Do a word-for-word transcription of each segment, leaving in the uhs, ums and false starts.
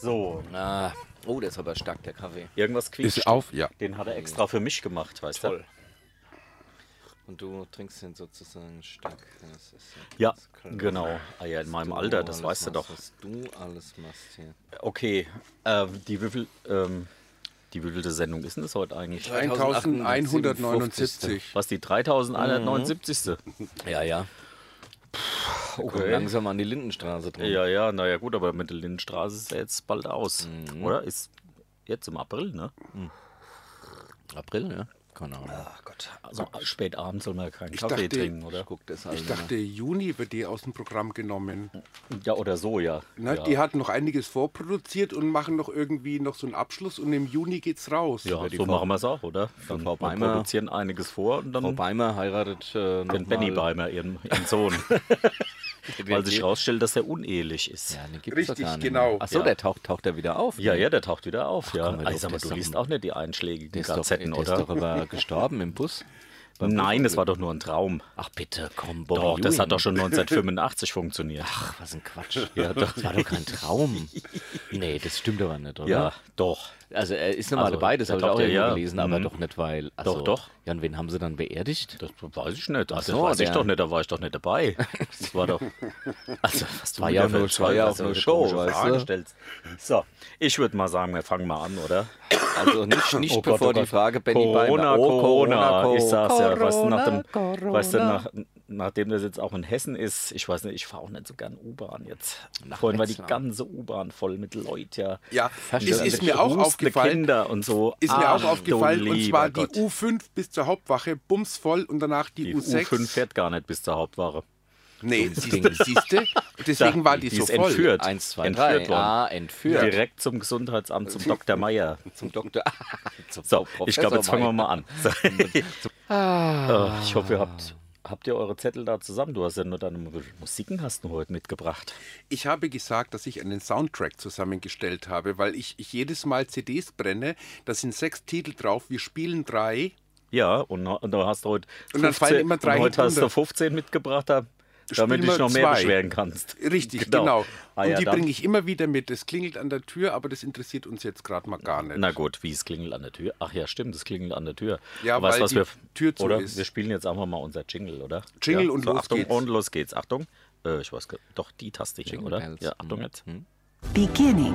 So. Ah, oh, der ist aber stark, der Kaffee. Irgendwas quietscht. Ist auf, ja. Den hat er extra für mich gemacht, weißt Toll. du? Und du trinkst den sozusagen stark. Das ist Ja, ganz klar. genau. Ah ja, in meinem Du Alter, das alles weißt du machst, doch. Was du alles machst hier. Okay, äh, die Würfel, ähm, die wievielte Sendung ist denn das heute eigentlich? eintausendeinhundertneunundsiebzig. Was, die dreitausendeinhundertneunundsiebzig. Ja, ja. Wir kommen langsam an die Lindenstraße dran. Ja, ja, naja gut, aber mit der Lindenstraße ist ja jetzt bald aus, Mhm. oder? Ist jetzt im April, ne? April, ja? Keine Ahnung. Ach Gott, also spät abends soll man keinen Ich Kaffee dachte- trinken, oder? Ich guck das halt Ich dachte, Juni wird die aus dem Programm genommen. Ja, oder so, ja. Ne? ja. Die hatten noch einiges vorproduziert und machen noch irgendwie noch so einen Abschluss und im Juni geht's raus. Ja, die so Frau- machen wir es auch, oder? Dann Frau wir Beimer- produzieren einiges vor und Frau dann Beimer heiratet äh, noch den Benny mal- Beimer, ihren, ihren Sohn. Weil sich herausstellt, dass er unehelich ist. Ja, den gibt's Richtig, doch gar nicht genau. mehr. Achso, Ja. der taucht, taucht er wieder auf. Ja, ja, der taucht wieder auf. ja. komm, Also, der sag mal, ist du doch liest ein- auch nicht die einschlägigen Der ist, doch, Gazetten, der oder? ist doch aber gestorben im Bus. Nein, das war doch nur ein Traum. Ach bitte, komm, Bobby Doch, das Ewing. hat doch schon neunzehnhundertfünfundachtzig funktioniert. Ach, was ein Quatsch. Ja, doch, das war doch kein Traum. Nee, das stimmt aber nicht, oder? Ja, doch. Also er ist nochmal Also, dabei, das der habe ich auch taucht ja, irgendwo ja. gelesen, aber Mhm. doch nicht, weil... Also, Doch, doch. Ja, und wen haben sie dann beerdigt? Das weiß ich nicht. Also, so, das weiß ich der- doch nicht, da war ich doch nicht dabei. Das war doch. Also, was du War mir ja für nur- war ja auch so nur eine Show, komische weißt Frage du? stellst. So, ich würde mal sagen, wir fangen mal an, oder? Also nicht, nicht Oh Gott, bevor oh die Gott. Frage Benny Corona, Beimer... Oh, Corona, Co- ich sag's ja. Weißt du, nach dem, Corona, weißt du, Corona. nach, nachdem das jetzt auch in Hessen ist, ich weiß nicht, ich fahre auch nicht so gern U-Bahn jetzt. Vorhin war die Wetzlar. ganze U-Bahn voll mit Leuten, ja. Ja, es Verstehe. ist mir auch Rustende aufgefallen. Kinder und so. Ist mir Ach, auch aufgefallen, du und lieber zwar die Gott. U fünf bis zur Hauptwache, bumsvoll und danach die, Die U U sechs. fünf fährt gar nicht bis zur Hauptwache. Nee, siehste, siehste. Deswegen war die, Die so ist voll. entführt. Eins, zwei, Entführt drei. worden. Ah, entführt. Direkt zum Gesundheitsamt, zum Doktor Meier. Zum Doktor. Zum So, ich glaube, jetzt fangen wir Meier. mal an. So. Oh, ich hoffe, ihr habt, habt ihr eure Zettel da zusammen? Du hast ja nur deine Musiken hast du heute mitgebracht. Ich habe gesagt, dass ich einen Soundtrack zusammengestellt habe, weil ich, ich jedes Mal C Ds brenne. Da sind sechs Titel drauf. Wir spielen drei. Ja, und, und du hast heute Und dann fallen immer drei und heute hast du hintereinander. fünfzehn mitgebracht, da- damit du Spielen dich wir noch mehr zwei. beschweren kannst. Richtig, genau. Ah, und ja, die dann- bringe ich immer wieder mit. Es klingelt an der Tür, aber das interessiert uns jetzt gerade mal gar nicht. Na gut, wie es klingelt an der Tür. Ach ja, stimmt, es klingelt an der Tür. Ja, weißt, weil was die wir, Tür zu oder? ist. Wir spielen jetzt einfach mal unser Jingle, oder? Jingle ja, und so, los Achtung, geht's. Und los geht's. Achtung. Äh, ich weiß gar doch die Taste hier, Jingle oder? bells. Ja, Achtung Mhm. jetzt. Beginning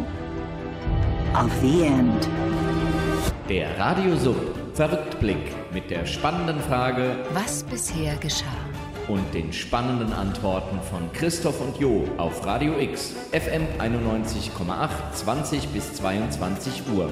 of the end. Der Radiosub Verrücktblick mit der spannenden Frage Was bisher geschah. und den spannenden Antworten von Christoph und Jo auf Radio X, F M einundneunzig Komma acht, zwanzig bis zweiundzwanzig Uhr.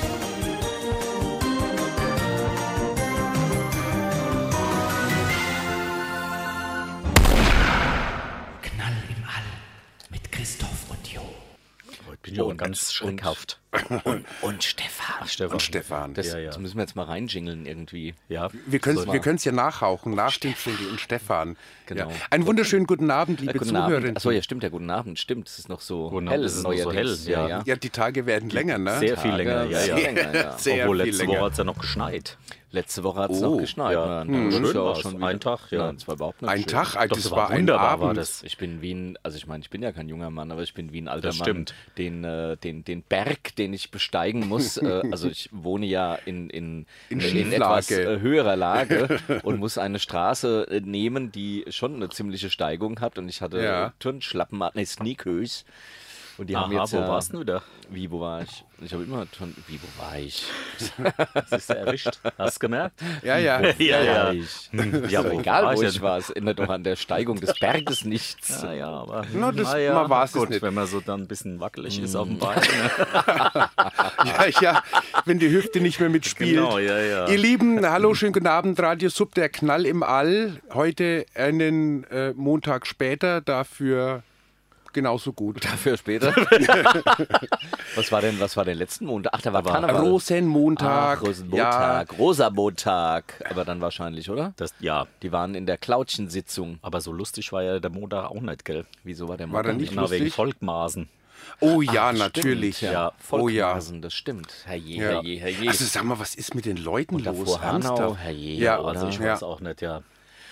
Knall im All mit Christoph und Jo. Heute bin ich auch ganz schreckhaft. Und Stefan. Ach, Stefan. Und Stefan. Das, Ja, ja. das müssen wir jetzt mal reinjingeln irgendwie. Ja, Wir können es So, wir können's ja nachhauchen, nach dem Jingle und Stefan. Genau. Ja. Einen wunderschönen guten Abend, liebe Äh, guten Zuhörerinnen. Abend. Achso, ja, stimmt, ja, guten Abend. Stimmt, es ist noch so Guten hell. Abend, es ist noch so neuerdings. hell, ja. Ja, die Tage werden länger, ne? sehr viel Tage länger. Ja, ja. sehr länger, ja. Sehr Obwohl viel letzte länger. Woche hat es ja noch geschneit. Letzte Woche hat es Oh, noch geschneit. ja. Ne? Hm, Dann schön ist ja auch war's. schon wieder- Ein Tag, ja. Nein, es war überhaupt nicht Ein schön. Tag, Doch, das das war war ein wunderbar, Abend. war das. Ich bin wie ein, also ich meine, ich bin ja kein junger Mann, aber ich bin wie ein alter Das Mann. stimmt. Den, äh, den, den Berg, den ich besteigen muss, äh, also ich wohne ja in, in, In in etwas Schieflage. äh, höherer Lage und muss eine Straße äh, nehmen, die schon eine ziemliche Steigung hat und ich hatte Ja. äh, Turnschlappen, ne, Sneakers. Und die haben Aha, jetzt wo ja, warst du wieder? Wie, wo war ich? Ich habe immer Turn, wie, wo war ich? Das ist ja erwischt. Hast du gemerkt? Ja, ja. Ja, ja. War ich? Ja, Aber wo egal, war wo ich ich denn? war, es ändert doch an der Steigung des Berges nichts. Ja, ja, aber Na, das- na ja, man weiß es gut, nicht. wenn man so dann ein bisschen wackelig ist Mm. auf dem Bein. Ne? Ja, ja, wenn die Hüfte nicht mehr mitspielt. Genau, ja, ja. Ihr Lieben, hallo, schönen guten Abend, Radio Sub, der Knall im All. Heute einen äh, Montag später, dafür genauso gut. Dafür später. was war denn, was war denn letzten Montag? Ach, da war Karneval. Rosenmontag. Ach, Rosenmontag, Ja, Rosamontag. Aber dann wahrscheinlich, oder? Das, ja, Die waren in der Klautschensitzung. aber so lustig war ja der Montag auch nicht, gell? Wieso war der War der Montag nicht Na, wegen lustig? Volkmaßen. oh ja, Stimmt, natürlich. Ja, Ja. Oh ja. Volkmaßen, das stimmt. Herrje, Ja. herrje, herje. Also sag mal, was ist mit den Leuten los? davor Hanau, Ernsthaft? herrje, Ja, oder? Also ich ja. weiß auch nicht, ja.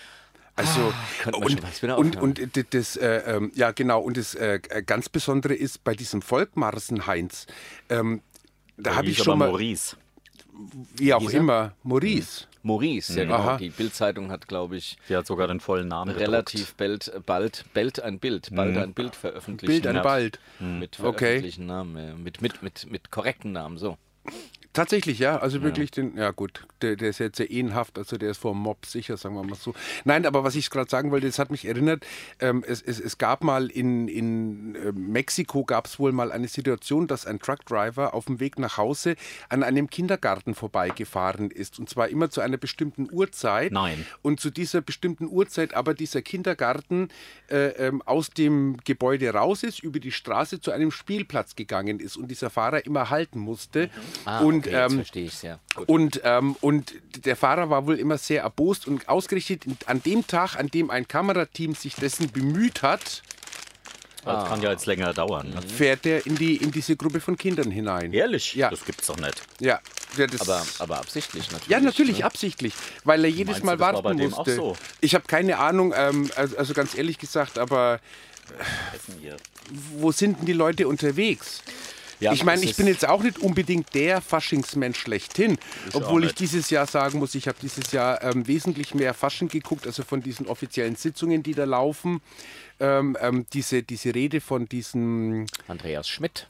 Also könnte man schon was wieder und, aufhören. und, und das, äh, ähm, ja genau, und das äh, ganz Besondere ist bei diesem Volkmarsen Heinz, ähm, da habe ich Hieß schon aber mal, Maurice. wie auch Hieß er? immer, Maurice. Maurice, ja genau. Aha. Die Bild-Zeitung hat, glaube ich, Die hat sogar den vollen Namen relativ bald, bald, bald ein Bild, bald ein Bild veröffentlicht. Bild an Ja. bald. Mit Okay. veröffentlichten Namen, ja. mit, mit, mit, mit korrekten Namen, so. Tatsächlich, ja, also wirklich den, ja gut, der, der ist jetzt sehr ehrenhaft, also der ist vor dem Mob sicher, sagen wir mal so. Nein, aber was ich gerade sagen wollte, das hat mich erinnert, ähm, es, es, es gab mal in, in äh, Mexiko gab es wohl mal eine Situation, dass ein Truckdriver auf dem Weg nach Hause an einem Kindergarten vorbeigefahren ist und zwar immer zu einer bestimmten Uhrzeit. Nein. Und zu dieser bestimmten Uhrzeit aber dieser Kindergarten äh, ähm, aus dem Gebäude raus ist, über die Straße zu einem Spielplatz gegangen ist und dieser Fahrer immer halten musste. Ah, und okay, jetzt ähm, verstehe ich es, ja. Gut. und, ähm, und der Fahrer war wohl immer sehr erbost und ausgerichtet an dem Tag, an dem ein Kamerateam sich dessen bemüht hat, Das kann ja jetzt länger dauern. Ne? fährt er in, die, in diese Gruppe von Kindern hinein. Ehrlich? Ja. Das gibt's doch nicht. Ja, ja, das, aber, aber absichtlich natürlich. ja, natürlich, ne? absichtlich, weil er jedes Meinst Mal du, das war warten bei dem auch musste. so? Ich habe keine Ahnung, ähm, also, also ganz ehrlich gesagt, aber Hier. wo sind denn die Leute unterwegs? Ja, ich meine, es ich ist- bin jetzt auch nicht unbedingt der Faschingsmensch schlechthin, obwohl auch ich nicht. dieses Jahr sagen muss, ich habe dieses Jahr ähm, wesentlich mehr Fasching geguckt, also von diesen offiziellen Sitzungen, die da laufen. Ähm, ähm, diese, diese Rede von diesem, Andreas Schmidt.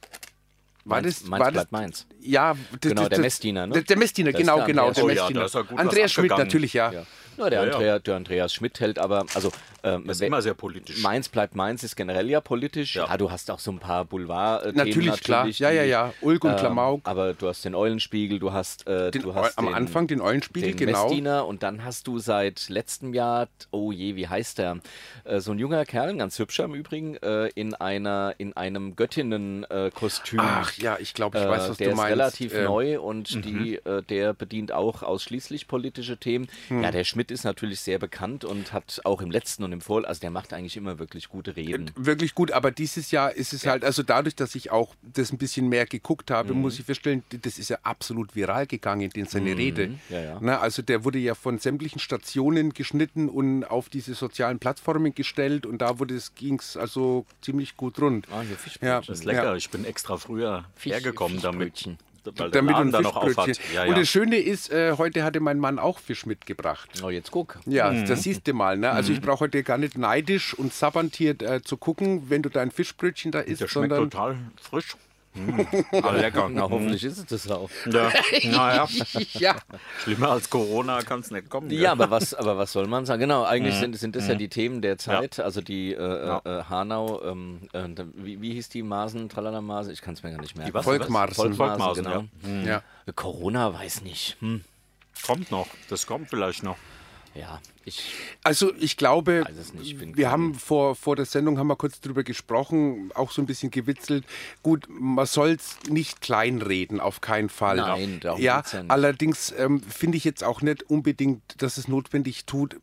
war Mainz, das, Mainz war das, bleibt Mainz. ja, das, Genau, das, der das, Messdiener, ne? Der, der Messdiener, Das ist genau, der genau, Andreas der Oh ja, Messdiener. da ist ja gut was Andreas Schmidt abgegangen. natürlich, ja. Ja. Ja, der, Ja, ja. Andrea, der Andreas Schmidt hält aber, also ähm, Das ist wer- immer sehr politisch. Mainz bleibt Mainz ist generell ja politisch. Ja, Ja. du hast auch so ein paar Boulevard-Themen. Natürlich, klar. Ja, ja, ja. Ulk und Klamauk. Aber du hast den Eulenspiegel, du hast, äh, Den, du hast am den, Anfang den Eulenspiegel, den genau. Messdiener und dann hast du seit letztem Jahr, oh je, wie heißt der? Äh, so ein junger Kerl, ein ganz hübscher im Übrigen, äh, in einer in einem Göttinnen-Kostüm. Ach ja, ich glaube, ich weiß, Äh, was der du ist meinst. relativ Ähm, neu und die, äh, der bedient auch ausschließlich politische Themen. Ja, der Schmidt ist natürlich sehr bekannt und hat auch im letzten und im Vor, also der macht eigentlich immer wirklich gute Reden. Wirklich gut, aber dieses Jahr ist es halt, also dadurch, dass ich auch das ein bisschen mehr geguckt habe, Mhm. muss ich feststellen, das ist ja absolut viral gegangen, den seine Rede. Ja, ja. Na, also der wurde ja von sämtlichen Stationen geschnitten und auf diese sozialen Plattformen gestellt und da ging es also ziemlich gut rund. Ah, hier Ja, Fischbrötchen. Das ist lecker. Ja. Ich bin extra früher Fisch- hergekommen damit. Fischbrötchen. Weil der Damit Laden und da noch auf Fischbrötchen. hat. Ja, Und ja. das Schöne ist, äh, heute hatte mein Mann auch Fisch mitgebracht. Oh, jetzt guck. Ja, Mhm. das siehst du mal. Ne? Also ich brauche heute gar nicht neidisch und sabbernd hier äh, zu gucken, wenn du dein Fischbrötchen da isst, Der schmeckt sondern total frisch. Mm. Ah, lecker. Na, hoffentlich ist es das auch. Ja. Naja, ja. schlimmer als Corona kann es nicht kommen. Ja, aber was, aber was soll man sagen? Genau, eigentlich sind, sind das ja die Themen der Zeit. Also die äh, Ja. äh, Hanau, ähm, äh, wie, wie hieß die Masen, Tralala Masen? Ich kann es mir gar nicht merken. Die was? Volkmarsen. Volkmarsen, Volkmarsen, genau. Ja. Corona weiß nicht. Hm. Kommt noch. Das kommt vielleicht noch. Ja, ich Also ich glaube, weiß es nicht. Ich bin wir kein- haben vor, vor der Sendung haben wir kurz drüber gesprochen, auch so ein bisschen gewitzelt. Gut, man soll es nicht kleinreden, auf keinen Fall. Nein, darum ja, geht's ja nicht. allerdings ähm, finde ich jetzt auch nicht unbedingt, dass es notwendig tut,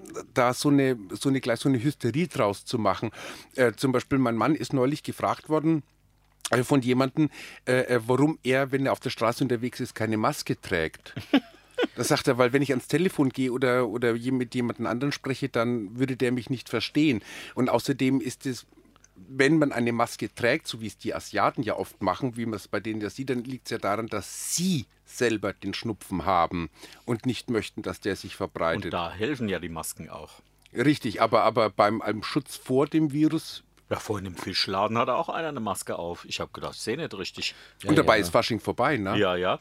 da so eine, so eine, gleich so eine Hysterie draus zu machen. Äh, zum Beispiel, mein Mann ist neulich gefragt worden, äh, von jemandem, äh, äh, warum er, wenn er auf der Straße unterwegs ist, keine Maske trägt. Da sagt er, weil wenn ich ans Telefon gehe oder, oder je- mit jemandem anderen spreche, dann würde der mich nicht verstehen. Und außerdem ist es, wenn man eine Maske trägt, so wie es die Asiaten ja oft machen, wie man es bei denen ja sieht, dann liegt es ja daran, dass sie selber den Schnupfen haben und nicht möchten, dass der sich verbreitet. Und da helfen ja die Masken auch. Richtig, aber, aber beim einem Schutz vor dem Virus, Ja, vorhin im Fischladen hatte auch einer eine Maske auf. Ich habe gedacht, ich sehe nicht richtig. und dabei ja. ist Fasching vorbei, ne? Ja, ja.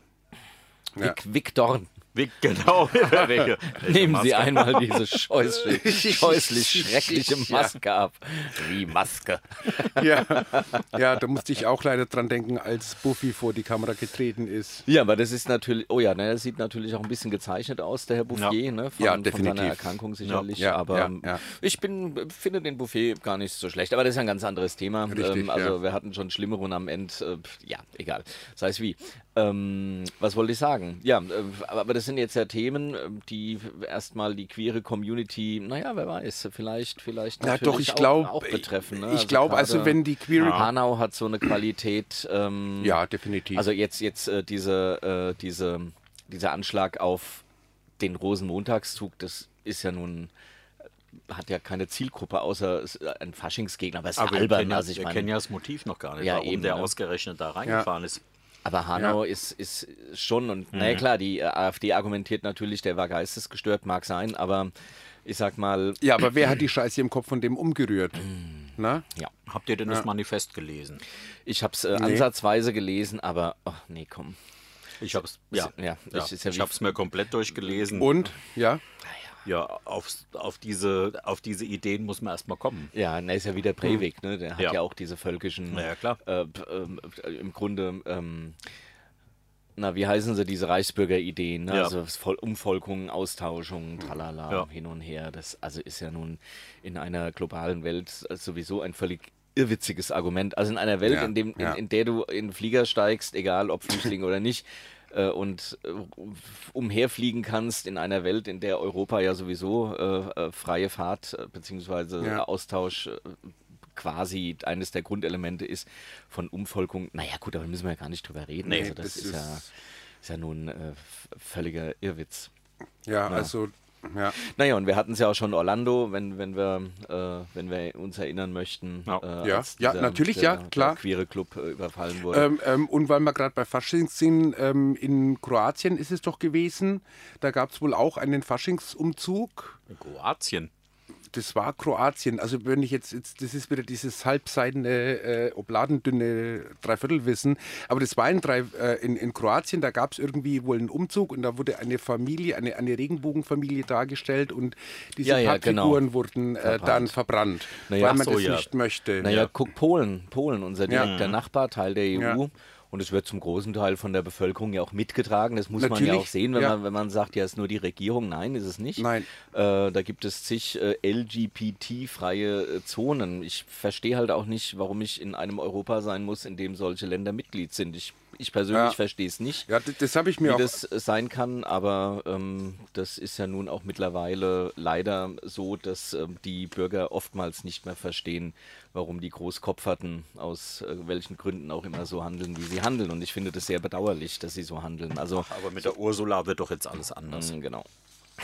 Ja. Vic, Vic Dorn. Wie, genau. Welche, welche Nehmen Sie Maske? einmal diese scheußlich, scheußlich schreckliche Maske ab. Wie Maske. Ja. Ja, da musste ich auch leider dran denken, als Buffy vor die Kamera getreten ist. Ja, aber das ist natürlich, oh ja, ne, er sieht natürlich auch ein bisschen gezeichnet aus, der Herr Bouffier, ne, von, Ja, von definitiv. seiner Erkrankung sicherlich. Ja, aber ja, ähm, ja. ich bin, finde den Bouffier gar nicht so schlecht, aber das ist ein ganz anderes Thema. Richtig, ähm, also ja. wir hatten schon schlimmere und am Ende, äh, ja, egal, sei es wie. Ähm, was wollte ich sagen? Ja, äh, aber, aber das sind jetzt ja Themen, äh, die erstmal die queere Community, naja, wer weiß, vielleicht, vielleicht Ja, natürlich doch, ich auch, glaube, auch betreffen. Ne? ich glaube, also gerade wenn die queere, Hanau hat so eine Qualität. Ähm, ja, definitiv. also jetzt, jetzt äh, diese, äh, diese, dieser Anschlag auf den Rosenmontagszug, das ist ja nun, hat ja keine Zielgruppe, außer ein Faschingsgegner, aber es ist Aber wir albern. kennen, ja, Also ich wir meine, kennen ja das Motiv noch gar nicht, Ja, warum eben, der ne? ausgerechnet da reingefahren ist. aber Hanau ist, ist schon, und naja klar, die äh, AfD argumentiert natürlich, der war geistesgestört, mag sein, aber ich sag mal, Ja, aber wer hat die Scheiße im Kopf von dem umgerührt? Na? ja. Habt ihr denn das Manifest gelesen? Ich habe es äh, ansatzweise gelesen, aber, ach nee, komm. Ich habe es ja, Ja, ja, das ist ja ich wie- habe es mir komplett durchgelesen. Und? Ja? Ja, auf, auf, diese, auf diese Ideen muss man erstmal kommen. Ja, na, ist ja wieder Breivik, ne? Der hat ja, Ja. auch diese völkischen, Ja, ja, klar. Äh, p- ähm, äh, im Grunde, ähm, na, wie heißen sie, diese Reichsbürgerideen, ne? Ja. Also Voll Umvolkungen, Austauschungen, tralala, Ja. hin und her. Das also ist ja nun in einer globalen Welt sowieso ein völlig irrwitziges Argument. Also in einer Welt, Ja, in, dem, in, ja. in der du in den Flieger steigst, egal ob Flüchtling oder nicht, äh, und äh, umherfliegen kannst, in einer Welt, in der Europa ja sowieso äh, äh, freie Fahrt äh, beziehungsweise Ja. Austausch äh, quasi eines der Grundelemente ist von Umvolkung. Naja gut, aber da müssen wir ja gar nicht drüber reden. Nee, also das, das ist, ist- ja, ist ja nun äh, f- völliger Irrwitz. Ja, also, ja. Naja, und wir hatten es ja auch schon in Orlando, wenn, wenn, wir, äh, wenn wir uns erinnern möchten. Ja. Äh, Ja. als Ja, natürlich, ja, der, klar. Der queere Club äh, überfallen wurde. Ähm, ähm, und weil wir gerade bei Faschings sind, ähm, in Kroatien ist es doch gewesen, da gab es wohl auch einen Faschingsumzug. In Kroatien. Das war Kroatien. Also wenn ich jetzt, jetzt das ist wieder dieses halbseidene, äh, obladendünne Dreiviertelwissen, aber das war in, drei, äh, in, in Kroatien, da gab es irgendwie wohl einen Umzug und da wurde eine Familie, eine, eine Regenbogenfamilie dargestellt und diese Ja, ja, Pappfiguren genau. wurden äh, Verbrannt. dann verbrannt, Naja, weil man ach so, das ja. nicht möchte. Naja, guck Polen, Polen, unser Ja. direkter Nachbar, Teil der E U. Ja. Und es wird zum großen Teil von der Bevölkerung ja auch mitgetragen. Das muss man ja Natürlich, auch sehen, wenn, ja. man, wenn man sagt, ja, es ist nur die Regierung. Nein, ist es nicht. Nein. Äh, da gibt es zig äh, L G B T-freie äh, Zonen. Ich verstehe halt auch nicht, warum ich in einem Europa sein muss, in dem solche Länder Mitglied sind. Ich, ich persönlich Ja. verstehe es nicht. Ja, das, das habe ich mir Wie auch. das äh, sein kann, aber ähm, das ist ja nun auch mittlerweile leider so, dass ähm, die Bürger oftmals nicht mehr verstehen, warum die Großkopferten aus äh, welchen Gründen auch immer so handeln, wie sie handeln. Und ich finde das sehr bedauerlich, dass sie so handeln. Also Aber mit der Ursula wird doch jetzt alles anders. Mm, genau.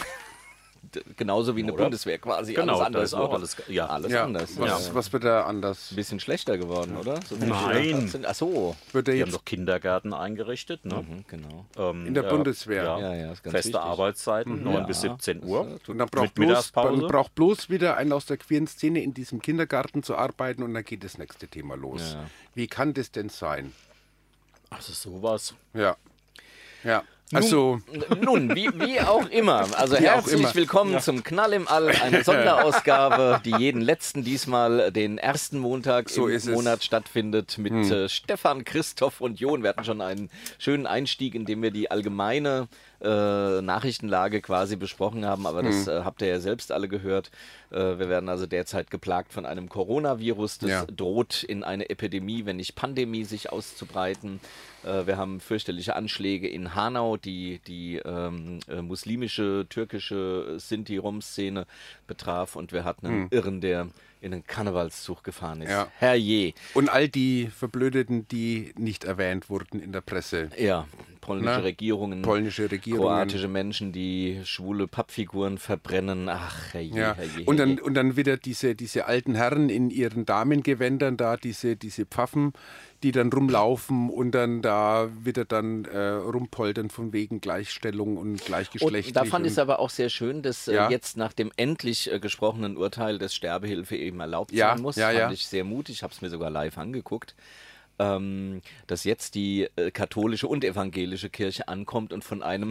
D- Genauso wie eine Oder? Bundeswehr quasi. Genau, alles da anders. ist auch oder? alles- ja. alles Ja, anders. was, Ja. was wird da anders? Ein bisschen schlechter geworden, oder? So viele Nein. Schüler sind- Ach so. Wird er Die haben jetzt doch Kindergärten eingerichtet, ne? Mhm, genau. Ähm, in der ja, Bundeswehr? Ja, Ja, ja, ist ganz Feste wichtig. Arbeitszeiten, neun Ja. bis siebzehn Uhr. Und dann braucht, Mit bloß, Mittagspause. dann braucht bloß wieder einer aus der queeren Szene in diesem Kindergarten zu arbeiten und dann geht das nächste Thema los. Ja. Wie kann das denn sein? Also sowas. Ja. Ja. Also, Nun, wie, wie auch immer. Also Wie auch herzlich immer. willkommen zum Knall im All, eine Sonderausgabe, die jeden letzten, diesmal den ersten Montag So im ist es. Monat stattfindet mit äh, Stefan, Christoph und Jon. Wir hatten schon einen schönen Einstieg, in dem wir die allgemeine äh, Nachrichtenlage quasi besprochen haben, aber das äh, habt ihr ja selbst alle gehört. Äh, wir werden also derzeit geplagt von einem Coronavirus, das Ja. droht in eine Epidemie, wenn nicht Pandemie, sich auszubreiten. Äh, wir haben fürchterliche Anschläge in Hanau, die die ähm, äh, muslimische, türkische Sinti-Rom-Szene betraf und wir hatten einen Irren, der in einen Karnevalszug gefahren ist. Ja. Herrje. und all die Verblödeten, die nicht erwähnt wurden in der Presse. Ja, polnische Na, Regierungen, polnische Regierungen. kroatische Menschen, die schwule Pappfiguren verbrennen. Ach, herrje, Ja. herrje, Und dann, herrje. und dann wieder diese, diese alten Herren in ihren Damengewändern da, diese, diese Pfaffen, die dann rumlaufen und dann da wieder dann äh, rumpoltern von wegen Gleichstellung und gleichgeschlechtlich. Und da fand ich es und- aber auch sehr schön, dass Ja. äh, jetzt nach dem endlich äh, gesprochenen Urteil, dass Sterbehilfe eben erlaubt Ja, sein muss, ja, fand ja. ich sehr mutig. Ich habe es mir sogar live angeguckt. Ähm, dass jetzt die äh, katholische und evangelische Kirche ankommt und von einem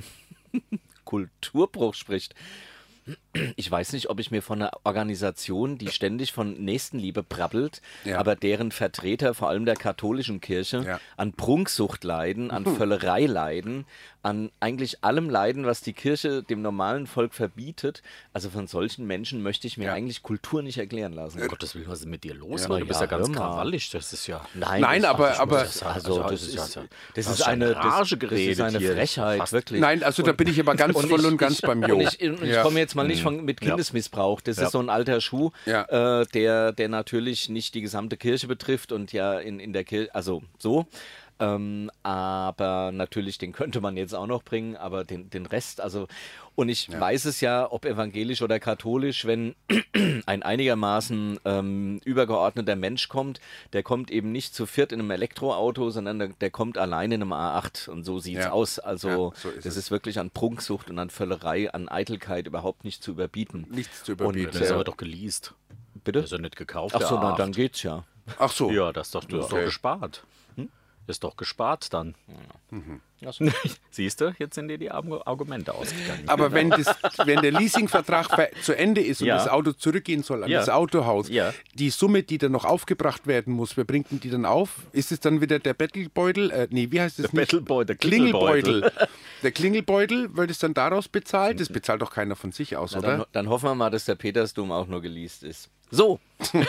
Kulturbruch spricht. Ich weiß nicht, ob ich mir von einer Organisation, die ständig von Nächstenliebe brabbelt, Ja. aber deren Vertreter, vor allem der katholischen Kirche, Ja. an Prunksucht leiden, an Völlerei leiden, an eigentlich allem leiden, was die Kirche dem normalen Volk verbietet. Also von solchen Menschen möchte ich mir Ja. eigentlich Kultur nicht erklären lassen. Um Gottes Willen, was ist mit dir los? Ja, Mann? Du bist ja, ja ganz hör mal. krawallig. Das ist ja. Nein, Nein, das- aber- ach, ich aber- muss das sagen. Also, das ist, das das ist ist eine, das, Rage das ist geredet eine hier. Frechheit, Fast. wirklich. Nein, also da bin ich aber ganz voll ich- und ganz ich, beim Jo. Und ich, und ich Ja. komme jetzt mal nicht von, mit Kindesmissbrauch. Das Ja. ist so ein alter Schuh, Ja. äh, der, der natürlich nicht die gesamte Kirche betrifft und ja in, in der Kirche, also so. Ähm, aber natürlich, den könnte man jetzt auch noch bringen, aber den, den Rest, also, und ich ja. weiß es ja, ob evangelisch oder katholisch, wenn ein einigermaßen ähm, übergeordneter Mensch kommt, der kommt eben nicht zu viert in einem Elektroauto, sondern der, der kommt allein in einem A acht und so sieht es ja. aus. Also ja, so ist das es. Ist wirklich an Prunksucht und an Völlerei, an Eitelkeit überhaupt nicht zu überbieten. Nichts zu überbieten. Und das ist aber doch geleast. Bitte? Das ist ja nicht gekauft. Ach so, na, dann geht's ja. Ach so. Ja, das ist doch, das okay. ist doch gespart. Hm? Ist doch gespart dann. Ja. Mhm. Siehst du, jetzt sind dir die Argumente ausgegangen. Aber wenn, das, wenn der Leasingvertrag zu Ende ist und ja. das Auto zurückgehen soll an ja. das Autohaus, ja. die Summe, die dann noch aufgebracht werden muss, wer bringt denn die dann auf? Ist es dann wieder der Bettelbeutel? Äh, nee, wie heißt es? Der Bettelbeutel, Klingelbeutel. Der Klingelbeutel, wird es dann daraus bezahlt? Das bezahlt doch keiner von sich aus, Na, oder? Dann, dann hoffen wir mal, dass der Petersdom auch nur geleast ist. So.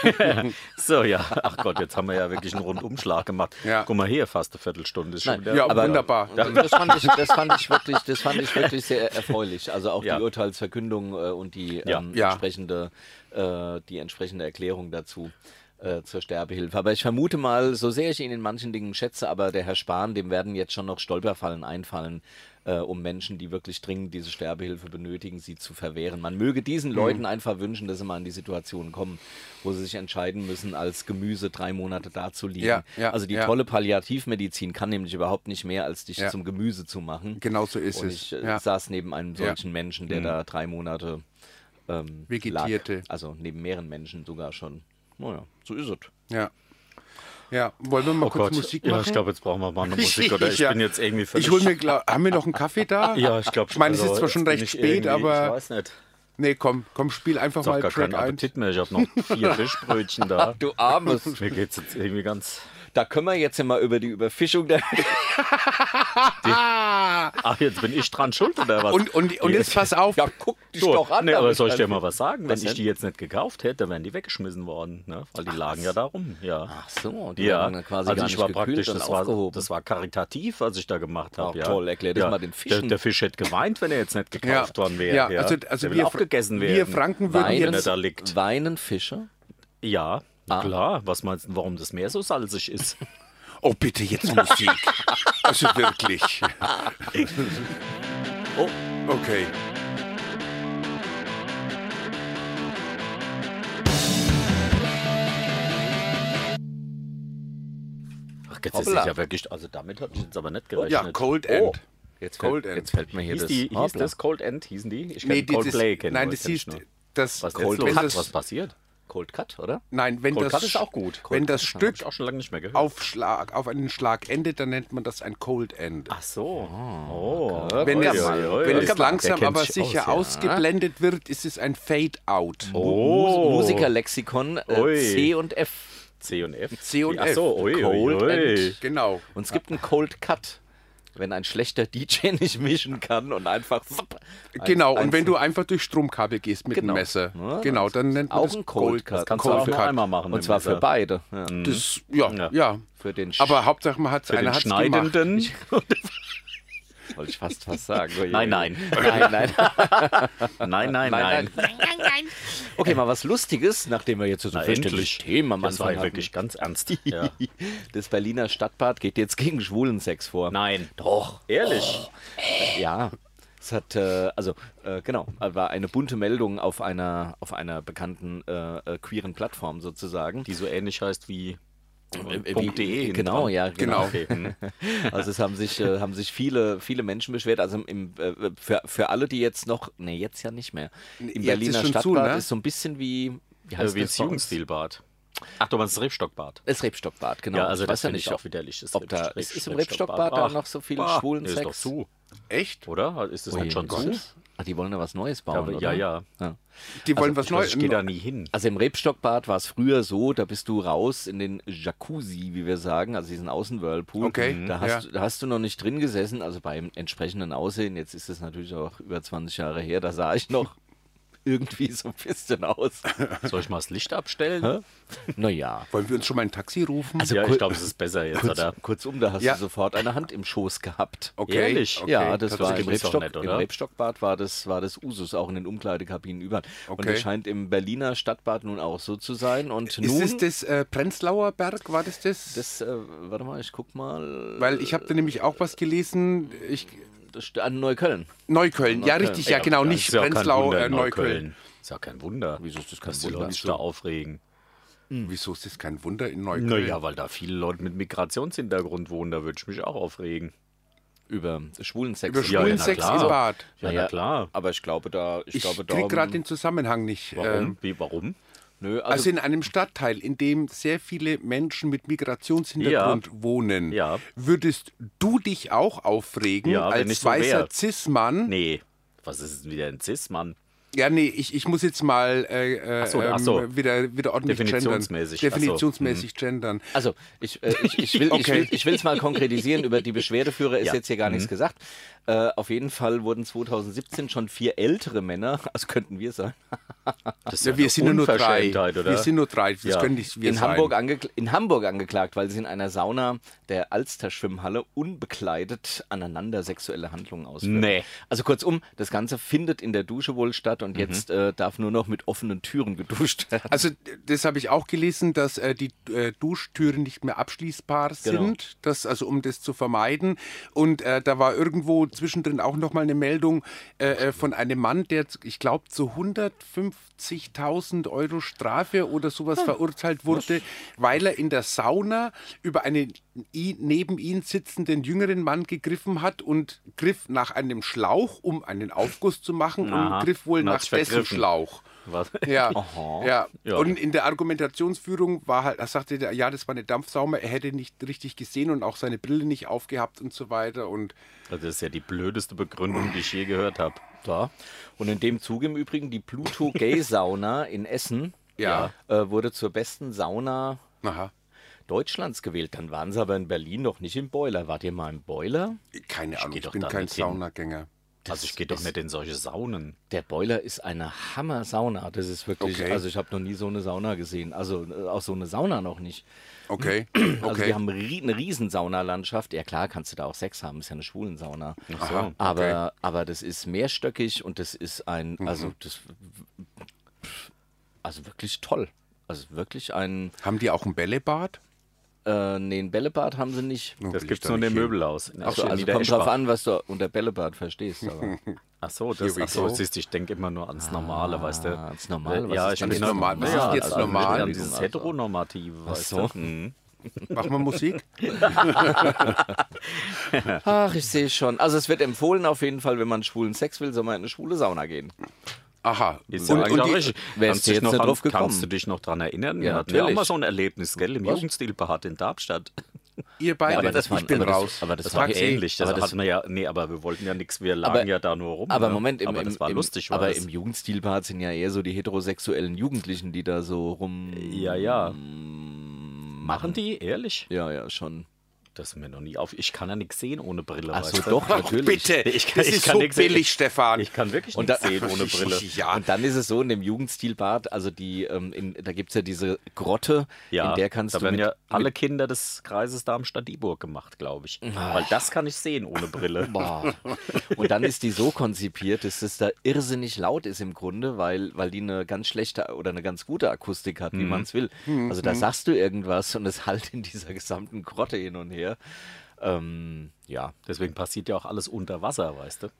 So, ja. Ach Gott, jetzt haben wir ja wirklich einen Rundumschlag gemacht. Ja. Guck mal hier, fast eine Viertelstunde ist schon wieder. Ja, aber wunderbar. Das fand, ich, das, fand ich wirklich, das fand ich wirklich sehr erfreulich. Also auch ja. die Urteilsverkündung äh, und die, ja. ähm, Ja. entsprechende, äh, die entsprechende Erklärung dazu. Äh, zur Sterbehilfe. Aber ich vermute mal, so sehr ich ihn in manchen Dingen schätze, aber der Herr Spahn, dem werden jetzt schon noch Stolperfallen einfallen, äh, um Menschen, die wirklich dringend diese Sterbehilfe benötigen, sie zu verwehren. Man möge diesen mhm. Leuten einfach wünschen, dass sie mal in die Situation kommen, wo sie sich entscheiden müssen, als Gemüse drei Monate dazuliegen. Ja, ja, also die ja. tolle Palliativmedizin kann nämlich überhaupt nicht mehr, als dich Ja. zum Gemüse zu machen. Genau so ist Und es. ich äh, Ja. saß neben einem solchen Menschen, der Mhm. da drei Monate ähm, Vegetierte. lag. Also neben mehreren Menschen sogar schon. Naja, so ist es. Ja. Ja, wollen wir mal Oh kurz Gott. Musik machen? Ja, ich glaube, jetzt brauchen wir mal eine Musik. Oder ich Ja. bin jetzt irgendwie völlig... Ich hol mir, glaub, haben wir noch einen Kaffee da? Ja, ich glaube Ich meine, es ist also, zwar schon jetzt bin recht ich spät, irgendwie- aber- Ich weiß nicht. Nee, komm, komm, spiel einfach Ich habe mal gar Track keinen ein. Appetit mehr. Ich habe noch vier Fischbrötchen da. Du Armes. Mir geht es jetzt irgendwie ganz... Da können wir jetzt ja mal über die Überfischung der... Ach, jetzt bin ich dran schuld oder was? Und, und, und jetzt pass auf. Ja, guck dich So, doch an. nee, aber damit. soll ich dir mal was sagen? Wenn Was ich denn? die jetzt nicht gekauft hätte, wären die weggeschmissen worden. Ne? Weil die lagen ja da rum. Ja. Ach so, die Ja, werden dann quasi also gar ich nicht war gekühlt praktisch, und das war, aufgehoben. das war karitativ, was ich da gemacht habe. Ach, ja. toll, erklär das ja. mal den Fischen. Der, der Fisch hätte geweint, wenn er jetzt nicht Ja, gekauft worden wäre. ja, Ja, also, also der will wir, auch gegessen wir werden. Franken würden Wein, wenn er jetzt... da liegt. Weinen Fische? Ja, Ah. klar. Was meinst du, warum das Meer so salzig ist? Oh, bitte jetzt Musik. Also wirklich. Oh, Okay. Ach, jetzt Hoppla. ist ja wirklich, also damit habe ich jetzt aber nicht gerechnet. Ja, Cold End. jetzt, Cold fällt, End. jetzt fällt mir hier Hieß, das... die, hieß Hoppla. das Cold End? Hießen die? Ich Nee, kenne Cold dieses- Play. Kenn, nein, kenn das ich hieß nur. das Was, Cold, jetzt wenn los? das, Was passiert? Cold Cut, oder? nein, wenn Cold das, Cut ist auch gut. wenn das Hab Stück ich auch schon lange nicht mehr gehört. auf, Schlag, auf einen Schlag endet, dann nennt man das ein Cold End. Ach so. Oh. Wenn Oi, es, oi, oi, wenn oi. es langsam Der kennt aber sich sicher aus, ja. ausgeblendet wird, ist es ein Fade-Out. Oh. Mus Musikerlexikon äh, Ui. C und F. C und F. C und Ach F. so, ui, Cold ui, ui. End. Genau. Und es gibt einen Cold Cut, wenn ein schlechter D J nicht mischen kann und einfach... zapp, Genau, eins- und wenn eins- du einfach durch Stromkabel gehst mit Genau. dem Messer. Ja, Genau, dann nennt man auch das ein Cold Cut. Das kannst du Cold auch nur Cut. einmal machen. Und mit zwar dem für Messer. beide. Ja. Das, ja, Ja. ja. Für den Sch- Aber Hauptsache, man hat's, Für einer den hat's gemacht. Schneidenden. Wollte ich fast was sagen. Oh je. Nein, nein. Nein, nein. Nein, nein, nein. Okay, mal was Lustiges, nachdem wir jetzt so Na, ein endlich. Thema am Das war Anfang ja hatten. wirklich ganz ernst. Ja. Das Berliner Stadtbad geht jetzt gegen Schwulensex vor. Nein. Doch. Ehrlich? Ja. Es hat, äh, also, äh, genau, war eine bunte Meldung auf einer, auf einer bekannten äh, äh, queeren Plattform sozusagen. Die so ähnlich heißt wie Äh, Punkt wie- .de. hinten Genau, dran. ja, genau. Okay. hm. Also es haben sich, äh, haben sich viele, viele Menschen beschwert. Also im, äh, für, für alle, die jetzt noch, nee, jetzt ja nicht mehr. Im Jetzt Berliner ist schon Stadtbad zu, ne? ist so ein bisschen wie, wie Also heißt wie das das bei uns? Jugendstilbad. Ach, du meinst das Rebstockbad. Das Rebstockbad, genau. Ja, also ich das weiß ja finde nicht, ich ob, auch widerlich. Das ob da Rebst- ist, ist im Rebstockbad. Rebstockbad da Ach, noch so viel bah, schwulen ist Sex. doch zu, Echt? oder? Ist das Ui, nicht schon zu? Gott. Ah, die wollen da was Neues bauen, Aber, oder? ja, ja. Die wollen Also, was Neues. Ich gehe da nie hin. Also im Rebstockbad war es früher so, da bist du raus in den Jacuzzi, wie wir sagen, also diesen Außenwhirlpool. Okay, Da hast, ja. du- da hast du noch nicht drin gesessen, also beim entsprechenden Aussehen, jetzt ist es natürlich auch über zwanzig Jahre her, da sah ich noch irgendwie so ein bisschen aus. Soll ich mal das Licht abstellen? Naja. Wollen wir uns schon mal ein Taxi rufen? Also ja, kur- ich glaube, es ist besser jetzt, Kurz, oder? kurzum, da hast Ja. du sofort eine Hand im Schoß gehabt. okay. Ehrlich? Okay. Ja, das war im gibt's doch Rebstock, nicht, im oder? Rebstockbad war das, war das Usus, auch in den Umkleidekabinen überall. Und Okay. das scheint im Berliner Stadtbad nun auch so zu sein. Und Ist nun, es das äh, Prenzlauer Berg, war das das? das, äh, warte mal, ich guck mal. Weil ich habe da nämlich auch was gelesen. Ich, Das st- an Neukölln. Neukölln, ja Neukölln. richtig, ja genau, Das nicht ist ja kein Prenzlau, Wunder äh, in Neukölln. Ist ja kein Wunder. Wieso ist das kein dass die Wunder? Leute sich da aufregen? Wieso ist das kein Wunder in Neukölln? Naja, weil da viele Leute mit Migrationshintergrund wohnen, da würde ich mich auch aufregen. Über Schwulensex. Über Ja, schwulen na Sex klar. im Bad. Ja, Naja, na klar. Aber ich glaube da, ich, Ich glaube da. kriege gerade den Zusammenhang nicht. Warum? Ähm, Wie, warum? Nö, also, Also in einem Stadtteil, in dem sehr viele Menschen mit Migrationshintergrund wohnen, Ja. würdest du dich auch aufregen Ja, wenn ich als so weißer wär. Cis-Mann? Nee. Was ist denn wieder ein Cis-Mann? Ja, nee, ich, ich muss jetzt mal äh, äh, Ach so, ach so. ähm, wieder, wieder ordentlich gendern. Definitionsmäßig, ach so. Definitionsmäßig gendern. also ich, äh, ich, ich will Okay. ich will es mal konkretisieren. Über die Beschwerdeführer ist Ja. jetzt hier gar Mhm. nichts gesagt. Äh, auf jeden Fall wurden zwanzig siebzehn schon vier ältere Männer, also könnten wir sein, Das ist Ja, wir eine sind ja nur drei. Unverschämtheit, oder? Wir sind nur drei, das Ja. können nicht wir in sein. Hamburg, angekl in Hamburg angeklagt, weil sie in einer Sauna der Alster-Schwimmhalle unbekleidet aneinander sexuelle Handlungen ausführen. Nee. Also kurzum, das Ganze findet in der Dusche wohl statt und jetzt äh, darf nur noch mit offenen Türen geduscht werden. Also das habe ich auch gelesen, dass äh, die äh, Duschtüren nicht mehr abschließbar Genau. sind, das, also um das zu vermeiden. Und äh, da war irgendwo zwischendrin auch noch mal eine Meldung äh, äh, von einem Mann, der, ich glaube, zu hundertfünfzigtausend Euro Strafe oder sowas verurteilt wurde, weil er in der Sauna über einen i- neben ihm sitzenden jüngeren Mann gegriffen hat und griff nach einem Schlauch, um einen Aufguss zu machen, Aha. und griff wohl Und hat nach sich dessen vergriffen. Schlauch. Was? Ja, ja. Ja. Und in der Argumentationsführung war halt, er sagte, der, ja, das war eine Dampfsauna, er hätte nicht richtig gesehen und auch seine Brille nicht aufgehabt und so weiter. Und Das ist ja die blödeste Begründung, die ich je gehört habe. Ja. Und in dem Zuge im Übrigen die Pluto Gay Sauna in Essen Ja. äh, wurde zur besten Sauna aha, Deutschlands gewählt. Dann waren sie aber in Berlin noch nicht im Boiler. Wart ihr mal im Boiler? keine Ahnung, geh ich doch bin da kein nicht hin. Saunagänger. Also ich gehe doch nicht in solche Saunen. Der Boiler ist eine Hammer-Sauna. Das ist wirklich, Okay. also ich habe noch nie so eine Sauna gesehen. Also äh, auch so eine Sauna noch nicht. Okay, Also okay. wir haben rie- eine riesen Saunalandschaft. Ja klar, kannst du da auch Sex haben, ist ja eine Schwulensauna. Aha, Aber, aber das ist mehrstöckig und das ist ein, Mhm. also das, also wirklich toll. Also wirklich ein, Haben die auch ein Bällebad? äh, nee, ein Bällebad haben sie nicht. Oh, Das will gibt ich es da nur in nicht dem hin. Möbelhaus. Ach so, also kommt drauf an, was du unter Bällebad verstehst. Aber Ach so, Here das, we ach so go. siehst du, ich denke immer nur ans Normale, weißt du. ans Normale? Was Ja, ist ich denn bin das Normal? Was ist jetzt normal? An dieses Heteronormative, weißt so. du. Mhm. Machen wir Musik? Ach, ich sehe schon. Also es wird empfohlen auf jeden Fall, wenn man schwulen Sex will, soll man in eine schwule Sauna gehen. Aha. Ist Und- ja und eigentlich auch die- richtig. Wärst Kannst du dich jetzt noch nicht an- drauf gekommen? Kannst du dich noch dran erinnern? Ja, Wir hatten ja auch natürlich. mal so ein Erlebnis, gell? Im Was? Jugendstilbad in Darmstadt. Ihr beide, aber das war- ich bin aber das- raus. aber das Das war war Taxi. ähnlich. Das aber das- hatten wir ja, nee, aber wir wollten ja nichts, wir lagen Aber- ja da nur rum. Aber ne? Moment, im, aber im, das war im, lustig, war aber das. im Jugendstilbad sind ja eher so die heterosexuellen Jugendlichen, die da so rum Ja, ja. machen. Machen die? Ehrlich? Ja, ja, schon. Das ist mir noch nie auf. Ich kann ja nichts sehen ohne Brille. Ach weißt so, du? doch, Ach, natürlich. bitte, Ich kann- das ich ist kann so nix sehen. billig, Stefan. Ich kann wirklich Und nichts da- sehen ohne Brille. Ja, Und dann ist es so, in dem Jugendstilbad, also die, ähm, in, da gibt es ja diese Grotte, Ja, in der kannst da du werden mit, ja alle mit Kinder des Kreises Darmstadt-Dieburg gemacht, glaube ich. Weil das kann ich sehen ohne Brille. Boah. Und dann ist die so konzipiert, dass es da irrsinnig laut ist im Grunde, weil, weil die eine ganz schlechte oder eine ganz gute Akustik hat, wie man es will. Also da sagst du irgendwas und es hallt in dieser gesamten Grotte hin und her. Ähm, ja. Deswegen passiert ja auch alles unter Wasser, weißt du?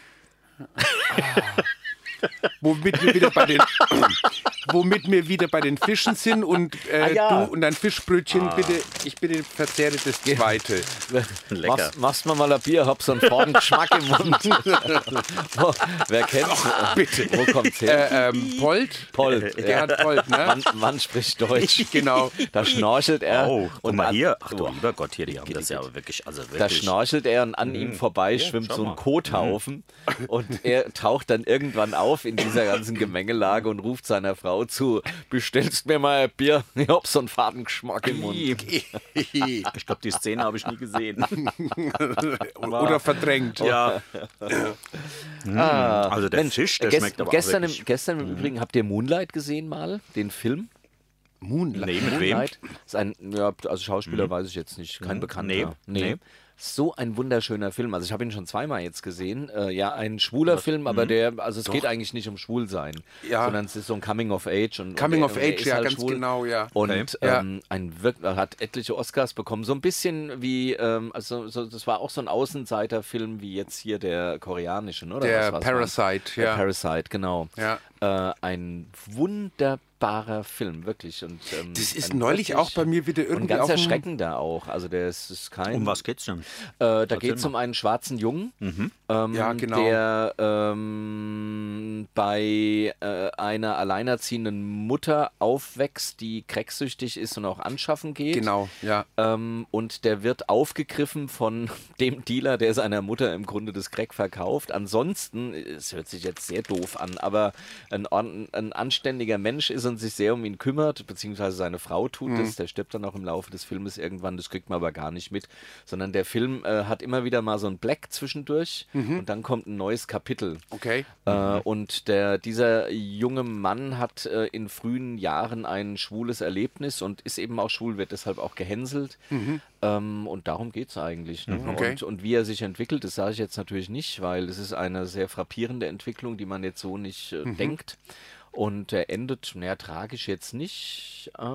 Womit wir wieder bei den, womit wir wieder bei den Fischen sind und äh, Ah, ja. du und dein Fischbrötchen, bitte, ich bitte verzehre das zweite. Lecker. Machst, machst mal mal ein Bier, hab so einen vorn Geschmack im Mund. Wo, wer kennt's? bitte. Wo kommt's her? Äh, ähm, Polt? Polt. Gerhard Polt, ne? Mann, Mann spricht Deutsch. Genau. Da schnorchelt er. Oh, guck und mal an- hier. Ach du Boah. lieber Gott, hier, die haben das ja wirklich, also Da wirklich. schnorchelt er und an ihm vorbei Ja, schwimmt schau so ein mal. Kothaufen und er taucht dann irgendwann auf in dieser ganzen Gemengelage und ruft seiner Frau Frau zu, bestellst mir mal ein Bier, ich hab so einen Fadengeschmack im Mund. Ich glaube, die Szene habe ich nie gesehen. Oder verdrängt. Ja. Ah, Also der Mensch, Fisch, der gest- schmeckt aber gestern, auch im, wirklich. gestern im Übrigen, habt ihr Moonlight gesehen mal, den Film? Moonlight. Nee, mit wem? Moonlight ist ein, ja, also Schauspieler weiß ich jetzt nicht, kein Bekannter. Nee, nee. So ein wunderschöner Film. Also ich habe ihn schon zweimal jetzt gesehen. Äh, ja, ein schwuler Film, aber der, also es geht eigentlich nicht um Schwulsein, Ja. sondern es ist so ein Coming of Age. Und, Coming und of er, und er Age, ist ja, halt ganz schwul. genau, ja. Und Okay. ähm, ein wirk- er hat etliche Oscars bekommen. So ein bisschen wie, ähm, also so, das war auch so ein Außenseiterfilm wie jetzt hier der koreanische, ne? Oder Der was war's Parasite, Der ja. Parasite, genau. Ja. Äh, ein wunderbarer Film, wirklich. Und, ähm, Das ist ein neulich wirklich- auch bei mir wieder und irgendwie ganz auf dem- erschreckender auch. Also der ist, ist kein. Um was geht's denn? Äh, da geht es um einen schwarzen Jungen, ähm, Ja, genau. der ähm, bei äh, einer alleinerziehenden Mutter aufwächst, die cracksüchtig ist und auch anschaffen geht. Genau, ja. Ähm, und der wird aufgegriffen von dem Dealer, der seiner Mutter im Grunde das Crack verkauft. Ansonsten, es hört sich jetzt sehr doof an, aber ein, ordn- ein anständiger Mensch ist und sich sehr um ihn kümmert, beziehungsweise seine Frau tut Mhm. das. Der stirbt dann auch im Laufe des Filmes irgendwann, das kriegt man aber gar nicht mit. Sondern der Film äh, hat immer wieder mal so ein Black zwischendurch und dann kommt ein neues Kapitel. Mhm. Okay. Äh, und der, dieser junge Mann hat äh, in frühen Jahren ein schwules Erlebnis und ist eben auch schwul, wird deshalb auch gehänselt. Ähm, und darum geht es eigentlich. Ne? Okay. Und, und wie er sich entwickelt, das sage ich jetzt natürlich nicht, weil es ist eine sehr frappierende Entwicklung, die man jetzt so nicht äh, denkt. Und er endet, naja, tragisch jetzt nicht, äh,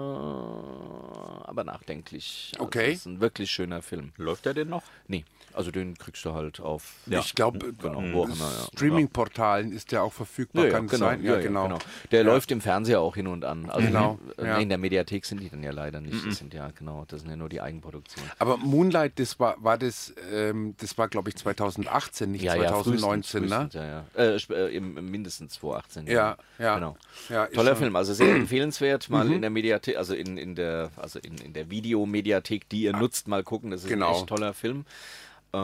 aber nachdenklich. Also Okay. es ist ein wirklich schöner Film. Läuft der denn noch? Nee, also den kriegst du halt auf Ich glaube, genau, wo auch immer, ja. Streaming-Portalen ist der auch verfügbar, Ja, ja, kann es genau, sein? ja, ja, genau. Der Ja. läuft im Fernseher auch hin und an. Also Genau, äh, ja. nee, in der Mediathek sind die dann ja leider nicht. Das sind ja, genau, das sind ja nur die Eigenproduktionen. Aber Moonlight, das war, war das, ähm, das war glaube ich zweitausendachtzehn, nicht zwanzig neunzehn, ja, ne? frühestens, ja, ja. Äh, sp- äh, im, im mindestens zweitausendachtzehn. Ja, ja. Genau. Ja, ist Toller schon- Film, also sehr empfehlenswert, mal in der Mediathek, also in, in der, also in, in der Videomediathek, die ihr nutzt, mal gucken. Das ist Genau. ein echt toller Film. Äh,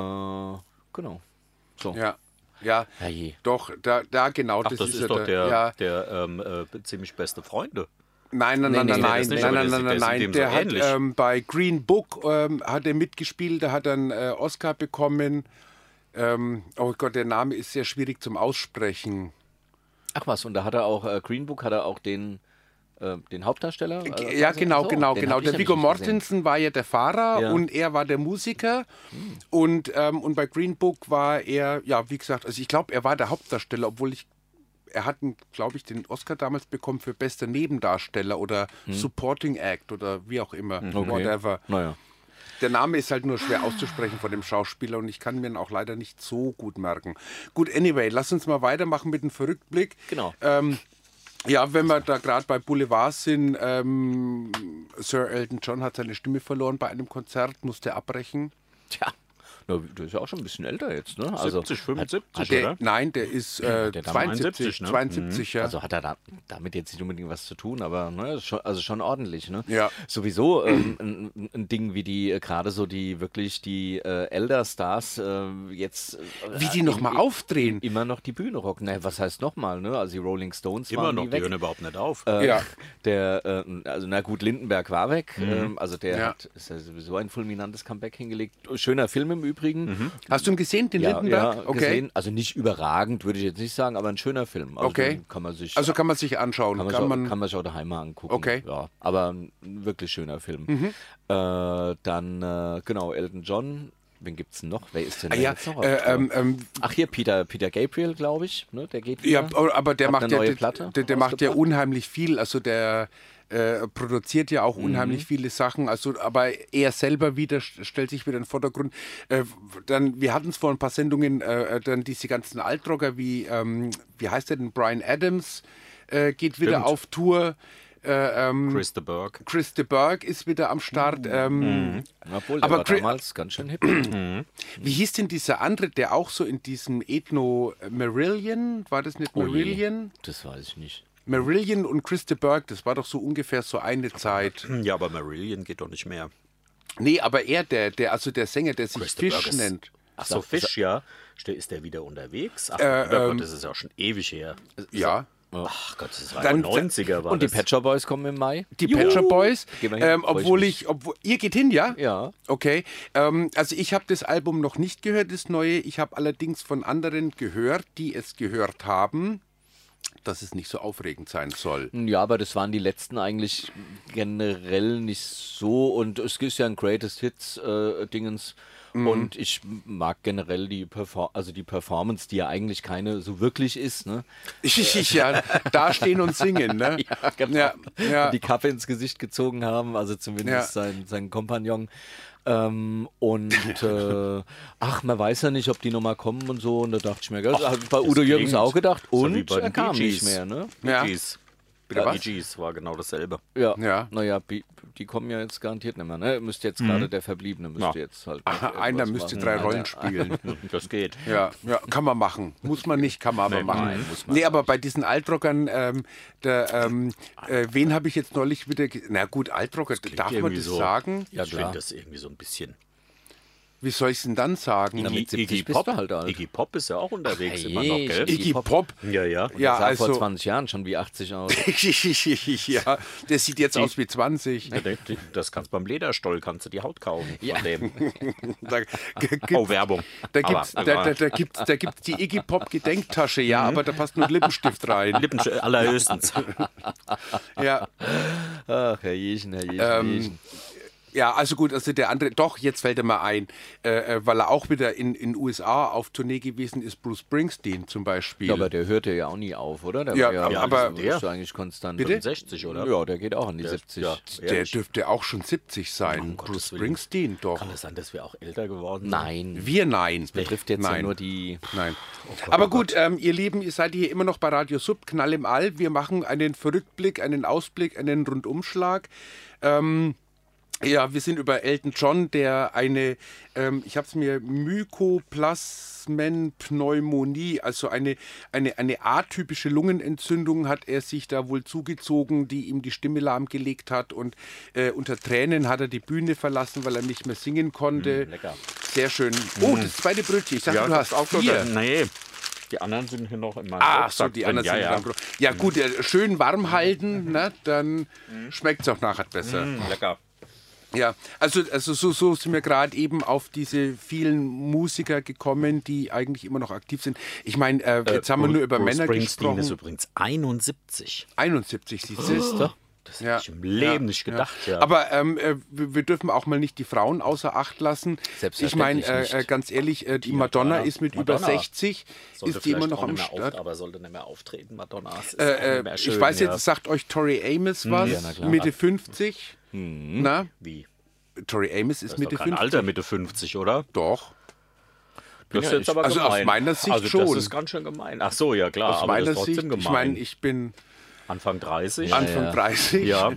genau. So. Ja, ja, Herrje. doch, da, da genau, Ach, das, das, ist, ist, ja doch der, ja, der ähm, äh, ziemlich beste Freunde. Nein, nein, Nee, nein, nee, nein, nee, nein, das nicht, nein, aber nein, der nein, ist- nein, der ist in nein. dem Der so hat ähnlich. ähm, bei Green Book ähm, hat er mitgespielt, da hat er einen äh, Oscar bekommen. Ähm, oh Gott, der Name ist sehr schwierig zum Aussprechen. Ach was, und da hat er auch, äh, Green Book hat er auch den, äh, den Hauptdarsteller? äh, Ja, also, genau, so, genau, den genau. hab ich Der nämlich Viggo nicht gesehen. Mortensen war ja der Fahrer Ja. und er war der Musiker. Und, ähm, und bei Green Book war er, ja, wie gesagt, also ich glaube, er war der Hauptdarsteller, obwohl ich, er hat, glaube ich, den Oscar damals bekommen für bester Nebendarsteller oder Supporting Act oder wie auch immer, Okay. whatever. Naja. Der Name ist halt nur schwer auszusprechen von dem Schauspieler und ich kann mir ihn auch leider nicht so gut merken. Gut, anyway, lass uns mal weitermachen mit dem Verrückblick. Genau. Ähm, ja, wenn wir da gerade bei Boulevard sind, ähm, Sir Elton John hat seine Stimme verloren bei einem Konzert, musste abbrechen. Tja, na, der ist ja auch schon ein bisschen älter jetzt, ne? Also, siebzig, fünfundsiebzig, Der, oder? nein, der ist äh, der damals zweiundsiebzig, einundsiebzig, ne? zweiundsiebzig, ja. Also hat er da, damit jetzt nicht unbedingt was zu tun, aber ne, schon, also schon ordentlich. Ne? Ja. Sowieso ähm, ein, ein Ding wie die, äh, gerade so die wirklich die äh, Elder-Stars äh, jetzt. Äh, Wie die noch mal im- aufdrehen. Immer noch die Bühne rocken. Ne, was heißt nochmal? Ne? Also die Rolling Stones Immer waren noch, nie die weg. hören überhaupt nicht auf. Äh, Ja. Der, äh, also na gut, Lindenberg war weg. Ähm, also der Ja. hat ist ja sowieso ein fulminantes Comeback hingelegt. Schöner Film im Übrigen. Hast du ihn gesehen, den Ja, Lindenberg? ja, okay. gesehen. Also nicht überragend, würde ich jetzt nicht sagen, aber ein schöner Film. Also Okay. den kann man sich Also kann man sich anschauen. kann man, Kann sich, man, auch, kann man sich auch daheim mal angucken. Okay. Ja, aber ein wirklich schöner Film. Mhm. Äh, dann, äh, genau, Elton John. Wen gibt's denn noch? Wer ist denn ah, da ja, jetzt noch auf äh, Tour? ähm, ähm, Ach, hier, Peter, Peter Gabriel, glaube ich. Ne? Der geht ja, wieder. aber der Hat macht eine ja, neue der, Platte der, der macht ja rausgebracht. unheimlich viel. Also der äh, produziert ja auch Mhm. unheimlich viele Sachen. Also, aber er selber wieder stellt sich wieder in den Vordergrund. Äh, dann, wir hatten es vor ein paar Sendungen, äh, dann diese ganzen Altrocker wie, ähm, wie heißt der denn, Bryan Adams äh, geht wieder Stimmt. auf Tour. Äh, ähm, Chris de Burgh. Chris de Burgh ist wieder am Start. Ähm, Obwohl, der aber war Chris- damals ganz schön hip. Wie hieß denn dieser andere, der auch so in diesem Ethno Marillion, war das nicht Oh je. Marillion? Das weiß ich nicht. Marillion und Chris de Burgh, das war doch so ungefähr so eine Zeit. Ja, aber Marillion geht doch nicht mehr. Nee, aber er, der, der, also der Sänger, der sich Chris de Burgh Fish ist- nennt. Ach so, Fisch, ja. Ste- Ist der wieder unterwegs? Ach, Äh, oh Gott, ähm, das ist ja schon ewig her. Ja. Ach Gott, das war Dann- neunziger war Und die das. Pet Shop Boys kommen im Mai. Die Pet Shop Boys, Gehen wir hin, ähm, freu ich obwohl mich. ich, obwohl, ihr geht hin, ja? Ja. Okay, ähm, also ich habe das Album noch nicht gehört, das neue. Ich habe allerdings von anderen gehört, die es gehört haben, dass es nicht so aufregend sein soll. Ja, aber das waren die letzten eigentlich generell nicht so. Und es ist ja ein Greatest Hits äh, Dingens. Und ich mag generell die, Perfor also die Performance, die ja eigentlich keine so wirklich ist. Ne? ja, da stehen und singen, ne? Ja, genau. Ja, ja. Die Kappe ins Gesicht gezogen haben, also zumindest Ja. sein, sein Kompagnon. Ähm, und äh, ach, man weiß ja nicht, ob die nochmal kommen und so. Und da dachte ich mir, das habe ich bei das Udo Jürgens klingt auch gedacht. so Und wie bei er den kam Bee nicht Gees. mehr, ne? Ja. Bee Gees. Bitte Ja, was? Bee Gees war genau dasselbe. Ja, Ja. naja, die, die kommen ja jetzt garantiert nicht mehr. Ne? Müsste jetzt gerade der Verbliebene, müsste Ja. jetzt halt. Aha, irgendwas einer müsste machen. drei Einer- Rollen spielen. Das geht. Ja, ja, kann man machen. Muss man nicht, kann man aber Nee, machen. nein, muss man nee, aber bei diesen Altrockern, ähm, der, ähm, äh, wen habe ich jetzt neulich wieder. ge- Na gut, Altrocker, darf man Irgendwie das so. sagen? Ja, Ich klar. finde das irgendwie so ein bisschen. Wie soll ich es denn dann sagen? Na, mit siebzig bist du halt alt. Iggy Pop ist ja auch unterwegs Ach immer je, noch, gell? Iggy Pop. Pop. Ja, ja. Ja, sah vor also. zwanzig Jahren schon wie achtzig aus. ja, der sieht jetzt aus wie zwanzig. Ja, der- Das kannst beim Lederstoll kannst du die Haut kaufen. Von Ja. dem. Da, g- Oh, gibt's, Werbung. da Aber- gibt's, da, da, da gibt's, da gibt's die Iggy Pop Gedenktasche, ja, aber da passt nur ein Lippenstift rein. Lippen allerhöchstens. Ja, Ach, Herr Jechen, Herr Jechen, Ähm, Jechen. ja, also gut, also der andere, doch, jetzt fällt er mal ein, äh, äh, weil er auch wieder in den U S A auf Tournee gewesen ist, Bruce Springsteen zum Beispiel. Ja, aber der hörte ja auch nie auf, oder? Der Ja, war aber- der ist eigentlich konstant. Bitte? sechzig, oder? Ja, der geht auch an die Der- siebzig. ja. der Ehrlich? dürfte auch schon siebzig sein. Um Bruce Gottes Willen. Springsteen doch. Kann es sein, dass wir auch älter geworden sind? Nein, Wir nein. betrifft jetzt ja Nein. nur die. Nein. Aber gut, ähm, ihr Lieben, ihr seid hier immer noch bei Radio Sub, Knall im All. Wir machen einen Verrückblick, einen Ausblick, einen Rundumschlag. Ähm, ja, wir sind über Elton John, der eine, ähm, ich habe es mir, Mykoplasmenpneumonie, also eine, eine, eine atypische Lungenentzündung hat er sich da wohl zugezogen, die ihm die Stimme lahmgelegt hat. Und äh, unter Tränen hat er die Bühne verlassen, weil er nicht mehr singen konnte. Mm, lecker. Sehr schön. Oh, das zweite Brötchen. Ich dachte, du hast auch vier. Nee, die anderen sind hier noch in meinem Ah, Rucksack so, die drin. anderen ja, sind ja. dann. Ja, gut, äh, schön warm halten, ne, dann schmeckt es auch nachher besser. Mm, lecker. Ja, also, also so, so sind wir gerade eben auf diese vielen Musiker gekommen, die eigentlich immer noch aktiv sind. Ich meine, äh, jetzt haben wir nur über Bruce Männer Springsteen gesprochen. ist übrigens einundsiebzig. einundsiebzig, siehst du? Oh, das hätte ich im Leben nicht gedacht. Ja. Aber ähm, äh, wir, wir dürfen auch mal nicht die Frauen außer Acht lassen. Ich meine, Selbstverständlich äh, äh, nicht. ganz ehrlich, äh, die Madonna, Madonna. ist mit Madonna. über sechzig, Sollte ist die immer vielleicht noch auch am nicht mehr Start. Auf, aber sollte nicht mehr auftreten, Madonna. Es ist Äh, auch äh, nicht mehr ich schön, weiß ja. jetzt, sagt euch Tori Amos was? Ja, na klar. Mitte fünfzig? Na? Wie? Tori Amos ist Das ist Mitte doch kein fünfzig. Alter Mitte fünfzig, oder? Doch. Das ist ja jetzt ich- aber also gemein. aus meiner Sicht also schon. Das ist ganz schön gemein. Ach so, ja klar, Aus aber meiner das ist Sicht, trotzdem gemein. ich meine, ich bin Anfang dreißig. Anfang ja. dreißig. Ja.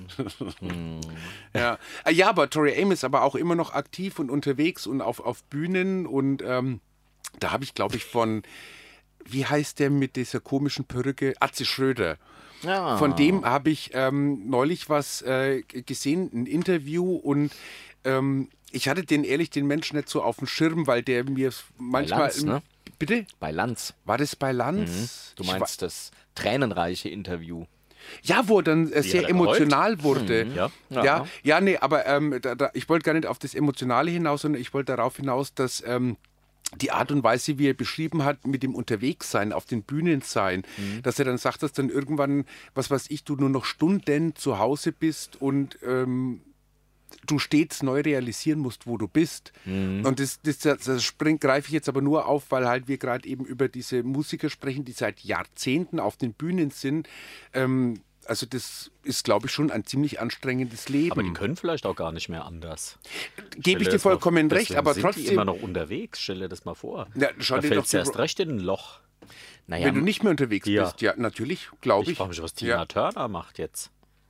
Ja. Ah, ja, aber Tori Amos ist aber auch immer noch aktiv und unterwegs und auf, auf Bühnen. Und ähm, da habe ich, glaube ich, von, wie heißt der mit dieser komischen Perücke? Atze Schröder. Ja. Von dem habe ich ähm, neulich was äh, gesehen, ein Interview. Und ähm, ich hatte den ehrlich, den Menschen nicht so auf dem Schirm, weil der mir manchmal... Lanz, ne? Bitte? Bei Lanz. War das bei Lanz? Du Ich meinst das tränenreiche Interview. Ja, wo er dann äh, sehr hat er geheult? emotional wurde. Ja. Ja, ja, ja, nee, aber ähm, da, da, ich wollte gar nicht auf das Emotionale hinaus, sondern ich wollte darauf hinaus, dass ähm, die Art und Weise, wie er beschrieben hat, mit dem Unterwegssein, auf den Bühnen sein, Mhm. dass er dann sagt, dass dann irgendwann, was weiß ich, du nur noch Stunden zu Hause bist und ähm, du stets neu realisieren musst, wo du bist. Mhm. Und das, das, das springt, greife ich jetzt aber nur auf, weil halt wir gerade eben über diese Musiker sprechen, die seit Jahrzehnten auf den Bühnen sind. Ähm, also das ist, glaube ich, schon ein ziemlich anstrengendes Leben. Aber die können vielleicht auch gar nicht mehr anders. Gebe ich Stell dir das mal- vollkommen recht, deswegen aber sind trotzdem, die immer noch unterwegs, stell dir das mal vor. Ja, schau da dir fällt doch es die erst Ro- recht in ein Loch. Naja, wenn du nicht mehr unterwegs Ja. bist, ja, natürlich, glaube ich. Ich frage mich, was Tina ja. Turner macht jetzt.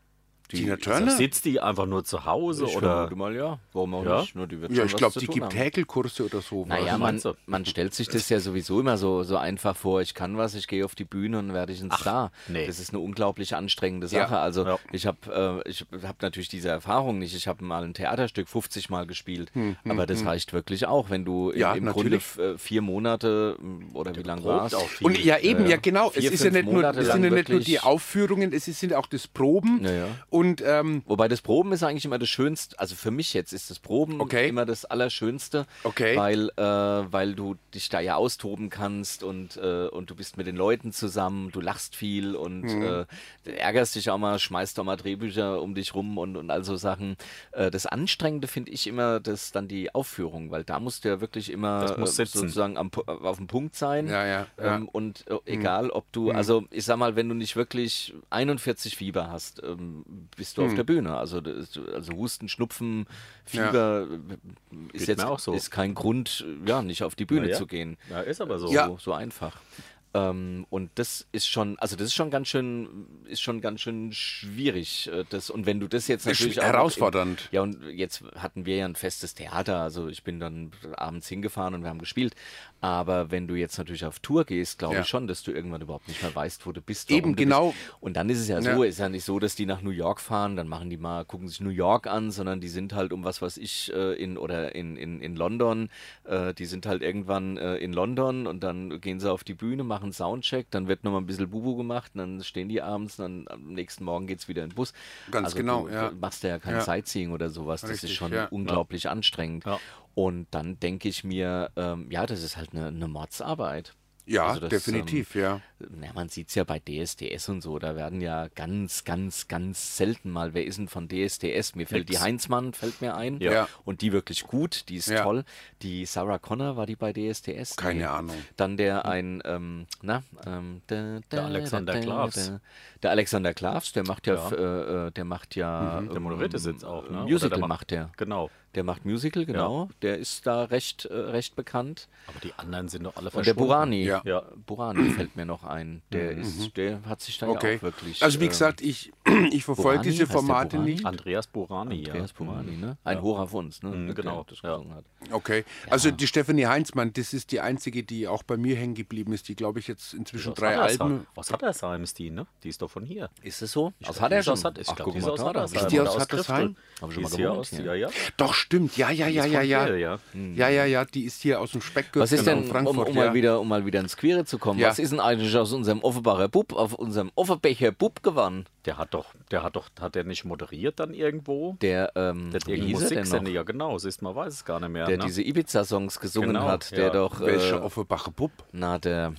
Tina Also Turner? sitzt die einfach nur zu Hause Ich oder? vermute mal, ja. Warum auch Ja? nicht? Nur die wird Ja, schon ich was glaube, zu die tun gibt haben. Häkelkurse oder so. Naja, man, meinst du? man stellt sich das ja sowieso immer so, so einfach vor. Ich kann was, ich gehe auf die Bühne und werde ich ein Star. nee. Das ist eine unglaublich anstrengende Ja. Sache. Also Ja. ich habe äh, ich hab natürlich diese Erfahrung nicht. Ich habe mal ein Theaterstück fünfzig Mal gespielt. aber das reicht wirklich auch, wenn du Ja, im natürlich. Grunde f- äh, vier Monate m, oder wie lange war es? auch viel. Und ja, eben, ja, genau. Vier, es ist ja fünf nicht nur, Monate es sind ja lang nicht nur die wirklich- Aufführungen, es sind auch das Proben. Ja, ja. Und ähm, Wobei das Proben ist eigentlich immer das Schönste, also für mich jetzt ist das Proben Okay. immer das Allerschönste, Okay. weil, äh, weil du dich da ja austoben kannst und, äh, und du bist mit den Leuten zusammen, du lachst viel und Mhm. äh, du ärgerst dich auch mal, schmeißt auch mal Drehbücher um dich rum und, und all so Sachen. Äh, das Anstrengende finde ich immer das dann die Aufführung, weil da musst du ja wirklich immer Das muss äh, sitzen. sozusagen am, Pu- auf dem Punkt sein. Ja, ja, ja. Ähm, und äh, egal, ob du, also ich sag mal, wenn du nicht wirklich einundvierzig Fieber hast, ähm, bist du auf der Bühne. Also, das, also Husten, Schnupfen, Fieber äh, ist Geht jetzt mir auch so. ist kein Grund, äh, ja, nicht auf die Bühne Na ja. zu gehen. Ja, ist aber so. So, Ja. so einfach. Ähm, und das ist schon, also das ist schon ganz schön, ist schon ganz schön schwierig. äh, Das, und wenn du das jetzt Ist natürlich auch noch herausfordernd. In, ja, und jetzt hatten wir ja ein festes Theater, also ich bin dann abends hingefahren und wir haben gespielt. Aber wenn du jetzt natürlich auf Tour gehst, glaube Ja. ich schon, dass du irgendwann überhaupt nicht mehr weißt, wo du bist. Eben, warum du genau. Bist. Und dann ist es ja Ja. so, ist ja nicht so, dass die nach New York fahren, dann machen die mal, gucken sich New York an, sondern die sind halt um was weiß ich äh, in oder in, in, in London, äh, die sind halt irgendwann äh, in London und dann gehen sie auf die Bühne, machen Soundcheck, dann wird nochmal ein bisschen Bubu gemacht und dann stehen die abends, dann am nächsten Morgen geht es wieder in den Bus. Ganz also genau, du, ja. du machst ja kein Ja. Sightseeing oder sowas, das Richtig, ist schon ja. unglaublich anstrengend. Ja. Und dann denke ich mir, ähm, ja, das ist halt eine, eine Mordsarbeit. ja, Also das, definitiv, ja. Ja, man sieht es ja bei D S D S und so, da werden ja ganz, ganz, ganz selten mal, wer ist denn von D S D S? Mir fällt Nix. die Heinzmann, fällt mir ein. Ja. Ja. Und die wirklich gut, die ist Ja. toll. Die Sarah Connor, war die bei D S D S? Keine Ahnung. Dann der ein, ähm, na, ähm, da, da, Der Alexander da, da, Klavs. da. Der Alexander Klavs, der macht ja, Ja. f- äh, äh, der macht ja, Der moderiert es jetzt auch, ne? Oder Musical der macht der. Genau. Der macht Musical, genau. Der ist da recht, äh, recht bekannt. Aber die anderen sind doch alle Und der verschwunden. Burani, Ja. Ja. Burani fällt mir noch ein. Der ist, der hat sich da ja Okay. auch wirklich. Also wie ähm, gesagt, ich, ich verfolge Burani? diese Heißt der Formate Burani? nicht. Andreas Burani, Andreas ja. Burani, ne? Ein Hoch auf uns, ne? Mhm, Der genau, das ja. gesungen hat. Okay. Also die Stefanie Heinzmann, das ist die einzige, die auch bei mir hängen geblieben ist, die glaube ich jetzt inzwischen Aus drei Hattersheim. Alben. Aus Hattersheim ist die, ne? Die ist doch von hier. Ist es so? Ich Aus glaub, die ist Hattersheim? aus Hatt- Ich Ach, glaube, guck die ist mal aus da, da. Hattersheim. Ist die oder aus Griftel. Hattersheim? Hab ich Die schon ist mal hier gewohnt aus, hier. ja, ja. Doch, stimmt. Ja, ja, ja, Die ist ja, von ja. hier, ja. Ja, ja, ja, die ist hier aus dem Speckgürtel Was ist denn, in Frankfurt. um, um, ja. mal wieder, um mal wieder ins Queere zu kommen, Ja. was ist denn eigentlich aus unserem Offenbacher Bub, auf unserem Offenbecher Bub geworden? Der hat doch, der hat doch, hat der nicht moderiert dann irgendwo? Der, ähm, Der hat wie irgendeine hieß er denn Musiksendung, noch? ja genau, siehst mal, weiß es gar nicht mehr. Der ne? diese Ibiza-Songs gesungen Genau, hat, der ja. doch, Welcher äh, Offenbacher Bub? na, der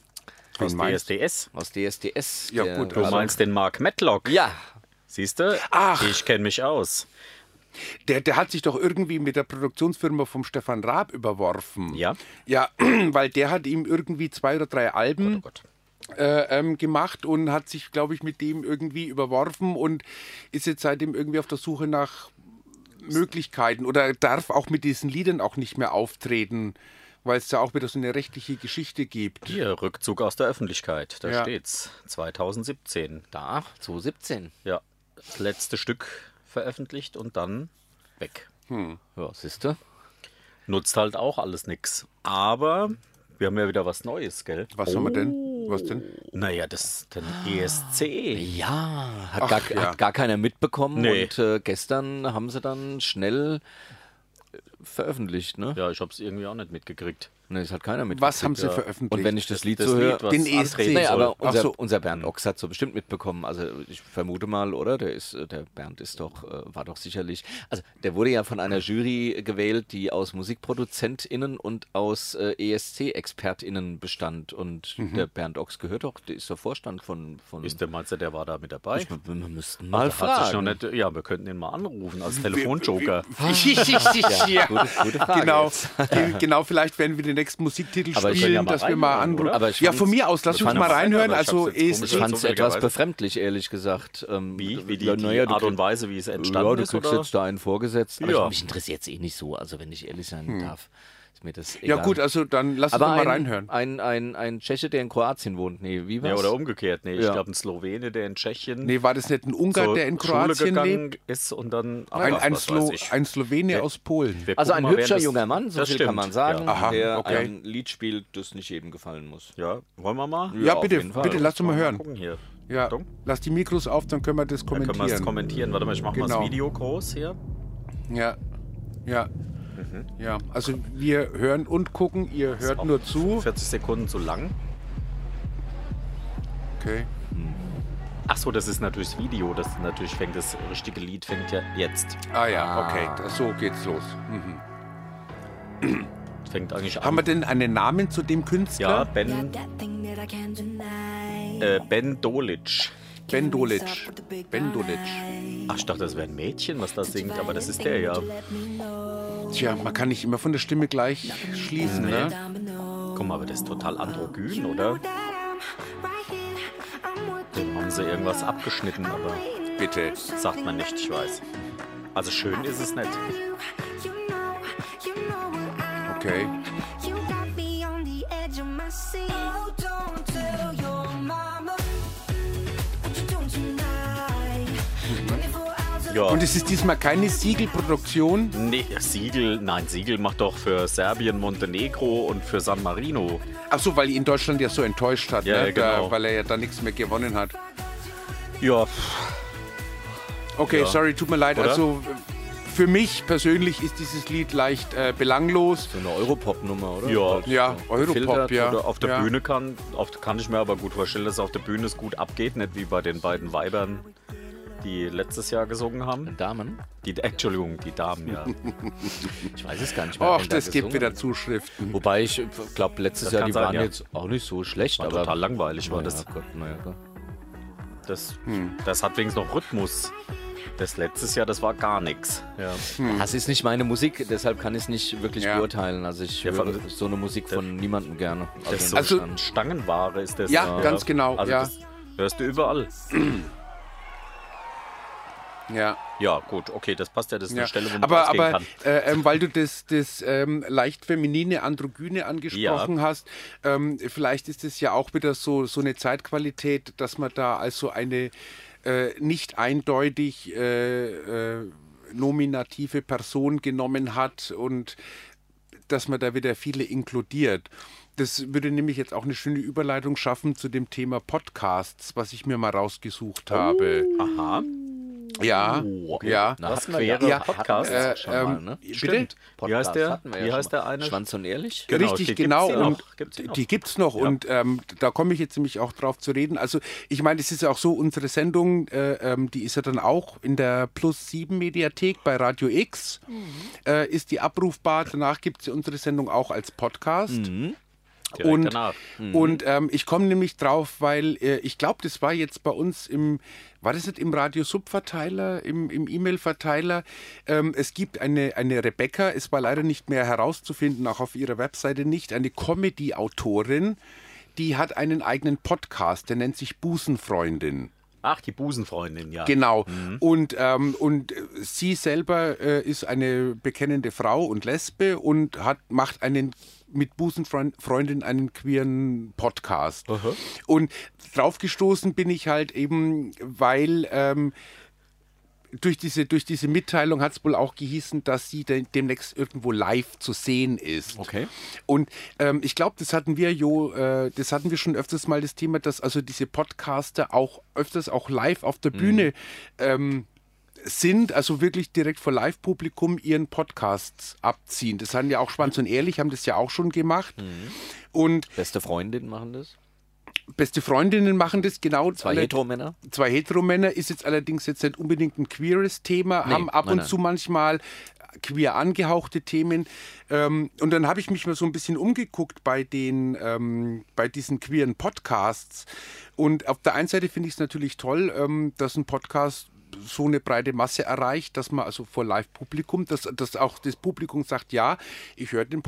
aus Wen D S meinst D S. aus D S D S. Ja, der, gut, Du also- meinst den Mark Matlock? Ja, Siehst du? Ach. Ich kenne mich aus. Der, der hat sich doch irgendwie mit der Produktionsfirma vom Stefan Raab überworfen. Ja. Ja, weil der hat ihm irgendwie zwei oder drei Alben Oh Gott. äh, ähm, gemacht und hat sich, glaube ich, mit dem irgendwie überworfen und ist jetzt seitdem irgendwie auf der Suche nach Möglichkeiten oder darf auch mit diesen Liedern auch nicht mehr auftreten, weil es da auch wieder so eine rechtliche Geschichte gibt. Hier, Rückzug aus der Öffentlichkeit. Da Ja. steht's. zwanzig siebzehn. da, zwanzig siebzehn. Ja. Das letzte Stück veröffentlicht und dann weg. Ja, siehste. Nutzt halt auch alles nix. Aber wir haben ja wieder was Neues, gell? Was haben wir denn? Was denn? Naja, das ist den E S C. Ja, hat, Ach, gar, ja. hat gar keiner mitbekommen Nee. und äh, gestern haben sie dann schnell äh, veröffentlicht, ne? Ja, ich hab's irgendwie auch nicht mitgekriegt. Ne, das hat keiner mitbekommen. Was haben sie ja. veröffentlicht? Und wenn ich das Lied Das so höre, Lied, was Den E S C. antreten nee, soll. aber Ach unser, so. unser Bernd Ochs hat so bestimmt mitbekommen. Also ich vermute mal, oder? Der ist, äh, der Bernd ist doch, äh, war doch sicherlich. Also der wurde ja von einer Jury gewählt, die aus MusikproduzentInnen und aus äh, E S C-ExpertInnen bestand. Und der Bernd Ochs gehört doch, der ist der Vorstand von. von Ist der Meinst du, der war da mit dabei? wir, wir müssten mal Also hat sich noch fragen. nicht, ja, wir könnten ihn mal anrufen als Telefonjoker. ja, Gute, gute Frage. genau, jetzt. Ge- genau, vielleicht werden wir den nächsten Musiktitel Aber ich spielen, kann ja mal dass wir mal reinhören, anrufen. oder? Aber ich Ja, fand's- von mir aus, lass ich uns fand's- mal reinhören. aber ich Also hab's jetzt E S komisch Ich C. fand es etwas zufälligerweise. befremdlich, ehrlich gesagt. Ähm, Wie? Wie die, ja, die naja, du Art und krieg- Weise, wie es entstanden Ja, du ist? kriegst Oder? jetzt da einen vorgesetzt. Aber Ja. ich, mich interessiert es eh nicht so, also wenn ich ehrlich sein darf. ist mir das egal. Ja gut, also dann lass uns Aber mal ein, reinhören. Ein, ein, ein Tscheche, der in Kroatien wohnt. Nee, wie war's? Ja, oder umgekehrt. Nee, ich Ja. glaube, ein Slowene, der in Tschechien Nee, war das nicht ein Ungar, zur der in Schule Kroatien gegangen lebt? ist und dann ach, Ein, was, ein, was Slo weiß ich. ein Slowene Wir- aus Polen. Wir Also gucken ein mal, hübscher während des- junger Mann, so das viel stimmt. kann man sagen, Ja. Aha, der okay. ein Lied spielt, das nicht jedem gefallen muss. Ja, wollen wir mal? Ja, auf bitte, jeden Fall. bitte, lass uns mal hören. Gucken hier. Ja, Achtung. lass die Mikros auf, dann können wir das Dann können wir es kommentieren. kommentieren. Warte mal, ich mache mal Genau. das Video groß hier. Ja, ja, Mhm. ja. Also wir hören und gucken, ihr hört Auch nur zu. vierzig Sekunden zu lang. Okay. Ach so, das ist natürlich das Video. Das natürlich fängt das richtige Lied fängt ja jetzt. Ah ja, okay, das, so geht's los. Mhm. Fängt eigentlich an. Haben wir denn einen Namen zu dem ja, Künstler? Ben, äh, Ben Dolic. Ben Dolic. Ben Dolic. Ach, ich dachte, das wäre ein Mädchen, was da singt, aber das ist der ja. Tja, man kann nicht immer von der Stimme gleich schließen, ne? Guck mal, aber das ist total androgyn, oder? Dem haben sie irgendwas abgeschnitten, aber Bitte. sagt man nicht, ich weiß. Also schön ist es nicht. Okay. Ja. Und es ist diesmal keine Siegelproduktion. Nee, Siegel, nein, Siegel macht doch für Serbien, Montenegro und für San Marino. Ach so, weil ihn Deutschland ja so enttäuscht hat, Ja, ne? genau. Da, weil er ja da nichts mehr gewonnen hat. Ja, Okay, Ja. sorry, tut mir leid. Oder? Also für mich persönlich ist dieses Lied leicht äh, belanglos. So eine Europop-Nummer, oder? Ja. Halt Ja, so Europop, gefiltert ja. oder auf der ja. Bühne kann, auf, kann ich mir aber gut vorstellen, dass auf der Bühne es gut abgeht, nicht wie bei den beiden Weibern, die letztes Jahr gesungen haben. Damen? Die, Entschuldigung, die Damen, ja. Ich weiß es gar nicht mehr. Och, wer da das gibt gesungen wieder hat. Zuschriften. Wobei ich glaube, letztes Das Jahr, kann die sein, waren ja. jetzt auch nicht so schlecht. War aber total langweilig, war naja, das. Gott, naja, Gott. Das, Hm. das hat wenigstens noch Rhythmus. Das letztes Jahr, das war gar nichts. Ja. Das ist nicht meine Musik, deshalb kann ich es nicht wirklich Ja. beurteilen. Also ich Ja, höre vor allem- so eine Musik von niemandem gerne. Das ist so Also- Stangen- Stangenware ist das. Ja, ganz genau, Also ja. das hörst du überall. Ja. Ja, gut, okay, das passt ja, das ist Ja. eine Stelle, wo man Aber, rausgehen aber kann. äh, ähm, weil du das, das ähm, leicht feminine Androgyne angesprochen hast, ähm, vielleicht ist es ja auch wieder so, so eine Zeitqualität, dass man da also eine äh, nicht eindeutig äh, äh, nominative Person genommen hat und dass man da wieder viele inkludiert. Das würde nämlich jetzt auch eine schöne Überleitung schaffen zu dem Thema Podcasts, was ich mir mal rausgesucht habe. Aha. Ja, Oh, okay. ja. Na, Was hatten wir quere ja. Podcasts. Hatten wir ja Äh, schon mal, ähm, ne? bitte? Stimmt. Wie heißt der? hatten wir ja Wie schon heißt mal. der eine? Schwanz und ehrlich? Genau, Richtig, die genau. gibt's die Und noch? Gibt's die noch? die gibt es noch. Ja. Und ähm, da komme ich jetzt nämlich auch drauf zu reden. Also ich meine, es ist ja auch so, unsere Sendung, äh, ähm, die ist ja dann auch in der Plus sieben Mediathek bei Radio X, äh, ist die abrufbar. Danach gibt es unsere Sendung auch als Podcast. Direkt Und, danach. und ähm, ich komme nämlich drauf, weil äh, ich glaube, das war jetzt bei uns im, war das nicht im Radio-Sub-Verteiler, im, im E-Mail-Verteiler? Ähm, es gibt eine, eine Rebecca, es war leider nicht mehr herauszufinden, auch auf ihrer Webseite nicht, eine Comedy-Autorin, die hat einen eigenen Podcast, der nennt sich Busenfreundin. Ach, die Busenfreundin, ja. Genau. Und, ähm, und sie selber äh, ist eine bekennende Frau und Lesbe und hat, macht einen mit Busenfreundin einen queeren Podcast. Und draufgestoßen bin ich halt eben, weil ähm, durch diese, durch diese Mitteilung hat es wohl auch gehießen, dass sie de demnächst irgendwo live zu sehen ist. Okay. Und ähm, ich glaube, das hatten wir, Jo, äh, das hatten wir schon öfters mal das Thema, dass also diese Podcaster auch öfters auch live auf der Bühne ähm, sind, also wirklich direkt vor Live-Publikum ihren Podcasts abziehen. Das haben ja auch Schwanz und Ehrlich, haben das ja auch schon gemacht. Und Beste Freundinnen machen das? beste Freundinnen machen das, genau. Zwei Alle- Heteromänner? Zwei Heteromänner ist jetzt allerdings jetzt nicht unbedingt ein queeres Thema, Nee, haben ab nein, und nein. zu manchmal queer angehauchte Themen. Ähm, und dann habe ich mich mal so ein bisschen umgeguckt bei den, ähm, bei diesen queeren Podcasts. Und auf der einen Seite finde ich es natürlich toll, ähm, dass ein Podcast so eine breite Masse erreicht, dass man also vor Live-Publikum, dass, dass auch das Publikum sagt, ja, ich höre den Pop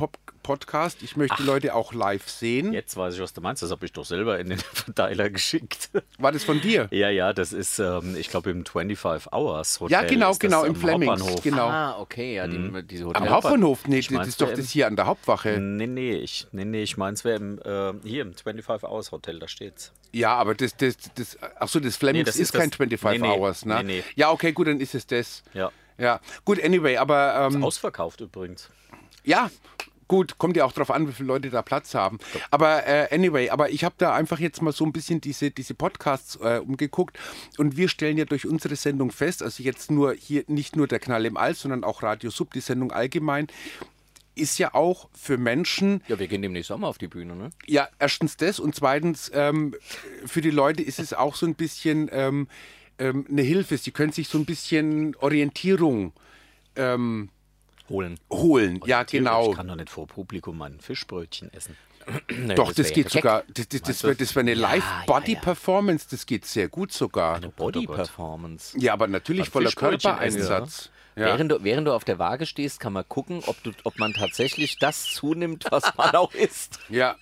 Podcast. Ich möchte die Leute auch live sehen. Jetzt weiß ich, was du meinst. Das habe ich doch selber in den Verteiler geschickt. War das von dir? Ja, ja, das ist, ähm, ich glaube, im twenty-five Hours Hotel. Ja, genau, ist genau, das im am Flemings. Hauptbahnhof. Genau. Ah, okay, ja, die, diese Hotel. Am Hauptbahnhof? Nee, Ich das mein's, ist doch wer das im- hier an der Hauptwache. Nee, nee, ich, nee, nee, ich meine, es wäre im, äh, hier im twenty-five Hours Hotel, da steht's. Ja, aber das, das, das, achso, das Flemings Nee, das ist, ist kein das- twenty-five nee, nee, Hours, ne? nee, nee. Ja, okay, gut, dann ist es das. Ja. Ja, gut, anyway, aber ähm, Ausverkauft übrigens. ja, gut, kommt ja auch darauf an, wie viele Leute da Platz haben. Aber äh, anyway, aber ich habe da einfach jetzt mal so ein bisschen diese, diese Podcasts äh, umgeguckt und wir stellen ja durch unsere Sendung fest, also jetzt nur hier nicht nur der Knall im All, sondern auch Radio Sub, die Sendung allgemein, ist ja auch für Menschen, Ja, wir gehen demnächst auch mal auf die Bühne, ne? ja, erstens das und zweitens, ähm, für die Leute ist es auch so ein bisschen ähm, ähm, eine Hilfe. Sie können sich so ein bisschen Orientierung ähm, Holen. holen. Ja, genau. Ich kann doch nicht vor Publikum mein Fischbrötchen essen. Nee, Doch, das wär geht ja der sogar, das, das, das wäre das wär eine Live-Body-Performance, das geht sehr gut sogar. Gag. Body-Performance. Ja, aber natürlich Beim voller Fischbrötchen Körpereinsatz. Ja. Während, du, während du auf der Waage stehst, kann man gucken, ob, du, ob man tatsächlich das zunimmt, was man auch isst. Ja.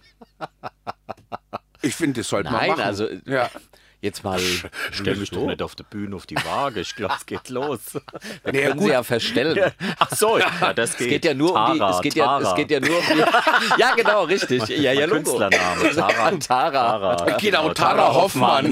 Ich finde, das sollte man Nein, machen. also ja. jetzt mal. Stell mich doch nicht auf der Bühne auf die Waage. Ich glaube, es geht los. Wir Nee, können gut. sie ja verstellen. Ach so, ja, das geht. Es geht ja nur um die. Tara, Es geht ja, Tara. es geht ja nur um die. Ja, genau, richtig. Ja, ja, Mein Logo. Künstlername. Tara. Tara. Tara. Genau, Tara Hoffmann.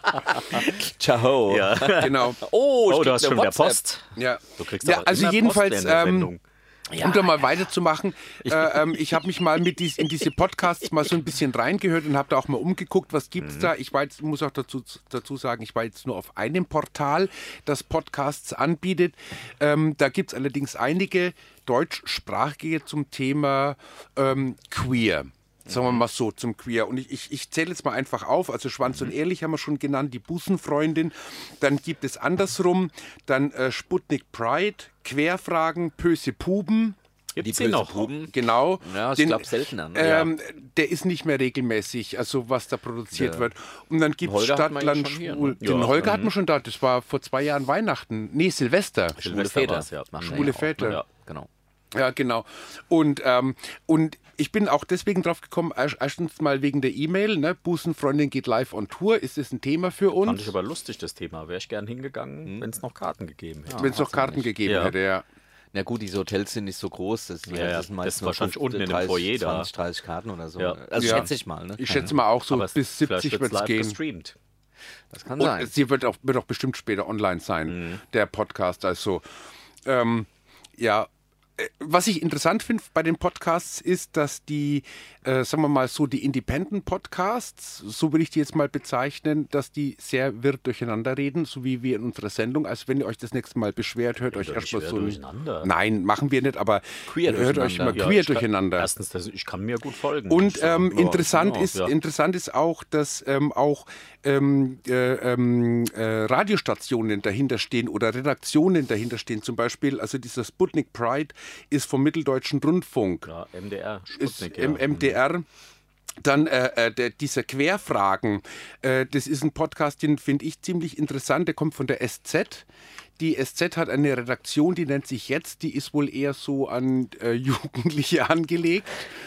Ciao. Ja. Genau. Oh, Oh, steht du hast eine schon wieder WhatsApp. Post. Ja. Du kriegst Ja, aber also immer jedenfalls, Post während der ähm, Sendung. Um da mal weiterzumachen, äh, ähm, ich habe mich mal mit dies, in diese Podcasts mal so ein bisschen reingehört und habe da auch mal umgeguckt, was gibt's da. Ich war jetzt, muss auch dazu, dazu sagen, ich war jetzt nur auf einem Portal, das Podcasts anbietet. Ähm, da gibt es allerdings einige deutschsprachige zum Thema ähm, Queer. Sagen wir mal so, zum Queer. Und ich, ich, ich zähle jetzt mal einfach auf. Also Schwanz und Ehrlich haben wir schon genannt, die Busenfreundin. Dann gibt es andersrum, dann äh, Sputnik Pride, Querfragen, Böse Puben. Gibt's Die sie böse noch? Puben. Genau. Ja, ich Den, glaube seltener. Ne? ähm, der ist nicht mehr regelmäßig, also was da produziert Ja. wird. Und dann gibt es Holger hatten wir ja Stadtland schon hier, Schwul. ne? Den Ja. Holger hatten wir schon da. Das war vor zwei Jahren Weihnachten. Nee, Silvester. Schwule Silvester Väter. war's, ja. Das machen wir Schwule ja auch, Väter. ne? Ja, genau. Ja, genau. Und, ähm, und ich bin auch deswegen drauf gekommen, erst- erstens mal wegen der E-Mail, ne? Busenfreundin geht live on Tour. Ist das ein Thema für Fand uns? ich aber lustig, das Thema. Wäre ich gern hingegangen, wenn es noch Karten gegeben hätte. Wenn es noch hat's Karten nicht. gegeben Ja. hätte, ja. Na gut, diese Hotels sind nicht so groß. Das, Ja, ja, das das sind meistens ist nur wahrscheinlich fünfzig, unten in dem dreißig, Foyer da. zwanzig, dreißig Karten oder so. Ja. Also Ja. schätze ich mal. Ne? Ich schätze mal auch so Aber es- bis vielleicht siebzig wird's wird es live gehen. gestreamt. Das kann Und sein. sie wird auch, wird auch bestimmt später online sein, der Podcast. Also, ähm, ja. Äh, Was ich interessant finde bei den Podcasts ist, dass die, äh, sagen wir mal so, die Independent-Podcasts, so würde ich die jetzt mal bezeichnen, dass die sehr wirr durcheinander reden, so wie wir in unserer Sendung. Also wenn ihr euch das nächste Mal beschwert, hört euch doch nicht erstmal wirr so ein... durcheinander. Nein, machen wir nicht, aber Queer hört euch mal durcheinander. queer ich kann, durcheinander. Erstens, das, ich kann mir gut folgen. Und Ich, ähm, ja, interessant, genau, ist, ja. interessant ist auch, dass ähm, auch ähm, äh, ähm, äh, Radiostationen dahinter stehen oder Redaktionen dahinter stehen. Zum Beispiel, also dieser Sputnik Pride ist vom Mitteldeutschen Rundfunk, Ja, M D R, ist Sputnik, im ja. M D R. Dann äh, äh, der, dieser Querfragen, äh, das ist ein Podcast, den finde ich ziemlich interessant, der kommt von der S Z. Die S Z hat eine Redaktion, die nennt sich Jetzt, die ist wohl eher so an äh, Jugendliche angelegt.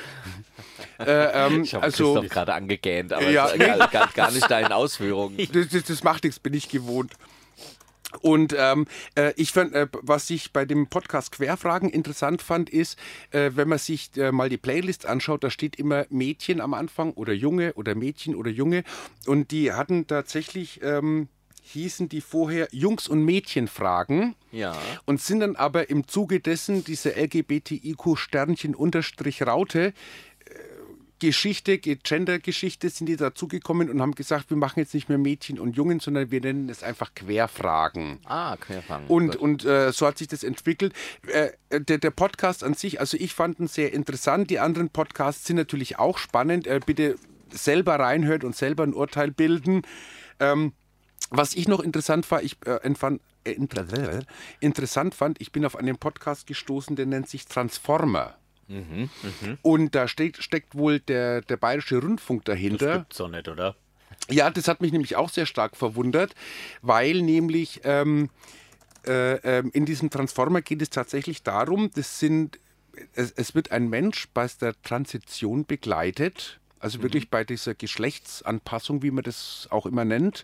äh, ähm, Ich habe also, Christoph gerade angegähnt, aber Ja. ist gar, gar, gar nicht da in Ausführungen. das, das, das macht nichts, bin ich gewohnt. Und ähm, äh, ich fand, äh, was ich bei dem Podcast Querfragen interessant fand, ist, äh, wenn man sich äh, mal die Playlist anschaut, da steht immer Mädchen am Anfang oder Junge oder Mädchen oder Junge. Und die hatten tatsächlich, ähm, hießen die vorher Jungs- und Mädchenfragen. Ja. Und sind dann aber im Zuge dessen, diese L G B T I Q-Sternchen-Raute, Geschichte, Gender-Geschichte, sind die dazugekommen und haben gesagt, wir machen jetzt nicht mehr Mädchen und Jungen, sondern wir nennen es einfach Querfragen. Ah, Querfragen. Und, Gut. und äh, so hat sich das entwickelt. Äh, der, der Podcast an sich, also ich fand ihn sehr interessant. Die anderen Podcasts sind natürlich auch spannend. Äh, bitte selber reinhört und selber ein Urteil bilden. Ähm, was ich noch interessant war, ich äh, empfand, äh, inter- interessant fand, ich bin auf einen Podcast gestoßen, der nennt sich Transformer. Mhm, Und da steht, steckt wohl der, der Bayerische Rundfunk Das dahinter. gibt's doch nicht, oder? Ja, das hat mich nämlich auch sehr stark verwundert, weil nämlich ähm, äh, ähm, in diesem Transformer geht es tatsächlich darum, das sind es, es wird ein Mensch bei der Transition begleitet, also wirklich mhm. bei dieser Geschlechtsanpassung, wie man das auch immer nennt.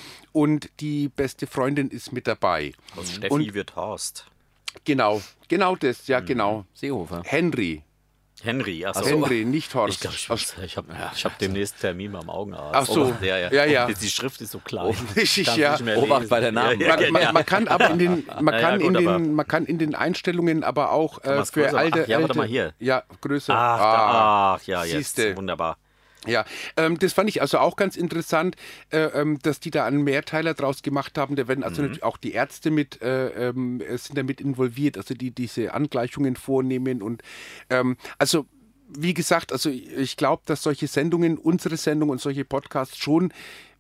Und die beste Freundin ist mit dabei. Aus Steffi und, wird Horst. Genau, genau das, ja mhm. genau. Seehofer. Henry. Henry, achso. Henry, nicht Horst. Ich glaube, ich, ich habe ich hab demnächst Termin beim Augenarzt. Ach so, oh, ja, ja. ja, ja. Die Schrift ist so klein. Richtig, ja. Obacht bei der Namen. Ja, ja, man, man, man kann aber in den, man kann ja, gut, in den, man kann in den Einstellungen aber auch äh, für alte, ach, ja, warte mal hier. Ja, größer. Ach, ah, da, ach ja, jetzt, siehste. Wunderbar. Ja, ähm, das fand ich also auch ganz interessant, äh, ähm, dass die da einen Mehrteiler draus gemacht haben. Da werden also mhm. natürlich auch die Ärzte mit, äh, ähm, sind damit involviert, also die diese Angleichungen vornehmen und ähm, also wie gesagt, also ich glaube, dass solche Sendungen, unsere Sendung und solche Podcasts schon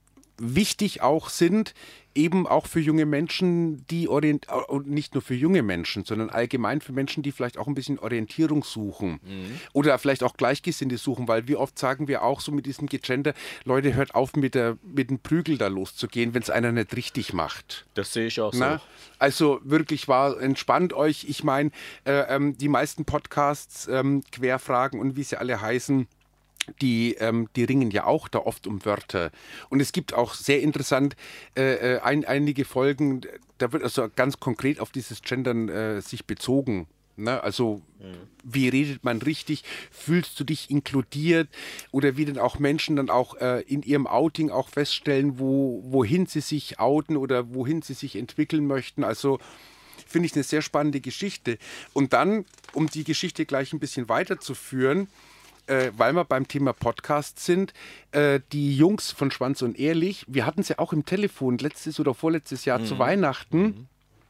wichtig auch sind, eben auch für junge Menschen, die orient und nicht nur für junge Menschen, sondern allgemein für Menschen, die vielleicht auch ein bisschen Orientierung suchen mhm. oder vielleicht auch Gleichgesinnte suchen, weil wie oft sagen wir auch so mit diesem Gegender, Leute, hört auf mit, der, mit dem Prügel da loszugehen, wenn es einer nicht richtig macht. Das sehe ich auch Na? so. Also wirklich war, entspannt euch. Ich meine, äh, ähm, die meisten Podcasts, ähm, Querfragen und wie sie alle heißen, Die, ähm, die ringen ja auch da oft um Wörter. Und es gibt auch sehr interessant äh, ein, einige Folgen, da wird also ganz konkret auf dieses Gendern äh, sich bezogen. Ne? Also mhm. wie redet man richtig? Fühlst du dich inkludiert? Oder wie denn auch Menschen dann auch äh, in ihrem Outing auch feststellen, wo, wohin sie sich outen oder wohin sie sich entwickeln möchten. Also finde ich eine sehr spannende Geschichte. Und dann, um die Geschichte gleich ein bisschen weiterzuführen, Äh, weil wir beim Thema Podcast sind, äh, die Jungs von Schwanz und Ehrlich, wir hatten sie ja auch im Telefon letztes oder vorletztes Jahr mhm. zu Weihnachten. Mhm.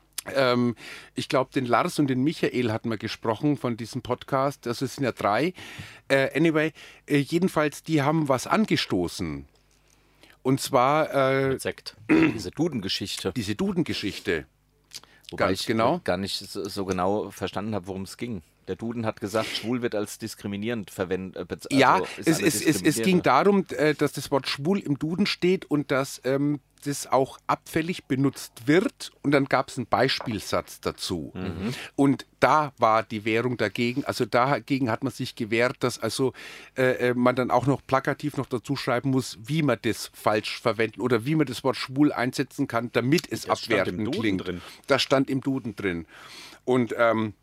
Ähm, ich glaube, den Lars und den Michael hatten wir gesprochen von diesem Podcast, also es sind ja drei. Äh, anyway, äh, jedenfalls, die haben was angestoßen. Und zwar äh, Sekt. Diese Duden-Geschichte. Diese Duden-Geschichte. Wobei Ganz ich genau. gar nicht so, so genau verstanden habe, worum es ging. Der Duden hat gesagt, schwul wird als diskriminierend verwendet. Also ja, es, es, es, es ging darum, dass das Wort schwul im Duden steht und dass ähm, das auch abfällig benutzt wird. Und dann gab es einen Beispielsatz dazu. Mhm. Und da war die Währung dagegen. Also dagegen hat man sich gewehrt, dass also äh, man dann auch noch plakativ noch dazu schreiben muss, wie man das falsch verwenden oder wie man das Wort schwul einsetzen kann, damit es das abwertend klingt. Drin. Das stand im Duden drin. Und ähm,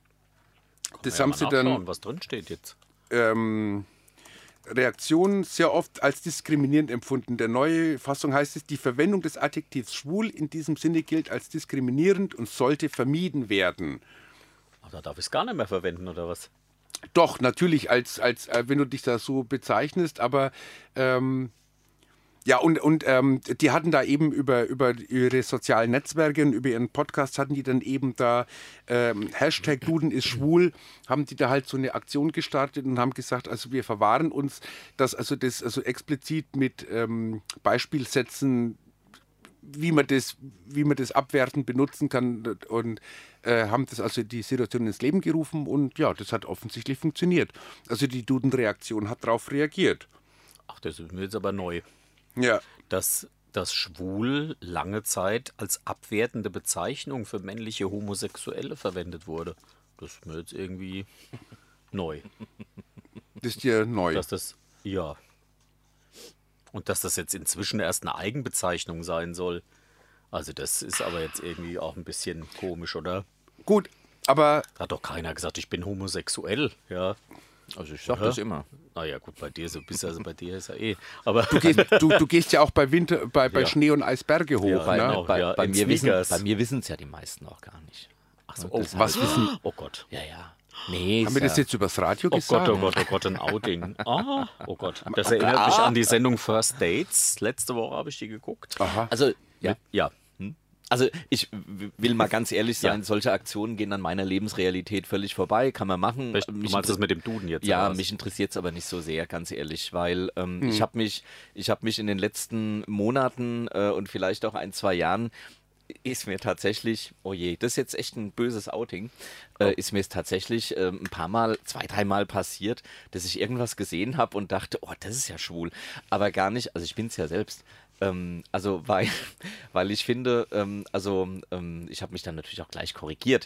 das ja, haben sie dann. Was drin steht jetzt? Ähm, Reaktionen sehr oft als diskriminierend empfunden. Der neue Fassung heißt es, die Verwendung des Adjektivs schwul in diesem Sinne gilt als diskriminierend und sollte vermieden werden. Ach, da darf ich es gar nicht mehr verwenden, oder was? Doch, natürlich, als, als äh, wenn du dich da so bezeichnest, aber ähm, ja, und, und ähm, die hatten da eben über, über ihre sozialen Netzwerke und über ihren Podcast hatten die dann eben da ähm, Hashtag Duden ist schwul, haben die da halt so eine Aktion gestartet und haben gesagt, also wir verwahren uns, dass also das also explizit mit ähm, Beispielsätzen, wie man das, wie man das abwertend benutzen kann und äh, haben das also die Situation ins Leben gerufen und ja, das hat offensichtlich funktioniert. Also die Duden-Reaktion hat darauf reagiert. Ach, das ist mir jetzt aber neu. Ja. Dass das schwul lange Zeit als abwertende Bezeichnung für männliche Homosexuelle verwendet wurde. Das ist mir jetzt irgendwie neu. Das ist ja neu. Dass das, ja. Und dass das jetzt inzwischen erst eine Eigenbezeichnung sein soll. Also das ist aber jetzt irgendwie auch ein bisschen komisch, oder? Gut, aber... Hat doch keiner gesagt, ich bin homosexuell, ja. Also ich sag ja. das immer. Naja, gut, bei dir so bist also bei dir ist ja eh. Aber du, gehst, du, du gehst ja auch bei Winter, bei, bei ja. Schnee und Eisberge hoch. Ja, ne? genau, bei, ja, bei, mir wissen, bei mir wissen es ja die meisten auch gar nicht. Ach so, oh, was wissen? Oh Gott. Ja, ja. Nee, haben wir das jetzt übers Radio oh gesagt? Oh Gott, oh Gott, oh Gott, ein Outing. Ah, oh Gott. Das erinnert ah. mich an die Sendung First Dates. Letzte Woche habe ich die geguckt. Aha. Also, ja. ja. Also ich will mal ganz ehrlich sein, ja. solche Aktionen gehen an meiner Lebensrealität völlig vorbei, kann man machen. Du meinst das mit dem Duden jetzt? Ja, mich interessiert es aber nicht so sehr, ganz ehrlich, weil ähm, hm. ich habe mich, ich habe mich in den letzten Monaten äh, und vielleicht auch ein, zwei Jahren ist mir tatsächlich, oh je, das ist jetzt echt ein böses Outing, äh, oh. ist mir es tatsächlich äh, ein paar Mal, zwei, dreimal passiert, dass ich irgendwas gesehen habe und dachte, oh, das ist ja schwul, aber gar nicht, also ich bin es ja selbst, Ähm, also, weil, weil ich finde, ähm, also, ähm, ich habe mich dann natürlich auch gleich korrigiert.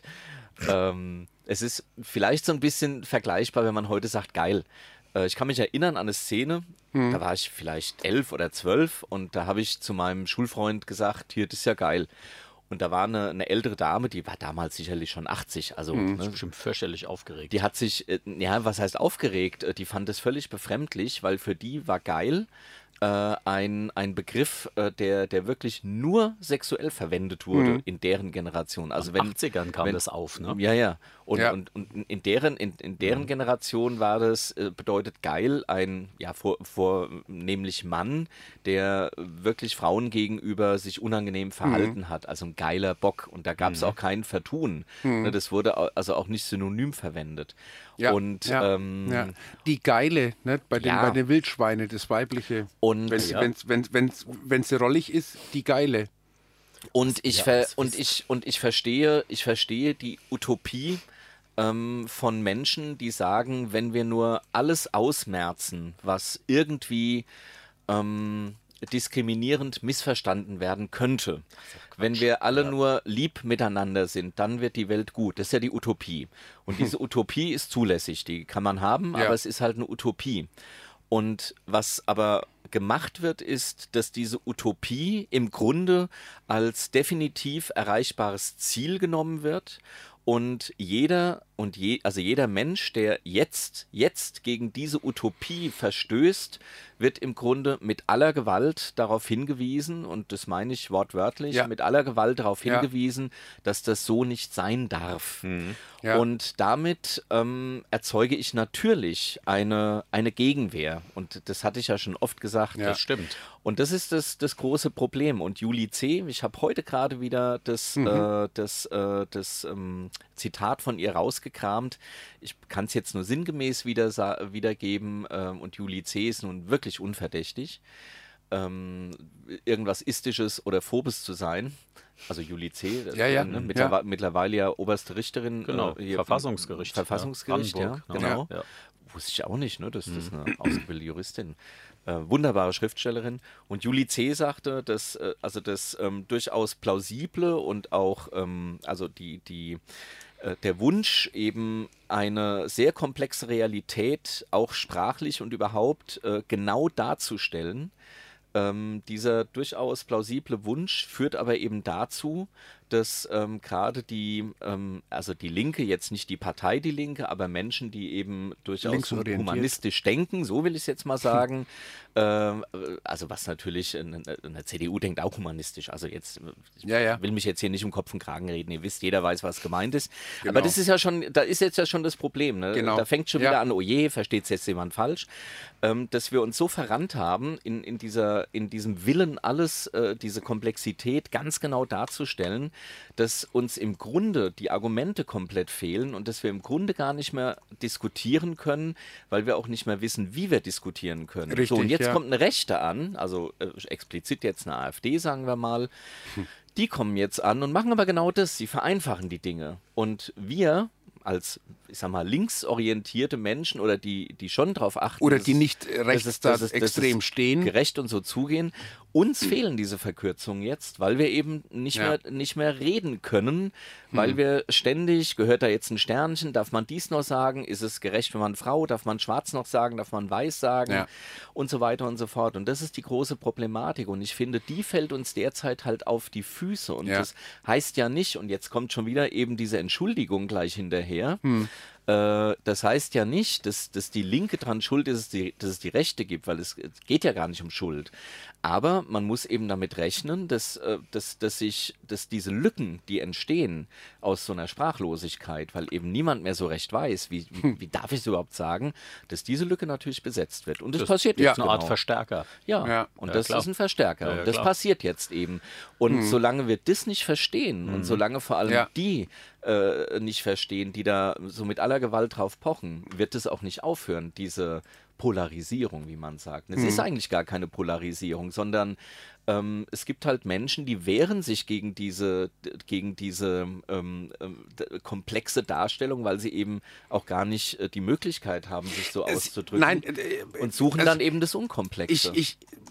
Ähm, es ist vielleicht so ein bisschen vergleichbar, wenn man heute sagt, geil. Äh, ich kann mich erinnern an eine Szene, hm. da war ich vielleicht elf oder zwölf und da habe ich zu meinem Schulfreund gesagt, hier, das ist ja geil. Und da war eine, eine ältere Dame, die war damals sicherlich schon achtzig. Also, mhm. ne, bestimmt fürchterlich aufgeregt. Die hat sich, äh, ja, was heißt aufgeregt? Die fand es völlig befremdlich, weil für die war geil äh, ein, ein Begriff, äh, der, der wirklich nur sexuell verwendet wurde mhm. in deren Generation. Also in wenn, den achtzigern kam wenn, das auf, ne? Ja, ja. Und, ja. und, und in deren, in, in deren mhm. Generation war das, äh, bedeutet geil, ein, ja, vor, vornehmlich Mann, der wirklich Frauen gegenüber sich unangenehm verhalten mhm. hat. Also ein geiler Bock. Und da gab es mhm. auch kein Vertun. Mhm. Ne, das wurde au- also auch nicht synonym verwendet. Ja, und ja, ähm, ja. Die Geile, ne? bei, den, ja. bei den Wildschweinen, das Weibliche. Und wenn ja. wenn's, wenn's, wenn's, wenn's rollig ist, die Geile. Und ich, ja, ver und ich, und ich verstehe, ich verstehe die Utopie ähm, von Menschen, die sagen, wenn wir nur alles ausmerzen, was irgendwie ähm, diskriminierend missverstanden werden könnte. Wenn wir alle ja. nur lieb miteinander sind, dann wird die Welt gut. Das ist ja die Utopie. Und diese Utopie ist zulässig, die kann man haben, ja. aber es ist halt eine Utopie. Und was aber gemacht wird, ist, dass diese Utopie im Grunde als definitiv erreichbares Ziel genommen wird und jeder und je, also jeder Mensch, der jetzt, jetzt gegen diese Utopie verstößt, wird im Grunde mit aller Gewalt darauf hingewiesen, und das meine ich wortwörtlich, ja. mit aller Gewalt darauf ja. hingewiesen, dass das so nicht sein darf. Mhm. Ja. Und damit ähm, erzeuge ich natürlich eine, eine Gegenwehr. Und das hatte ich ja schon oft gesagt. Ja. Das stimmt. Und das ist das, das große Problem. Und Julie C., ich habe heute gerade wieder das, mhm. äh, das, äh, das ähm, Zitat von ihr rausgekramt. Ich kann es jetzt nur sinngemäß wieder wiedergeben. Ähm, und Julie C. ist nun wirklich unverdächtig, ähm, irgendwas Istisches oder Phobes zu sein. Also Julie C., ja, ja. Ne, mittlerweile, ja. mittlerweile ja oberste Richterin. Genau, äh, Verfassungsgericht. Verfassungsgericht, ja, Brandenburg, genau. Ja. Wusste ich auch nicht, ne? Das, das ist eine ausgebildete Juristin. Äh, wunderbare Schriftstellerin. Und Julie C. sagte, dass äh, also das ähm, durchaus plausible und auch ähm, also die, die, äh, der Wunsch, eben eine sehr komplexe Realität auch sprachlich und überhaupt äh, genau darzustellen. Ähm, dieser durchaus plausible Wunsch führt aber eben dazu, dass ähm, gerade die, ähm, also die Linke, jetzt nicht die Partei Die Linke, aber Menschen, die eben durchaus humanistisch denken, so will ich es jetzt mal sagen, ähm, also was natürlich, eine, eine C D U denkt auch humanistisch, also jetzt, ich ja, ja. will mich jetzt hier nicht um Kopf und Kragen reden, ihr wisst, jeder weiß, was gemeint ist, genau. aber das ist ja schon, da ist jetzt ja schon das Problem, ne? Genau. Da fängt schon ja. wieder an, oh je, versteht es jetzt jemand falsch, ähm, dass wir uns so verrannt haben in, in, dieser, in diesem Willen, alles, äh, diese Komplexität ganz genau darzustellen, dass uns im Grunde die Argumente komplett fehlen und dass wir im Grunde gar nicht mehr diskutieren können, weil wir auch nicht mehr wissen, wie wir diskutieren können. Richtig, so, und jetzt ja. kommt eine Rechte an, also äh, explizit jetzt eine AfD, sagen wir mal, hm. die kommen jetzt an und machen aber genau das, sie vereinfachen die Dinge. Und wir als, ich sag mal, linksorientierte Menschen oder die, die schon darauf achten, oder die nicht rechts dass es, da dass es, extrem dass es stehen, gerecht und so zugehen. Uns mhm. fehlen diese Verkürzungen jetzt, weil wir eben nicht, ja. mehr, nicht mehr reden können, weil mhm. wir ständig, gehört da jetzt ein Sternchen, darf man dies noch sagen, ist es gerecht, wenn man Frau, darf man schwarz noch sagen, darf man weiß sagen ja. und so weiter und so fort. Und das ist die große Problematik und ich finde, die fällt uns derzeit halt auf die Füße und ja. das heißt ja nicht, und jetzt kommt schon wieder eben diese Entschuldigung gleich hinterher, hm. das heißt ja nicht, dass, dass die Linke dran schuld ist, dass es, die, dass es die Rechte gibt, weil es, es geht ja gar nicht um Schuld. Aber man muss eben damit rechnen, dass, dass, dass, sich, dass diese Lücken, die entstehen aus so einer Sprachlosigkeit, weil eben niemand mehr so recht weiß, wie, wie, wie darf ich es überhaupt sagen, dass diese Lücke natürlich besetzt wird. Und das, das passiert jetzt ja, genau. eine Art Verstärker. Ja, ja. und ja, das klar. ist ein Verstärker. Ja, ja, und das klar. passiert jetzt eben. Und hm. solange wir das nicht verstehen hm. und solange vor allem ja. die äh, nicht verstehen, die da so mit aller Gewalt drauf pochen, wird es auch nicht aufhören, diese Polarisierung, wie man sagt. Es mhm. ist eigentlich gar keine Polarisierung, sondern ähm, es gibt halt Menschen, die wehren sich gegen diese, gegen diese ähm, äh, komplexe Darstellung, weil sie eben auch gar nicht äh, die Möglichkeit haben, sich so es, auszudrücken. Nein, äh, und suchen also dann eben das Unkomplexe. Ich, ich,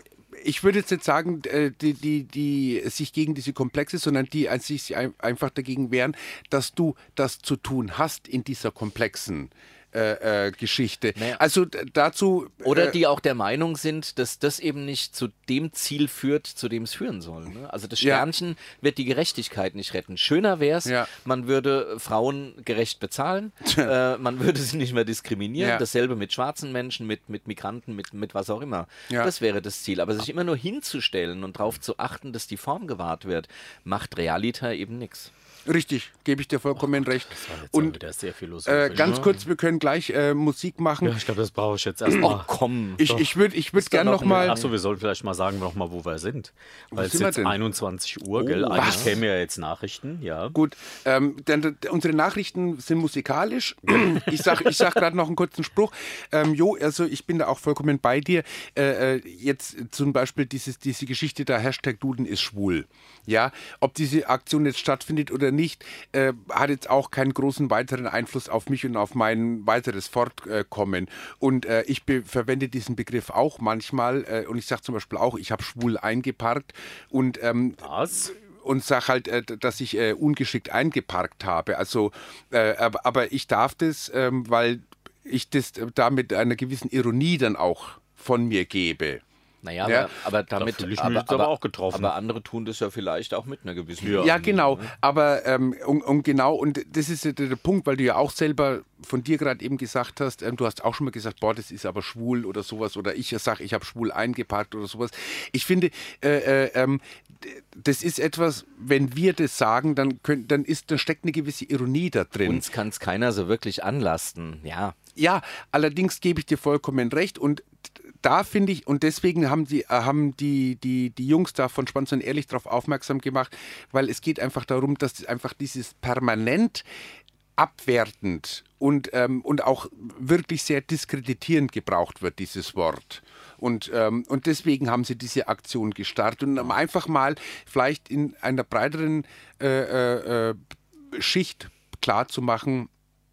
ich würde jetzt nicht sagen, äh, die, die, die sich gegen diese Komplexe, sondern die an sich ein, einfach dagegen wehren, dass du das zu tun hast in dieser komplexen Äh, äh, Geschichte. Naja. Also d- dazu... Oder äh, die auch der Meinung sind, dass das eben nicht zu dem Ziel führt, zu dem es führen soll. Ne? Also das Ja. Sternchen wird die Gerechtigkeit nicht retten. Schöner wäre es, Ja. man würde Frauen gerecht bezahlen, äh, man würde sie nicht mehr diskriminieren. Ja. Dasselbe mit schwarzen Menschen, mit, mit Migranten, mit, mit was auch immer. Ja. Das wäre das Ziel. Aber sich immer nur hinzustellen und darauf zu achten, dass die Form gewahrt wird, macht Realita eben nichts. Richtig, gebe ich dir vollkommen recht. Das war jetzt Und wieder sehr äh, philosophisch. ganz kurz, wir können gleich äh, Musik machen. ja, ich glaube, das brauche ich jetzt erstmal. Oh, komm. Ich, ich würde ich würd gerne noch mal... Achso, wir sollten vielleicht mal sagen, noch mal, wo wir sind. Weil es sind wir ist jetzt denn? einundzwanzig Uhr, Oh, gell? Eigentlich was? kämen ja jetzt Nachrichten, ja. Gut, ähm, denn d- unsere Nachrichten sind musikalisch. Ich sag, ich sag gerade noch einen kurzen Spruch. Ähm, jo, also ich bin da auch vollkommen bei dir. Äh, äh, jetzt zum Beispiel dieses, diese Geschichte da, Hashtag Duden ist schwul. Ja, ob diese Aktion jetzt stattfindet oder nicht, äh, hat jetzt auch keinen großen weiteren Einfluss auf mich und auf mein weiteres Fortkommen. Und äh, ich be- verwende diesen Begriff auch manchmal. Äh, und ich sage zum Beispiel auch, ich habe schwul eingeparkt. Und ähm, Was? und sage halt, äh, dass ich äh, ungeschickt eingeparkt habe. Also, äh, aber, aber ich darf das, ähm, weil ich das da mit einer gewissen Ironie dann auch von mir gebe. Naja, Ja. aber, aber damit. fühle ich mich jetzt aber auch getroffen. Aber andere tun das ja vielleicht auch mit einer gewissen. Ja. Ja, genau. Aber ähm, und, und genau, und das ist ja der, der Punkt, weil du ja auch selber von dir gerade eben gesagt hast, ähm, du hast auch schon mal gesagt, boah, das ist aber schwul oder sowas, oder ich sage, ich habe schwul eingeparkt oder sowas. Ich finde, äh, äh, ähm, d- das ist etwas, wenn wir das sagen, dann, können, dann, ist, dann steckt eine gewisse Ironie da drin. Uns kann es keiner so wirklich anlasten. Ja. Ja, allerdings gebe ich dir vollkommen recht und da finde ich, und deswegen haben die, haben die, die, die Jungs da von Spannend und Ehrlich darauf aufmerksam gemacht, weil es geht einfach darum, dass einfach dieses permanent abwertend und, ähm, und auch wirklich sehr diskreditierend gebraucht wird, dieses Wort. Und, ähm, und deswegen haben sie diese Aktion gestartet und um einfach mal vielleicht in einer breiteren äh, äh, Schicht klarzumachen,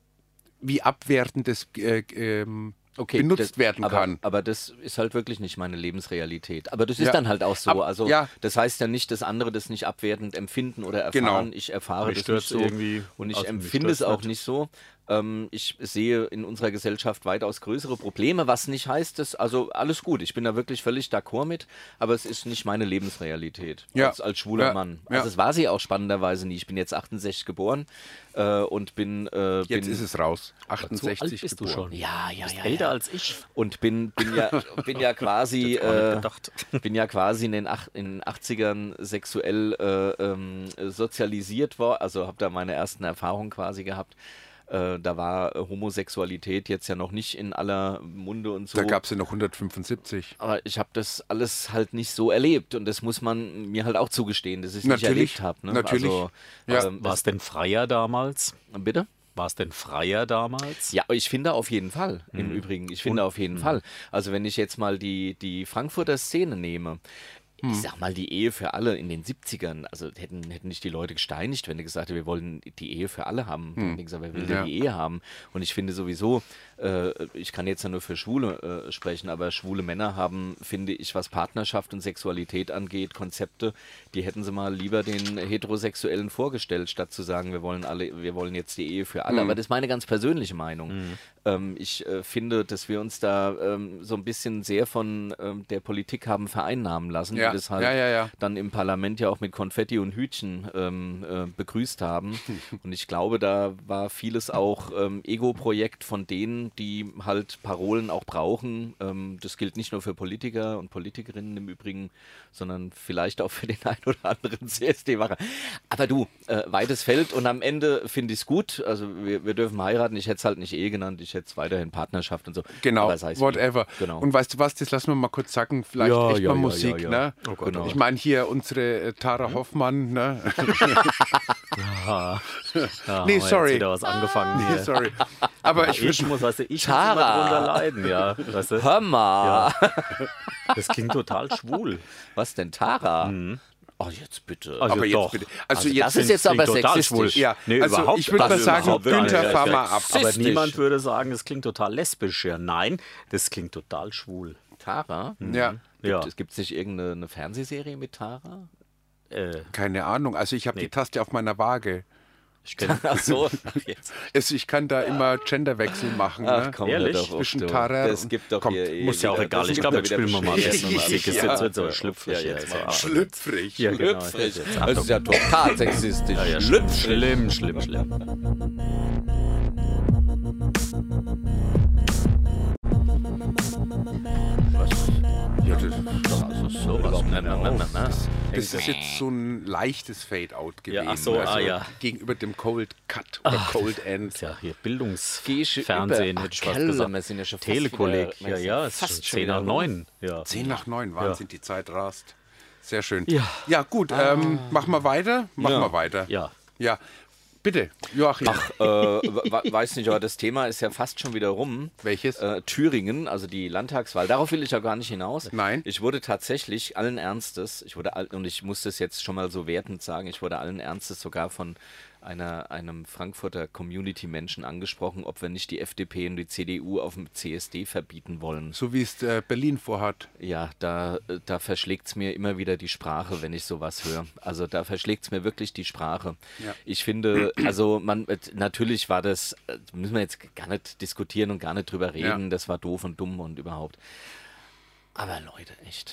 wie abwertend das äh, ähm, Okay, benutzt das, werden aber, kann. Aber das ist halt wirklich nicht meine Lebensrealität. Aber das ist Ja. dann halt auch so. Ab- also ja. das heißt ja nicht, dass andere das nicht abwertend empfinden oder erfahren. Genau. Ich erfahre Mich das stört's nicht so irgendwie, und ich also mich empfinde es stört's auch nicht. nicht so. Ähm, ich sehe in unserer Gesellschaft weitaus größere Probleme, was nicht heißt, dass, also alles gut, ich bin da wirklich völlig d'accord mit, aber es ist nicht meine Lebensrealität Ja. als, als schwuler Ja. Mann. Ja. Also es war sie auch spannenderweise nie. Ich bin jetzt achtundsechzig geboren äh, und bin, äh, Jetzt bin ist es raus. So achtundsechzig alt bist du geboren. schon. ja, ja, Bist ja, älter ja. als ich. Und bin, bin ja, bin ja quasi, Hätte ich gar nicht äh, gedacht. bin ja quasi in den, ach, in den achtzigern sexuell äh, ähm, sozialisiert worden, also habe da meine ersten Erfahrungen quasi gehabt. Äh, da war äh, Homosexualität jetzt ja noch nicht in aller Munde und so. Da gab es ja noch hundertfünfundsiebzig. Aber ich habe das alles halt nicht so erlebt und das muss man mir halt auch zugestehen, dass ich es nicht Natürlich, erlebt habe. Ne? natürlich. Also, Ja. ähm, War es denn freier damals? bitte? War es denn freier damals? Ja, ich finde auf jeden Fall, Mhm. im Übrigen. Ich finde auf jeden Fall. Also wenn ich jetzt mal die, die Frankfurter Szene nehme, Mhm. ich sag mal, die Ehe für alle in den siebzigern, also hätten, hätten nicht die Leute gesteinigt, wenn die gesagt hätten, wir wollen die Ehe für alle haben. Dann hätten die gesagt, wer will denn Ja. die Ehe haben? Und ich finde sowieso, äh, ich kann jetzt ja nur für Schwule äh, sprechen, aber schwule Männer haben, finde ich, was Partnerschaft und Sexualität angeht, Konzepte, die hätten sie mal lieber den Heterosexuellen vorgestellt, statt zu sagen, wir wollen alle, wir wollen jetzt die Ehe für alle. Aber das ist meine ganz persönliche Meinung. Ähm, ich äh, finde, dass wir uns da ähm, so ein bisschen sehr von ähm, der Politik haben vereinnahmen lassen, Ja. die das halt Ja, ja, ja. dann im Parlament ja auch mit Konfetti und Hütchen ähm, äh, begrüßt haben. Und ich glaube, da war vieles auch ähm, Ego-Projekt von denen, die halt Parolen auch brauchen. Ähm, das gilt nicht nur für Politiker und Politikerinnen im Übrigen, sondern vielleicht auch für den einen oder anderen C S D-Wacher. Aber du, äh, weites Feld und am Ende finde ich es gut. Also wir, wir dürfen heiraten. Ich hätte es halt nicht Ehe genannt, ich hätte es weiterhin Partnerschaft und so. Genau, Aber sei es wie. whatever. Genau. Und weißt du was, das lassen wir mal kurz sagen, vielleicht Ja, echt ja, mal ja, Musik, ja, ja. ne? Oh Gott, Genau. Ich meine hier unsere äh, Tara Hoffmann, ne? Ja, Nee, haben wir sorry. Jetzt wieder was angefangen hier. Sorry. Aber ich Ich würde muss, weißt du, ich Tara. muss immer drunter leiden, ja. Weißt du? Hör mal! Das klingt total schwul. Was denn, Tara? Oh, jetzt bitte. Also aber jetzt doch. bitte. Also, Also jetzt das ist jetzt klingt aber total sexistisch. schwul. Ja, Nee, also überhaupt ich würde nicht. mal sagen, Überhaupt gar Günther, nicht. fahr mal ab. Aber Sexistisch. niemand würde sagen, es klingt total lesbisch. Ja, nein, das klingt total schwul. Tara? Ja. Ja. Es gibt nicht irgendeine eine Fernsehserie mit Tara? Äh, Keine Ahnung. Also ich habe Nee. die Taste auf meiner Waage. ich kenn, Ach so, ach jetzt. Also ich kann da immer Genderwechsel machen. Ach Ne? komm, Ehrlich? hör doch auf, Zwischen du. Tara Das und- gibt doch Kommt, hier eh muss ja auch wieder- egal. das Ich gibt glaube, doch jetzt wieder spielen wir mal beschissene jetzt Musik. Ja, Jetzt wird so hör auf, schlüpfrig ja, jetzt. jetzt mal. Ah, Schlüpfrig. Ja, genau. Schlüpfrig. Jetzt, Das ist ja total sexistisch. Ja, ja, Schlüpfrig. schlimm, schlimm, schlimm. Ja, das, Also sowas. Na, na, na, na, na. das ist jetzt so ein leichtes Fade-out gewesen. Ja, ach so, also ah, ja. Gegenüber dem Cold Cut oder Cold End. Ist ja hier Gehst du Bildungsfernsehen, über- hätte ich Ach, fast Kelle, gesagt. wir sind ja schon fast Telekolleg, wieder- wir ja, sind ja, es ist fast schon schon zehn wieder nach rum. neun. Ja. Zehn nach neun, Wahnsinn, die Zeit rast. Sehr schön. Ja. Ja, gut, ähm, machen wir weiter? Machen Ja. wir weiter. Ja. Ja, bitte, Joachim. Ach, äh, we- weiß nicht, aber das Thema ist ja fast schon wieder rum. Welches? Äh, Thüringen, also die Landtagswahl. Darauf will ich ja gar nicht hinaus. Nein. Ich wurde tatsächlich allen Ernstes, ich wurde all, und ich muss das jetzt schon mal so wertend sagen, ich wurde allen Ernstes sogar von einer, einem Frankfurter Community-Menschen angesprochen, ob wir nicht die F D P und die C D U auf dem C S D verbieten wollen. So wie es äh, Berlin vorhat. Ja, da, äh, da verschlägt es mir immer wieder die Sprache, wenn ich sowas höre. Also da verschlägt es mir wirklich die Sprache. Ja. Ich finde, also man, äh, natürlich war das, äh, müssen wir jetzt gar nicht diskutieren und gar nicht drüber reden, Ja. das war doof und dumm und überhaupt. Aber Leute, echt.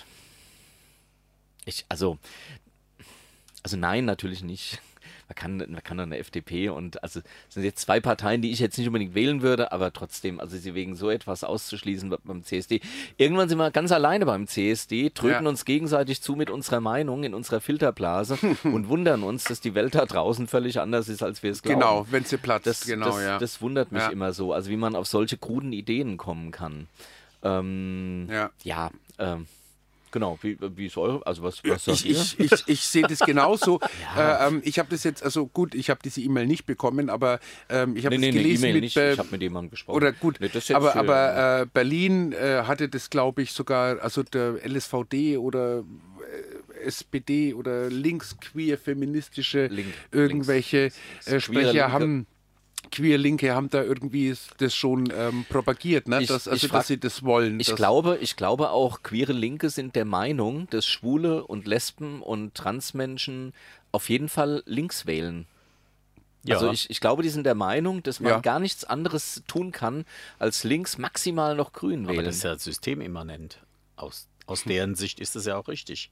Ich, also, also nein, natürlich nicht. Man kann, man kann doch eine F D P und, also es sind jetzt zwei Parteien, die ich jetzt nicht unbedingt wählen würde, aber trotzdem, also sie wegen so etwas auszuschließen beim C S D. Irgendwann sind wir ganz alleine beim C S D, tröten Ja. uns gegenseitig zu mit unserer Meinung in unserer Filterblase und wundern uns, dass die Welt da draußen völlig anders ist, als wir es glauben. Genau, wenn sie platzt. Das, genau, das, ja. das wundert mich Ja. immer so, also wie man auf solche kruden Ideen kommen kann. Ähm, Ja. ja, ähm, genau, wie, wie ist eure, also was, was sagt Ich, ihr? ich, ich, ich sehe das genauso. äh, ähm, ich habe das jetzt, also gut, ich habe diese E-Mail nicht bekommen, aber ähm, ich habe Nee, es nee, nee, gelesen E-Mail mit nicht, äh, ich habe mit jemandem gesprochen. oder gut, Nee, das jetzt aber, für- aber äh, Berlin äh, hatte das, glaube ich, sogar, also der L S V D oder äh, S P D oder links queer feministische Link, irgendwelche links. äh, Queere Sprecher Linke. haben. Queer Linke haben da irgendwie das schon ähm, propagiert, ne? Ich- dass, also ich frag- dass sie das wollen. Ich dass, glaube, ich glaube auch, queere Linke sind der Meinung, dass Schwule und Lesben und Transmenschen auf jeden Fall links wählen. Ja. Also ich, ich glaube, die sind der Meinung, dass man Ja. gar nichts anderes tun kann, als links maximal noch grün Aber wählen. das ist ja systemimmanent. Aus, aus deren Sicht ist das ja auch richtig.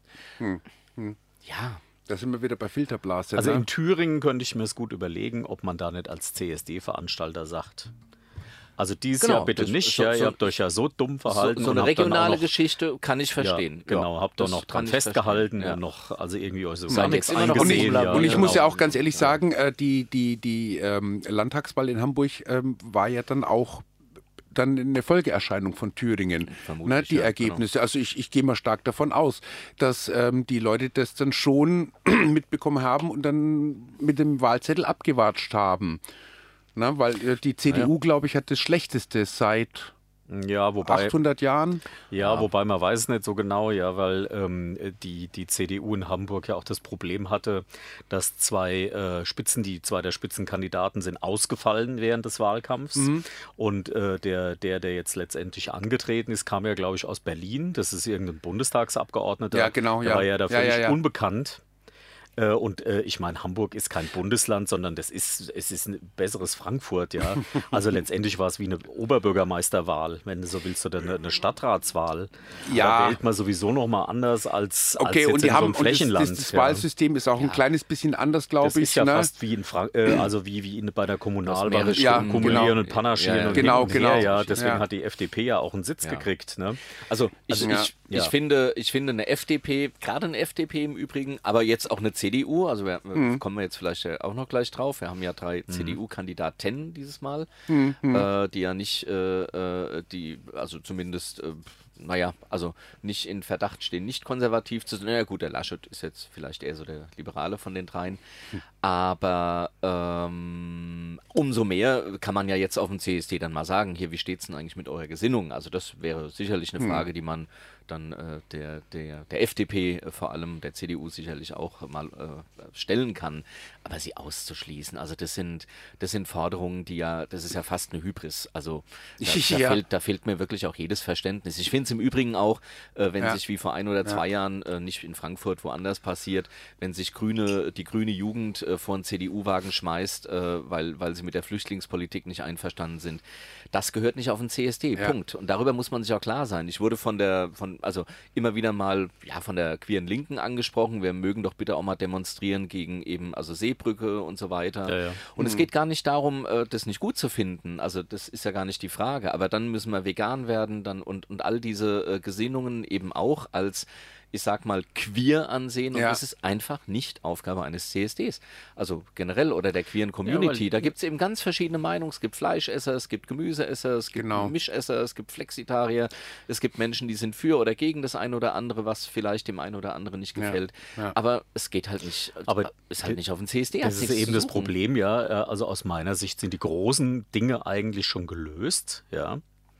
ja, Da sind wir wieder bei Filterblase. Also ne? in Thüringen könnte ich mir es gut überlegen, ob man da nicht als C S D-Veranstalter sagt. Also dieses Genau, Jahr bitte das- nicht, so- ja, ihr so- habt euch ja so dumm so, verhalten. so und eine habt dann auch regionale noch, Geschichte kann ich verstehen. Ja, genau, Ja, habt doch das noch kann dran ich festgehalten verstehen, und ja. noch, also irgendwie euch so Seid gar jetzt nichts immer noch Und ich, eingesehen. ja, und ich genau. muss ja auch ganz ehrlich sagen, äh, die, die, die ähm, Landtagswahl in Hamburg ähm, war ja dann auch dann eine Folgeerscheinung von Thüringen, Vermutlich, ne, die ja, Ergebnisse. Also ich, ich gehe mal stark davon aus, dass ähm, die Leute das dann schon mitbekommen haben und dann mit dem Wahlzettel abgewatscht haben. Na, weil äh, die C D U, glaube ich, hat das Schlechteste seit Ja, wobei, achthundert Jahren. ja, wobei man weiß es nicht so genau, ja, weil ähm, die, die C D U in Hamburg ja auch das Problem hatte, dass zwei äh, Spitzen, die zwei der Spitzenkandidaten sind, ausgefallen während des Wahlkampfs. Und äh, der, der, der jetzt letztendlich angetreten ist, kam ja, glaube ich, aus Berlin. Das ist irgendein Bundestagsabgeordneter. Ja, genau, Der ja. war ja da Ja, völlig ja, ja. unbekannt. Äh, Und äh, ich meine, Hamburg ist kein Bundesland, sondern das ist, es ist ein besseres Frankfurt, ja. Also letztendlich war es wie eine Oberbürgermeisterwahl, wenn du so willst, oder eine, eine Stadtratswahl. Ja. Da wählt man sowieso nochmal anders als, als Okay, jetzt und die in haben so einem und das, Flächenland. das, das ja. Wahlsystem ist auch ein kleines bisschen anders, glaube Das ich. ist ja ne? fast wie in Frank äh, also wie, wie in, bei der Kommunalwahl mehrere mit Ja, Stimmen kumulieren genau. und Panaschieren Ja, ja. und Genau, hin und genau. her, ja. Deswegen Ja. hat die F D P ja auch einen Sitz Ja. gekriegt, ne? Also ich, Also, ja. ich, Ja. ich, finde, ich finde eine F D P, gerade eine F D P im Übrigen, aber jetzt auch eine C D U, also wir, Mhm. kommen wir jetzt vielleicht äh, auch noch gleich drauf. Wir haben ja drei C D U-Kandidaten dieses Mal, Mhm. äh, die ja nicht, äh, äh, die, also zumindest, äh, naja, also nicht in Verdacht stehen, nicht konservativ zu sein. Naja gut, der Laschet ist jetzt vielleicht eher so der Liberale von den dreien. Aber ähm, umso mehr kann man ja jetzt auf dem C S D dann mal sagen, hier, wie steht es denn eigentlich mit eurer Gesinnung? Also das wäre sicherlich eine Frage, die man dann äh, der, der, der F D P äh, vor allem, der C D U sicherlich auch mal äh, stellen kann. Aber sie auszuschließen, also das sind, das sind Forderungen, die ja, das ist ja fast eine Hybris. Also da, da, Ja. fehlt, da fehlt mir wirklich auch jedes Verständnis. Ich finde es im Übrigen auch, äh, wenn Ja. sich wie vor ein oder zwei Jahren, äh, nicht in Frankfurt, woanders passiert, wenn sich Grüne, die grüne Jugend äh, vor einen C D U-Wagen schmeißt, äh, weil, weil sie mit der Flüchtlingspolitik nicht einverstanden sind. Das gehört nicht auf den C S D, Ja. Punkt. Und darüber muss man sich auch klar sein. Ich wurde von der, von, also immer wieder mal ja, von der queeren Linken angesprochen, wir mögen doch bitte auch mal demonstrieren gegen eben, also Seebrücke und so weiter. Ja, ja. Und es geht gar nicht darum, äh, das nicht gut zu finden. Also das ist ja gar nicht die Frage. Aber dann müssen wir vegan werden dann und, und all diese äh, Gesinnungen eben auch als, ich sag mal, queer ansehen. Und Ja. das ist einfach nicht Aufgabe eines C S Ds. Also generell oder der queeren Community. weil- Da gibt es eben ganz verschiedene Meinungen. Es gibt Fleischesser, es gibt Gemüseesser, es gibt Genau. Mischesser, es gibt Flexitarier, es gibt Menschen, die sind für oder gegen das eine oder andere, was vielleicht dem einen oder anderen nicht Ja. gefällt. Ja. Aber es geht halt nicht, Aber ist halt nicht auf dem C S D. Das hat's ist nichts eben zu das suchen. Problem, ja. Äh, Also aus meiner Sicht sind die großen Dinge eigentlich schon gelöst, ja.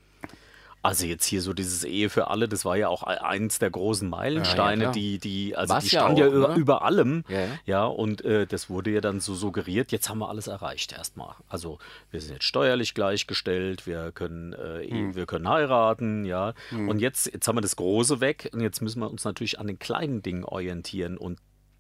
Also jetzt hier so dieses Ehe für alle, das war ja auch e- eins der großen Meilensteine, klar. die, die, also War's die ja stand auch, ja über, oder? über allem. Ja, ja. Ja, und äh, das wurde ja dann so suggeriert, jetzt haben wir alles erreicht erstmal. Also wir sind jetzt steuerlich gleichgestellt, wir können, äh, Hm. wir können heiraten, ja. Und jetzt, jetzt haben wir das Große weg und jetzt müssen wir uns natürlich an den kleinen Dingen orientieren und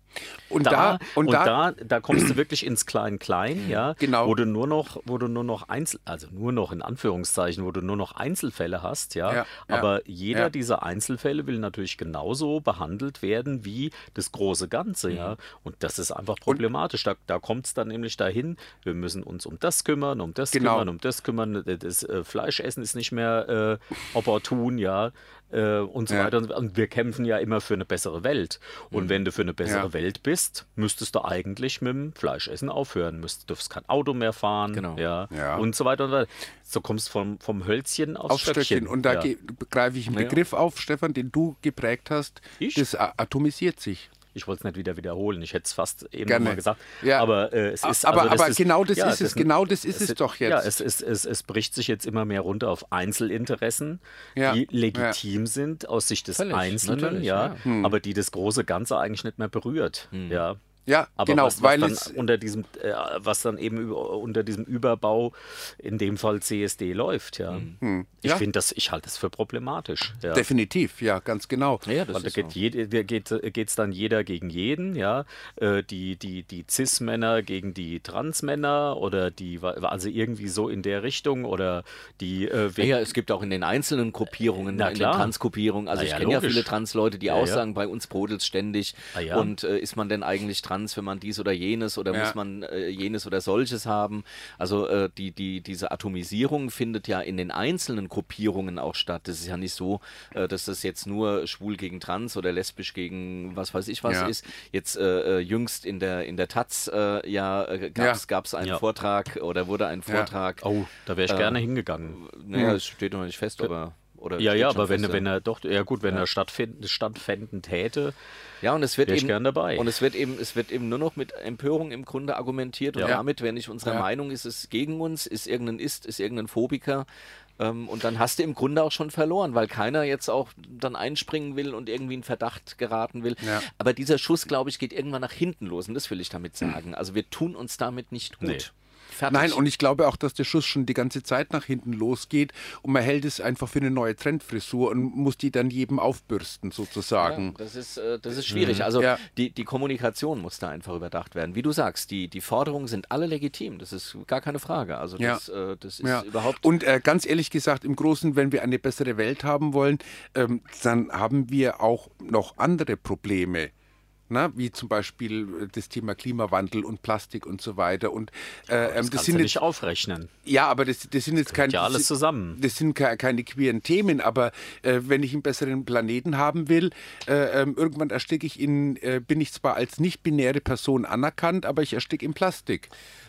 Und da, da, und, und da, da, da, kommst du wirklich ins Klein-Klein, ja, Genau. wo du nur noch, wo du nur noch Einzel, also nur noch in Anführungszeichen, wo du nur noch Einzelfälle hast, ja, Ja, ja, aber jeder ja. dieser Einzelfälle will natürlich genauso behandelt werden wie das große Ganze, Mhm. ja, und das ist einfach problematisch. Da, da kommt es dann nämlich dahin, wir müssen uns um das kümmern, um das Genau. kümmern, um das kümmern, das äh, Fleischessen ist nicht mehr äh, opportun, ja, äh, und so Ja. weiter. Und, und wir kämpfen ja immer für eine bessere Welt. Und wenn du für eine bessere Ja. Welt bist, müsstest du eigentlich mit dem Fleischessen aufhören. Müsst, dürfst kein Auto mehr fahren, Genau. ja, Ja. und so weiter und so weiter. So kommst du vom, vom Hölzchen aufs auf Stöckchen. Stöckchen. Und da ja. ge- greife ich einen Ja. Begriff auf, Stefan, den du geprägt hast. Ich? Das a- atomisiert sich. Ich wollte es nicht wieder wiederholen. Ich hätte es fast eben Gerne. mal gesagt. Ja. Aber äh, es ist Aber- also, das aber ist, genau das ist es, sind- genau das ist es doch jetzt. Ja, es, es, es, es bricht sich jetzt immer mehr runter auf Einzelinteressen, Ja. die legitim sind aus Sicht des Völlig, Einzelnen, natürlich, ja, ja. aber die das große Ganze eigentlich nicht mehr berührt. Ja. Ja, Aber genau, was, was weil dann es unter diesem, äh, was dann eben über, unter diesem Überbau, in dem Fall C S D, läuft, ja. Ich Hm. Ja. finde das, ich halte das für problematisch. Ja. definitiv, ja, ganz genau. Ja, das Weil da ist geht so. jede, da geht es dann jeder gegen jeden, ja. Äh, Die, die, die Cis-Männer gegen die Trans-Männer oder die, also irgendwie so in der Richtung oder die äh, Ja, ja, es gibt auch in den einzelnen Gruppierungen, Na in den klar. Transgruppierungen, also Na ich ja, kenne ja logisch. viele Trans-Leute, die Ja, auch ja. sagen, bei uns brodelt es ständig Ah, ja. und äh, ist man denn eigentlich trans, wenn man dies oder jenes oder Ja. muss man äh, jenes oder solches haben? Also äh, die, die, diese Atomisierung findet ja in den einzelnen Gruppierungen auch statt. Das ist ja nicht so, äh, dass das jetzt nur schwul gegen trans oder lesbisch gegen was weiß ich was Ja. ist. Jetzt äh, äh, jüngst in der, in der Taz äh, ja, äh, gab es einen Ja. Vortrag oder wurde ein Ja. Vortrag. Oh, da wäre ich gerne hingegangen. Naja, es steht noch nicht fest, aber. Oder Ja, steht ja, schon aber wenn, fest, er- wenn ja. er doch, ja gut, wenn er stattfinden, stattfinden täte, Ja, und es wird wär ich eben gern dabei. und es wird eben, es wird eben nur noch mit Empörung im Grunde argumentiert und Ja. damit, wenn nicht unsere Ja. Meinung ist, ist es gegen uns, ist irgendein Ist, ist irgendein Phobiker. Ähm, und dann hast du im Grunde auch schon verloren, weil keiner jetzt auch dann einspringen will und irgendwie in Verdacht geraten will. Ja. Aber dieser Schuss, glaube ich, geht irgendwann nach hinten los und das will ich damit sagen. Also wir tun uns damit nicht gut. Nee. Fertig. Nein, und ich glaube auch, dass der Schuss schon die ganze Zeit nach hinten losgeht und man hält es einfach für eine neue Trendfrisur und muss die dann jedem aufbürsten sozusagen. Ja, das ist, äh, das ist schwierig. Also Ja. die, die Kommunikation muss da einfach überdacht werden. Wie du sagst, die, die Forderungen sind alle legitim. Das ist gar keine Frage. Also Ja. das, äh, das ist Ja. überhaupt... Und äh, ganz ehrlich gesagt, im Großen, wenn wir eine bessere Welt haben wollen, ähm, dann haben wir auch noch andere Probleme. Na, wie zum Beispiel äh, das Thema Klimawandel und Plastik und so weiter. Und, äh, ähm, das das kannst sind du jetzt, nicht aufrechnen. ja, aber das, das sind jetzt keine. ja alles das, zusammen. Das sind ke- keine queeren Themen, aber äh, wenn ich einen besseren Planeten haben will, äh, ähm, irgendwann ersticke ich in, äh, bin ich zwar als nicht-binäre Person anerkannt, aber ich ersticke in Plastik.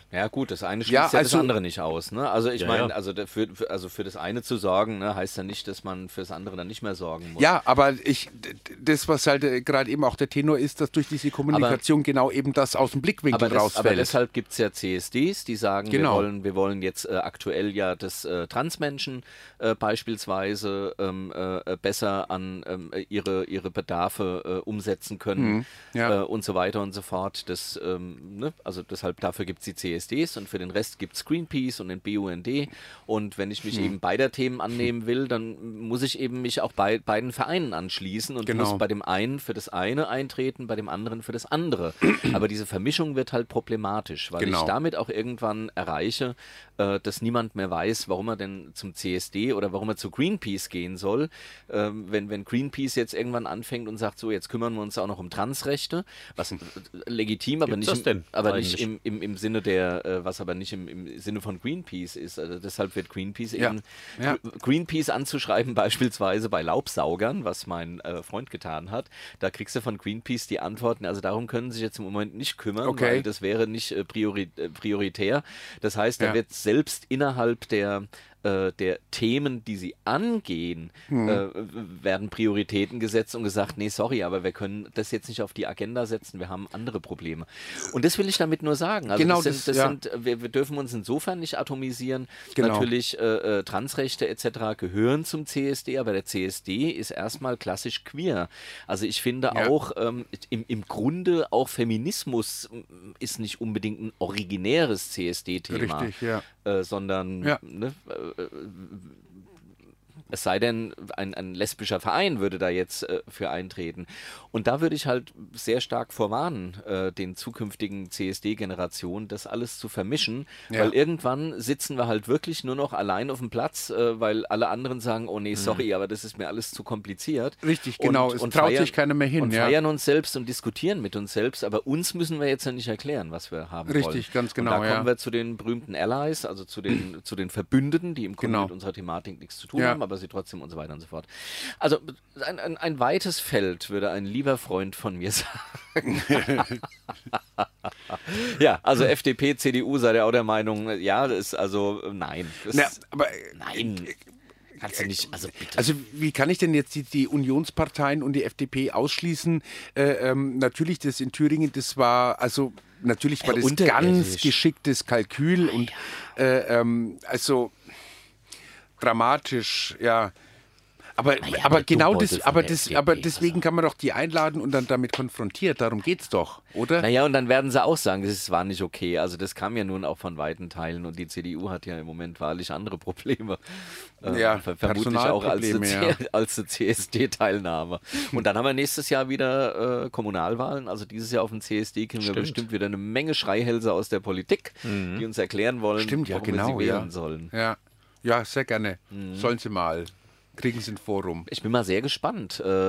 Ja gut, das eine schließt Ja, ja, das also- andere nicht aus. Ne? Also ich Ja, meine, ja. also da- für, für, also für das eine zu sorgen, ne, heißt ja nicht, dass man für das andere dann nicht mehr sorgen muss. Ja, aber ich, d- d- das, was halt äh, gerade eben auch der Tenor ist, dass durch diese Kommunikation genau eben das aus dem Blickwinkel Aber, das, aber rausfällt. deshalb gibt es ja C S Ds, die sagen, Genau. wir, wollen, wir wollen jetzt äh, aktuell ja das äh, Transmenschen äh, beispielsweise ähm, äh, besser an ähm, ihre, ihre Bedarfe äh, umsetzen können ja. äh, und so weiter und so fort. Das, ähm, ne? Also deshalb dafür gibt es die C S Ds und für den Rest gibt es Greenpeace und den B U N D. Und wenn ich mich eben beider Themen annehmen will, dann muss ich eben mich auch bei beiden Vereinen anschließen und Genau. muss bei dem einen für das eine eintreten, bei dem anderen für das andere. Aber diese Vermischung wird halt problematisch, weil Genau. ich damit auch irgendwann erreiche, äh, dass niemand mehr weiß, warum er denn zum C S D oder warum er zu Greenpeace gehen soll. Ähm, wenn, wenn Greenpeace jetzt irgendwann anfängt und sagt, so jetzt kümmern wir uns auch noch um Transrechte, was äh, legitim, aber Gibt's nicht, das denn im, aber nicht eigentlich? im, im, im Sinne der, äh, was aber nicht im, im Sinne von Greenpeace ist. Also deshalb wird Greenpeace Ja. eben Ja. Gr- Greenpeace anzuschreiben, beispielsweise bei Laubsaugern, was mein äh, Freund getan hat. Da kriegst du von Greenpeace die Antworten, also darum können sie sich jetzt im Moment nicht kümmern, Okay. weil das wäre nicht äh, priori äh, prioritär. Das heißt, da Ja. wird selbst innerhalb der äh, der Themen, die sie angehen, Hm. äh, werden Prioritäten gesetzt und gesagt, nee, sorry, aber wir können das jetzt nicht auf die Agenda setzen, wir haben andere Probleme. Und das will ich damit nur sagen. Also Genau, das sind, das- das ja. sind, wir, wir dürfen uns insofern nicht atomisieren. Genau. Natürlich, äh, äh, Transrechte et cetera gehören zum C S D, aber der C S D ist erstmal klassisch queer. Also ich finde Ja. auch, ähm, im, im Grunde auch Feminismus mm, ist nicht unbedingt ein originäres C S D-Thema. Richtig, ja. Äh, sondern Ja. ne, äh, äh, es sei denn, ein, ein lesbischer Verein würde da jetzt äh, für eintreten. Und da würde ich halt sehr stark vorwarnen, äh, den zukünftigen C S D-Generationen, das alles zu vermischen, Ja. weil irgendwann sitzen wir halt wirklich nur noch allein auf dem Platz, äh, weil alle anderen sagen, oh nee, sorry, aber das ist mir alles zu kompliziert. Richtig, genau. Es traut sich keiner mehr hin, Und ja. feiern uns selbst und diskutieren mit uns selbst, aber uns müssen wir jetzt ja nicht erklären, was wir haben wollen. Richtig, ganz genau, Und da ja. kommen wir zu den berühmten Allies, also zu den, zu den Verbündeten, die im Grunde Genau. mit unserer Thematik nichts zu tun Ja. haben, aber sie trotzdem und so weiter und so fort. Also ein, ein, ein weites Feld, würde ein lieber Freund von mir sagen. Ja, also F D P, C D U seid ihr auch der Meinung, ja, das ist also, nein. Das, Na, aber, äh, nein. Kannst du nicht, also bitte. Also wie kann ich denn jetzt die, die Unionsparteien und die F D P ausschließen? Äh, ähm, natürlich, das in Thüringen, das war, also natürlich war Ja, das ganz unterirdisch. geschicktes Kalkül und äh, ähm, also dramatisch, ja. Aber, Naja, aber der genau Dummbeutel das, von aber der das, F D P, aber deswegen also. kann man doch die einladen und dann damit konfrontiert. Darum geht's doch, oder? Naja, und dann werden sie auch sagen, das war nicht okay. Also das kam ja nun auch von weiten Teilen und die C D U hat ja im Moment wahrlich andere Probleme. Äh, Ja, ver- vermutlich auch als eine, Personalprobleme, C- als eine C S D-Teilnahme. Und dann haben wir nächstes Jahr wieder äh, Kommunalwahlen. Also dieses Jahr auf dem C S D kriegen wir Stimmt. bestimmt wieder eine Menge Schreihälse aus der Politik, die uns erklären wollen, Stimmt, ja, warum genau, wir sie wählen ja. sollen. Ja, ja, sehr gerne. Mhm. Sollen sie mal. Kriegen sie ein Forum. Ich bin mal sehr gespannt. Äh,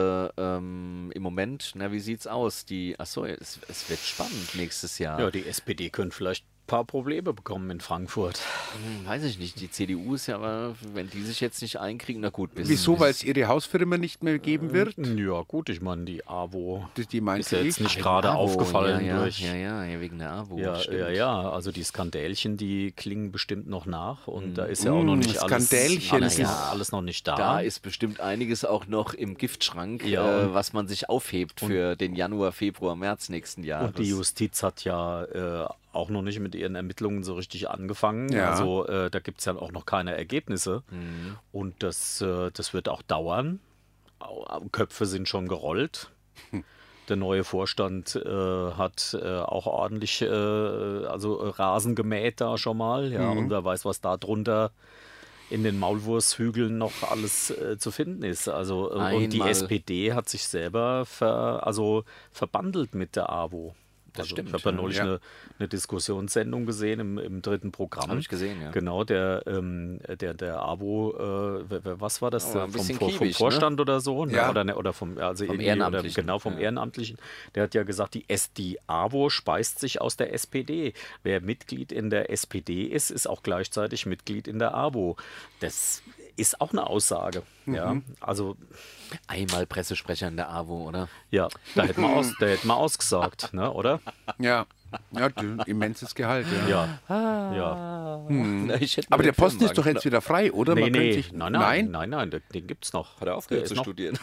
ähm, Im Moment, na, wie sieht's aus? Die, achso, es, es wird spannend nächstes Jahr. Ja, die S P D könnte vielleicht ein paar Probleme bekommen in Frankfurt. Hm, weiß ich nicht. Die C D U ist ja aber, wenn die sich jetzt nicht einkriegen, na gut. Bis, Wieso? bis, Weil es ihre Hausfirma nicht mehr geben wird? Ja, gut, ich meine, die AWO Die, die meinte ist ja jetzt ich. nicht gerade AWO, aufgefallen ja, ja, durch. Ja, ja, ja, wegen der AWO. Ja, stimmt. ja, ja, also die Skandälchen, die klingen bestimmt noch nach und da ist ja auch noch Mm, nicht alles, Skandälchen, alles, das noch, ist- alles noch nicht da. Da ist bestimmt einiges auch noch im Giftschrank, Ja, äh, und- was man sich aufhebt für den Januar, Februar, März nächsten Jahres. Und die Justiz hat ja äh, auch noch nicht mit ihren Ermittlungen so richtig angefangen. Ja. Also äh, da gibt es ja auch noch keine Ergebnisse. Und das, äh, das wird auch dauern. Au- Köpfe sind schon gerollt. Der neue Vorstand äh, hat äh, auch ordentlich äh, also äh, Rasen gemäht da schon mal. Ja, Und wer weiß, was da drunter in den Maulwurfshügeln noch alles äh, zu finden ist. Also, äh, und die Einmal- S P D hat sich selber ver, also verbandelt mit der AWO. Das Also, stimmt, Ich habe ja ja. neulich Ja. eine, eine Diskussionssendung gesehen im, im dritten Programm. Hab ich gesehen, ja. Genau, der, ähm, der, der AWO, äh, wer- wer- was war das? Oh, ein vom, bisschen vom, vom kiewig, Vorstand oder so? Ne? Ja. Oder, ne, oder vom, also Vom irgendwie- Ehrenamtlichen. Oder, genau, vom Ja. Ehrenamtlichen. Der hat ja gesagt, die, S, die AWO speist sich aus der S P D. Wer Mitglied in der S P D ist, ist auch gleichzeitig Mitglied in der AWO. Das ist auch eine Aussage. Ja, also Einmal Pressesprecher in der AWO, oder? ja, da hätten wir, aus, da hätten wir ausgesagt, ne, oder? Ja. Ja, immenses Gehalt, ja. Ja, ja. Na, ich hätte Aber mir der den Posten Firmenwagen ist doch jetzt wieder frei, oder? Nee, Man könnte nee, sich- nein, nein, nein, nein, den, den gibt's noch. Hat er aufgehört Der zu ist noch- studieren?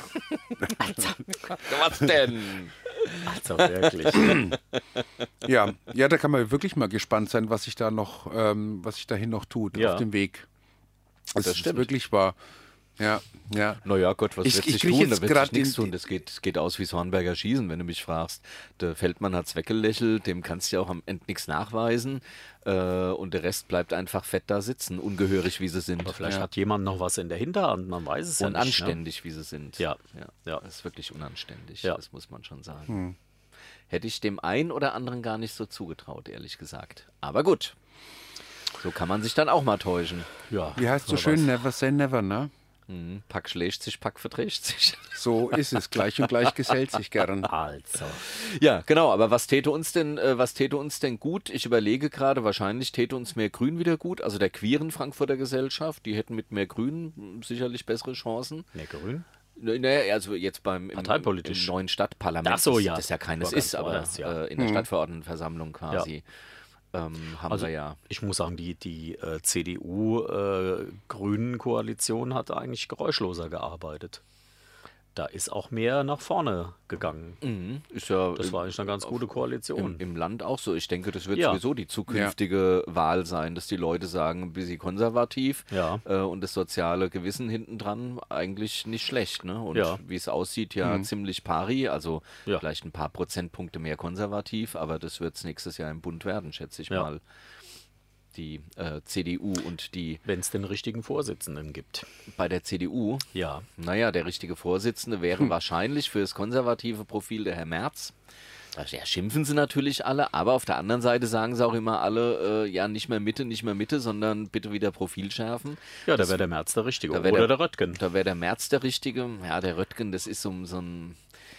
Was denn? Also wirklich. Ja, ja, da kann man wirklich mal gespannt sein, was sich da noch, ähm, was sich dahin noch tut Ja. auf dem Weg. Das, ist stimmt. wirklich wahr. Ja, ja. Naja, Gott, was Ich- wird ich sich krieg tun? jetzt Da wird grad sich nichts den- tun. Das geht, geht aus wie Hornberger Schießen, wenn du mich fragst. Der Feldmann hat's weggelächelt, dem kannst du ja auch am Ende nichts nachweisen. Äh, und der Rest bleibt einfach fett da sitzen, ungehörig wie sie sind. Aber vielleicht Ja. hat jemand noch was in der Hinterhand, man weiß es ja nicht. Unanständig, wie sie sind. Ja. ja. Ja. Das ist wirklich unanständig, Ja. das muss man schon sagen. Hätte ich dem einen oder anderen gar nicht so zugetraut, ehrlich gesagt. Aber gut, so kann man sich dann auch mal täuschen. Ne? Ja. Wie heißt so Wer schön, weiß. never say never, ne? Mhm. Pack schlägt sich, Pack verträgt sich. So ist es. Gleich und gleich gesellt sich gern. Also. Ja, genau, aber was täte uns denn, äh, was täte uns denn gut? Ich überlege gerade, wahrscheinlich täte uns mehr Grün wieder gut, also der queeren Frankfurter Gesellschaft, die hätten mit mehr Grün mh, sicherlich bessere Chancen. Nee, grün? Naja, also jetzt beim im, Parteipolitisch. im neuen Stadtparlament, Ach so, das, ja. das ja keines War ganz ist, aber woanders, ja. äh, in der Stadtverordnetenversammlung quasi ähm, haben Also wir ja. ich muss sagen, die, die äh, C D U-Grünen-Koalition hat eigentlich geräuschloser gearbeitet. Da ist auch mehr nach vorne gegangen. Mhm, ist ja Das war eigentlich eine ganz gute Koalition. im, im Land auch so. Ich denke, das wird Ja. sowieso die zukünftige Wahl sein, dass die Leute sagen, ein bisschen konservativ Ja. äh, und das soziale Gewissen hinten dran eigentlich nicht schlecht. Ne? Und Ja. wie es aussieht, ja ziemlich pari, also Ja. vielleicht ein paar Prozentpunkte mehr konservativ, aber das wird es nächstes Jahr im Bund werden, schätze ich Ja. mal. Die äh, C D U und die Wenn es den richtigen Vorsitzenden gibt. bei der C D U. Ja. Naja, der richtige Vorsitzende wäre wahrscheinlich für das konservative Profil der Herr Merz. Ja, schimpfen sie natürlich alle, aber auf der anderen Seite sagen sie auch immer alle, äh, ja, nicht mehr Mitte, nicht mehr Mitte, sondern bitte wieder Profil schärfen. Ja, da wäre der Merz der Richtige. Da wär Oder der- der Röttgen. Da wäre der Merz der Richtige. Ja, der Röttgen, das ist so, so ein,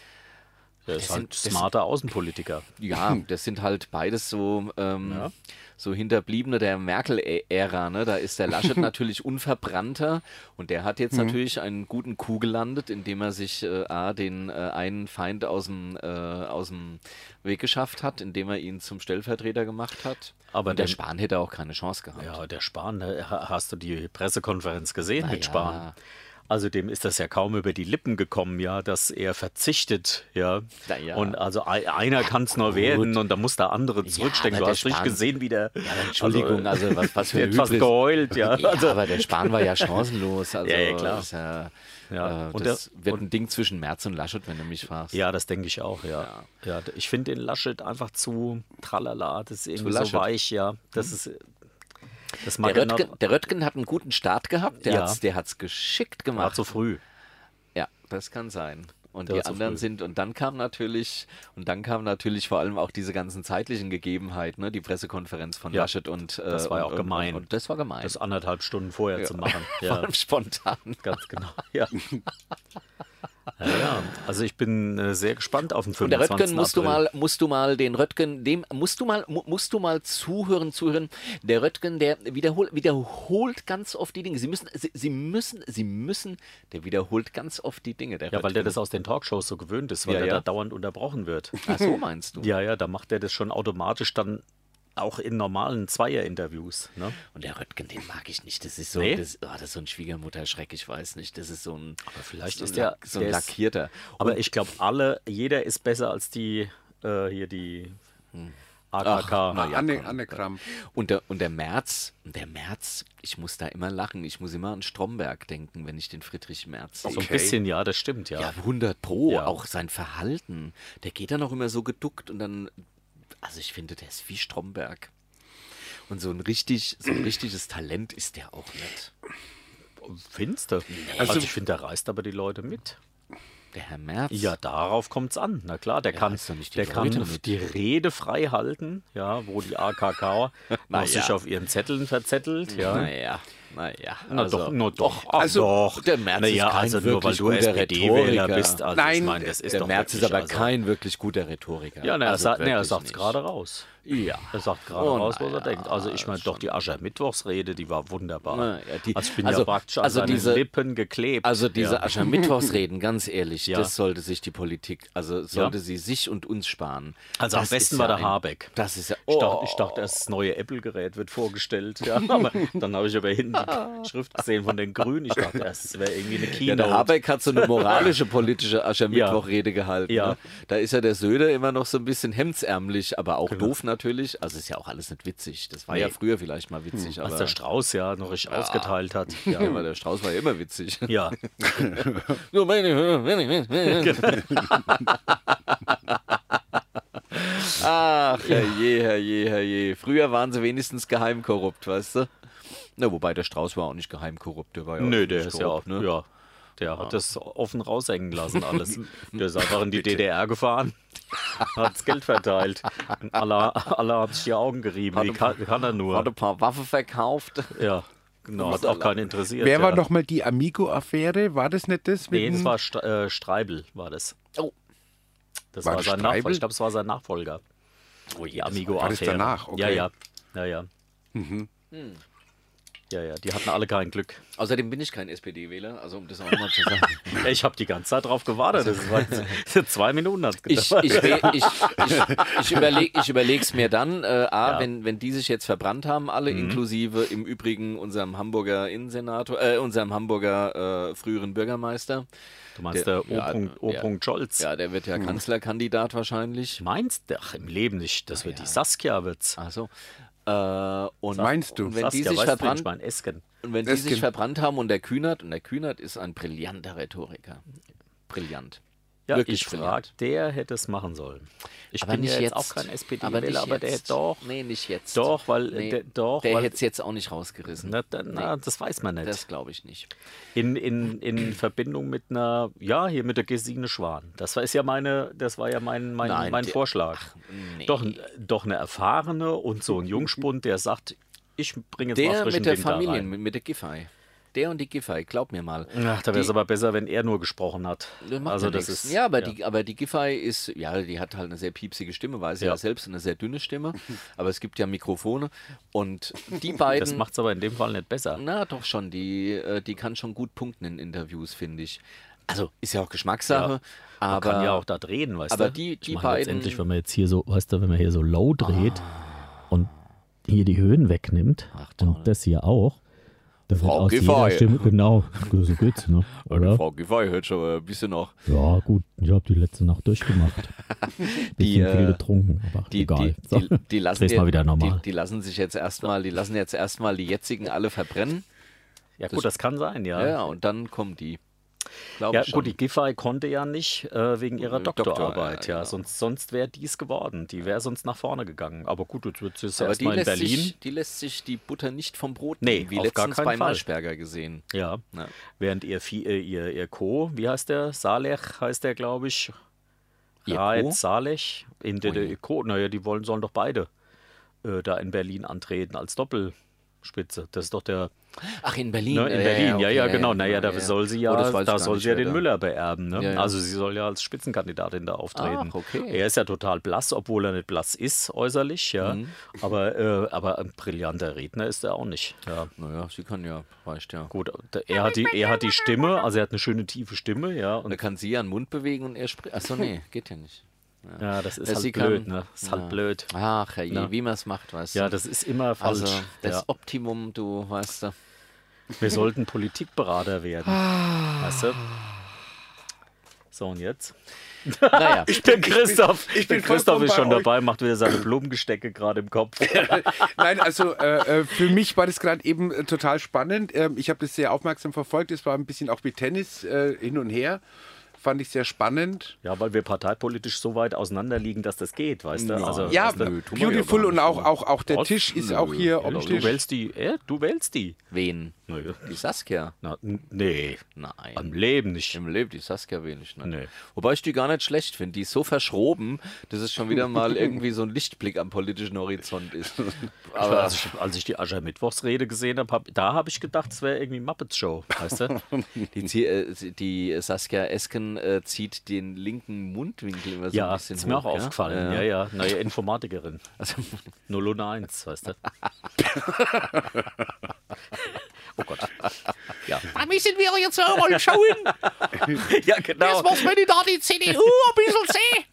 Der ist das halt sind- das- smarter Außenpolitiker. ja, das sind halt beides so, ähm, Ja. so Hinterbliebene der Merkel-Ära. Ne? Da ist der Laschet natürlich unverbrannter und der hat jetzt natürlich einen guten Coup gelandet, indem er sich äh, A, den äh, einen Feind aus dem, äh, aus dem Weg geschafft hat, indem er ihn zum Stellvertreter gemacht hat. Aber und der den- Spahn hätte auch keine Chance gehabt. Ja, der Spahn, ne, ha- hast du die Pressekonferenz gesehen mit ja. Spahn? Also dem ist das ja kaum über die Lippen gekommen, ja, dass er verzichtet, ja. Na ja. Und also ei- einer kann es nur werden und da muss der andere zurückstecken. aber du der hast nicht Spahn- gesehen, wie der. Ja, Entschuldigung, also, was, was für der ein hat fast Hybris. geheult, ja. Ja, Also, aber der Spahn war ja chancenlos. Also, Ja, ja, klar. Das, ist ja, Ja, äh, und das der- wird und- ein Ding zwischen Merz und Laschet, wenn du mich fragst. ja, das denke ich auch, ja. ja. ich finde den Laschet einfach zu tralala, das ist irgendwie so Laschet. weich, ja. Das ist. Das mag Der er noch- Röttgen, der Röttgen hat einen guten Start gehabt, der Ja. hat's, der hat's geschickt war gemacht. zu früh. Ja, das kann sein. Und Der die war zu anderen früh. sind, und dann kam natürlich, und dann kam natürlich vor allem auch diese ganzen zeitlichen Gegebenheiten, ne? Die Pressekonferenz von Ja, Laschet und äh, das war ja und, auch gemein. Und, und das war gemein. Das anderthalb Stunden vorher zu machen. Vor Ja, allem spontan. ganz genau. Ja. Ja, ja, also ich bin äh, sehr gespannt auf den Und der fünfundzwanzigsten Röttgen musst du April. mal, musst du mal den Röttgen, dem musst du mal, mu, musst du mal zuhören, zuhören. Der Röttgen, der wiederholt, wiederholt ganz oft die Dinge. Sie müssen, sie, sie müssen, sie müssen, der wiederholt ganz oft die Dinge. Der Ja, weil der Röttgen. das aus den Talkshows so gewöhnt ist, weil Ja, der ja. da dauernd unterbrochen wird. Ach so meinst du? Ja, ja, da macht er das schon automatisch dann auch in normalen Zweier-Interviews. Ne? Und der Röttgen, den mag ich nicht. Das ist so, Nee? das, oh, das ist so ein Schwiegermutter-Schreck, ich weiß nicht. Das ist so ein, Aber vielleicht so ein, ist der, Lack- so ein der ist, lackierter. aber ich glaube, alle, jeder ist besser als die, äh, hier die A K K. Ach, na ja. Anne, komm. Anne Kramp. Und der, und der Merz, der Merz, ich muss da immer lachen. Ich muss immer an Stromberg denken, wenn ich den Friedrich Merz sehe. So ein Okay. bisschen, ja, das stimmt, ja. Ja, hundert Pro. Ja. Auch sein Verhalten. Der geht dann auch immer so geduckt und dann, also ich finde, der ist wie Stromberg. Und so ein richtig, so ein richtiges Talent ist der auch nicht. Findest du? Also, ich finde, der reißt aber die Leute mit. Der Herr Merz. Ja, darauf kommt es an. Na klar, der Der kann, reißt doch nicht die der kann Leute mit. die Rede frei halten, ja, wo die A K K Na noch sich ja. auf ihren Zetteln verzettelt. Ja. Naja. Naja, Na also, doch, nur doch. Ach, also, doch. der Merz naja, ist kein also nur weil wirklich du guter S P D-Wähler Rhetoriker. bist. Also Nein, ich meine, das ist der doch Merz ist wirklich, aber also, kein wirklich guter Rhetoriker. Ja, na, er Also sagt es wirklich sagt nicht. gerade raus. Ja. Er sagt gerade Oh, raus, was naja, er denkt. Also ich meine, doch die Aschermittwochsrede, die war wunderbar. Na ja, die- also ich bin also- ja praktisch an also seine diese- Lippen geklebt. Also diese ja. Aschermittwochsreden, ganz ehrlich, Ja. das sollte sich die Politik, also sollte sie sich und uns sparen. Also am Das besten ist war ja der ein- Habeck. Das ist ja, Ich oh, dachte, ich dachte, das neue Apple-Gerät wird vorgestellt. Ja, aber dann habe ich aber hinten die Schrift gesehen von den Grünen. Ich dachte, das wäre irgendwie eine ja, Keynote. der Habeck hat so eine moralische politische Aschermittwochrede gehalten. Ja. Ne? Da ist ja der Söder immer noch so ein bisschen hemdsärmlich, aber auch doof natürlich. Also ist ja auch alles nicht witzig. Das war ja Nee. früher vielleicht mal witzig, Als aber der Strauß ja noch richtig ausgeteilt hat. ja, aber der Strauß war ja immer witzig. Ja, Nur meine, meine, Ach, herrje, herrje, herrje. Früher waren sie wenigstens geheim korrupt, weißt du? Na, wobei der Strauß war auch nicht geheim korrupt. Der war ja nö, auch der nicht ist ja auch, korrupt, ne? ja, der hat das offen raushängen lassen alles. Der ist einfach in die D D R gefahren, hat das Geld verteilt. Und alle, alle haben sich die Augen gerieben. Wie kann, wie kann er nur? Hat ein paar Waffen verkauft. Ja, genau, hat auch keinen interessiert. Wer war ja. nochmal die Amigo-Affäre? War das nicht das? mit Nee, das dem- war St äh, Streibel, war das. Oh. Das War war, das sein Streibel? Nachfolger. Ich glaube, es war sein Nachfolger. Oh Die Amigo war das danach? Okay. Ja, ja. Ja, ja. Ja, ja, die hatten alle kein Glück. Außerdem bin ich kein S P D-Wähler, also um das auch nochmal zu sagen. Ja, ich habe die ganze Zeit drauf gewartet. Das war zwei Minuten hat es Ich, gedauert. ich, ich, ich, ich überlege ich überleg's mir dann, äh, A, Ja. wenn, wenn die sich jetzt verbrannt haben, alle Mhm. inklusive im Übrigen unserem Hamburger Innensenator, äh, unserem Hamburger äh, früheren Bürgermeister. Du meinst der- der, ja, O. O. ja. Scholz. Ja, der wird ja Kanzlerkandidat wahrscheinlich. Meinst du? Ach, im Leben nicht. Das wird die Saskia wird's. Ach so. Äh, und, Meinst du? Und wenn Saskia, die sich weißt du, wen verbrannt, ich mein Esken. und wenn die Das sich Kind- verbrannt haben und der Kühnert, und der Kühnert ist ein brillanter Rhetoriker. Brillant. Ja, Wirklich ich frage, brillant. der hätte es machen sollen. Ich Aber bin nicht ja jetzt, jetzt. auch kein S P Aber D-Wähler, nicht aber der jetzt. hätte doch. Nee, nicht jetzt. Doch, weil Nee, der, doch, der weil, hätte es jetzt auch nicht rausgerissen. na, da, na, das weiß man nicht. Das glaube ich nicht. In, in, in Verbindung mit einer, ja, hier mit der Gesine Schwan. Das war, ist ja meine, das war ja mein, mein, Nein, mein der- Vorschlag. nee. Doch, doch eine erfahrene und so ein Jungspund, der sagt, ich bringe jetzt mal Der frischen mit der Wind da Familie, rein. mit, mit der Giffey. Der und die Giffey, glaub mir mal. Ach, da wäre es Die- aber besser, wenn er nur gesprochen hat. Das macht Also ja das nichts. ist ja, aber, Die, aber die Giffey ist, ja, die hat halt eine sehr piepsige Stimme, weiß ja, Ja. ja selbst, eine sehr dünne Stimme. Aber es gibt ja Mikrofone. Und die beiden. Das macht es aber in dem Fall nicht besser. Na, doch schon. Die, äh, die kann schon gut punkten in Interviews, finde ich. Also, ist ja auch Geschmackssache. Man aber kann ja auch da drehen, weißt aber du? die- Ich die meine, beiden- letztendlich, wenn man jetzt hier so, weißt du, wenn man hier so low dreht und hier die Höhen wegnimmt Ach, toll. und das hier auch, dann wird Frau aus Giffey. jeder Stimme, genau, so geht's, ne? Oder? Frau Giffey hört schon ein bisschen noch. Ja, gut, ich habe die letzte Nacht durchgemacht. Die, Bisschen viel äh, getrunken, aber Die, egal. die, So. die, die, lassen Dreh's die, mal wieder normal. Die, die lassen sich jetzt erstmal, die lassen jetzt erstmal die jetzigen alle verbrennen. Ja gut, das kann sein, ja. Ja, ja und dann kommen die. Glaub Ja, ich gut, schon. die Giffey konnte ja nicht äh, wegen ihrer Äh, Doktor, Doktorarbeit, ja, ja. genau. Sonst, sonst wäre dies geworden. Die wäre sonst nach vorne gegangen. Aber gut, jetzt wird es Aber die erstmal in lässt, Berlin. sich, die lässt sich die Butter nicht vom Brot Nee, nehmen, wie auf gar letztens keinen bei Fall. Marschberger gesehen. Ja. Ja. Während ihr, Vi- äh, ihr, ihr Co., wie heißt der? Saleh heißt der, glaube ich. Ihr Raed Co.? Saleh. In der, Oh je. der Co. Naja, die wollen, sollen doch beide äh, da in Berlin antreten als Doppelspitze. Das ist doch der. Ach, in Berlin. Ne, in äh, Berlin, ja, okay, ja, genau. Naja, da ja. soll sie Oh, ja, das weiß ich da gar soll nicht, sie ja wer den da- Müller beerben. Ne? Ja, ja. Also sie soll ja als Spitzenkandidatin da auftreten. Ach, okay. Er ist ja total blass, obwohl er nicht blass ist äußerlich, ja. Mhm. Aber, äh, aber ein brillanter Redner ist er auch nicht. Ja. Naja, sie kann ja, reicht ja. Gut, er hat, die, er hat die Stimme, also er hat eine schöne tiefe Stimme, ja. Und Und da kann sie ja einen Mund bewegen und er spricht. Achso, nee, geht ja nicht. ja, das ist Ja, halt sie blöd, kann- ne? Ist ja. halt blöd. Ach, herrje, Na. wie man es macht, weißt du. Ja, das ist immer falsch. also, das ja. Optimum, du, weißt du. Wir sollten Politikberater werden. Weißt du? So, und jetzt? Naja, Der Christoph, ich bin der Christoph vollkommen ist schon bei euch. dabei, macht wieder seine Blumengestecke gerade im Kopf. Nein, also äh, äh, für mich war das gerade eben äh, total spannend. Ähm, ich habe das sehr aufmerksam verfolgt. Es war ein bisschen auch wie Tennis äh, hin und her. fand ich sehr spannend. Ja, weil wir parteipolitisch so weit auseinander liegen, dass das geht, weißt du? Also, Ja, weißt du, nö, tun wir ja beautiful gar und nicht, auch, ne? auch, auch der Was? Tisch ist Nö, auch hier ja, du optisch. wählst die, äh, du wählst die. Wen? Na, ja. Die Saskia? Na, n- nee, Nein. am Leben nicht. Im Leben, die Saskia will ich nicht. Nee. Wobei ich die gar nicht schlecht finde. Die ist so verschroben, dass es schon wieder mal irgendwie so ein Lichtblick am politischen Horizont ist. Aber als ich, als ich die Aschermittwochsrede gesehen habe, hab, da habe ich gedacht, es wäre irgendwie Muppets Show, weißt du? Die, zie- äh, sie- die Saskia Esken äh, zieht den linken Mundwinkel immer so ein Ja, bisschen ist mir auch hoch, aufgefallen. Ja, ja, neue Informatikerin. Also, null und eins, weißt du? Oh Gott. Ja, Da müssen wir jetzt mal schauen. ja genau. Jetzt muss man da die C D U ein bisschen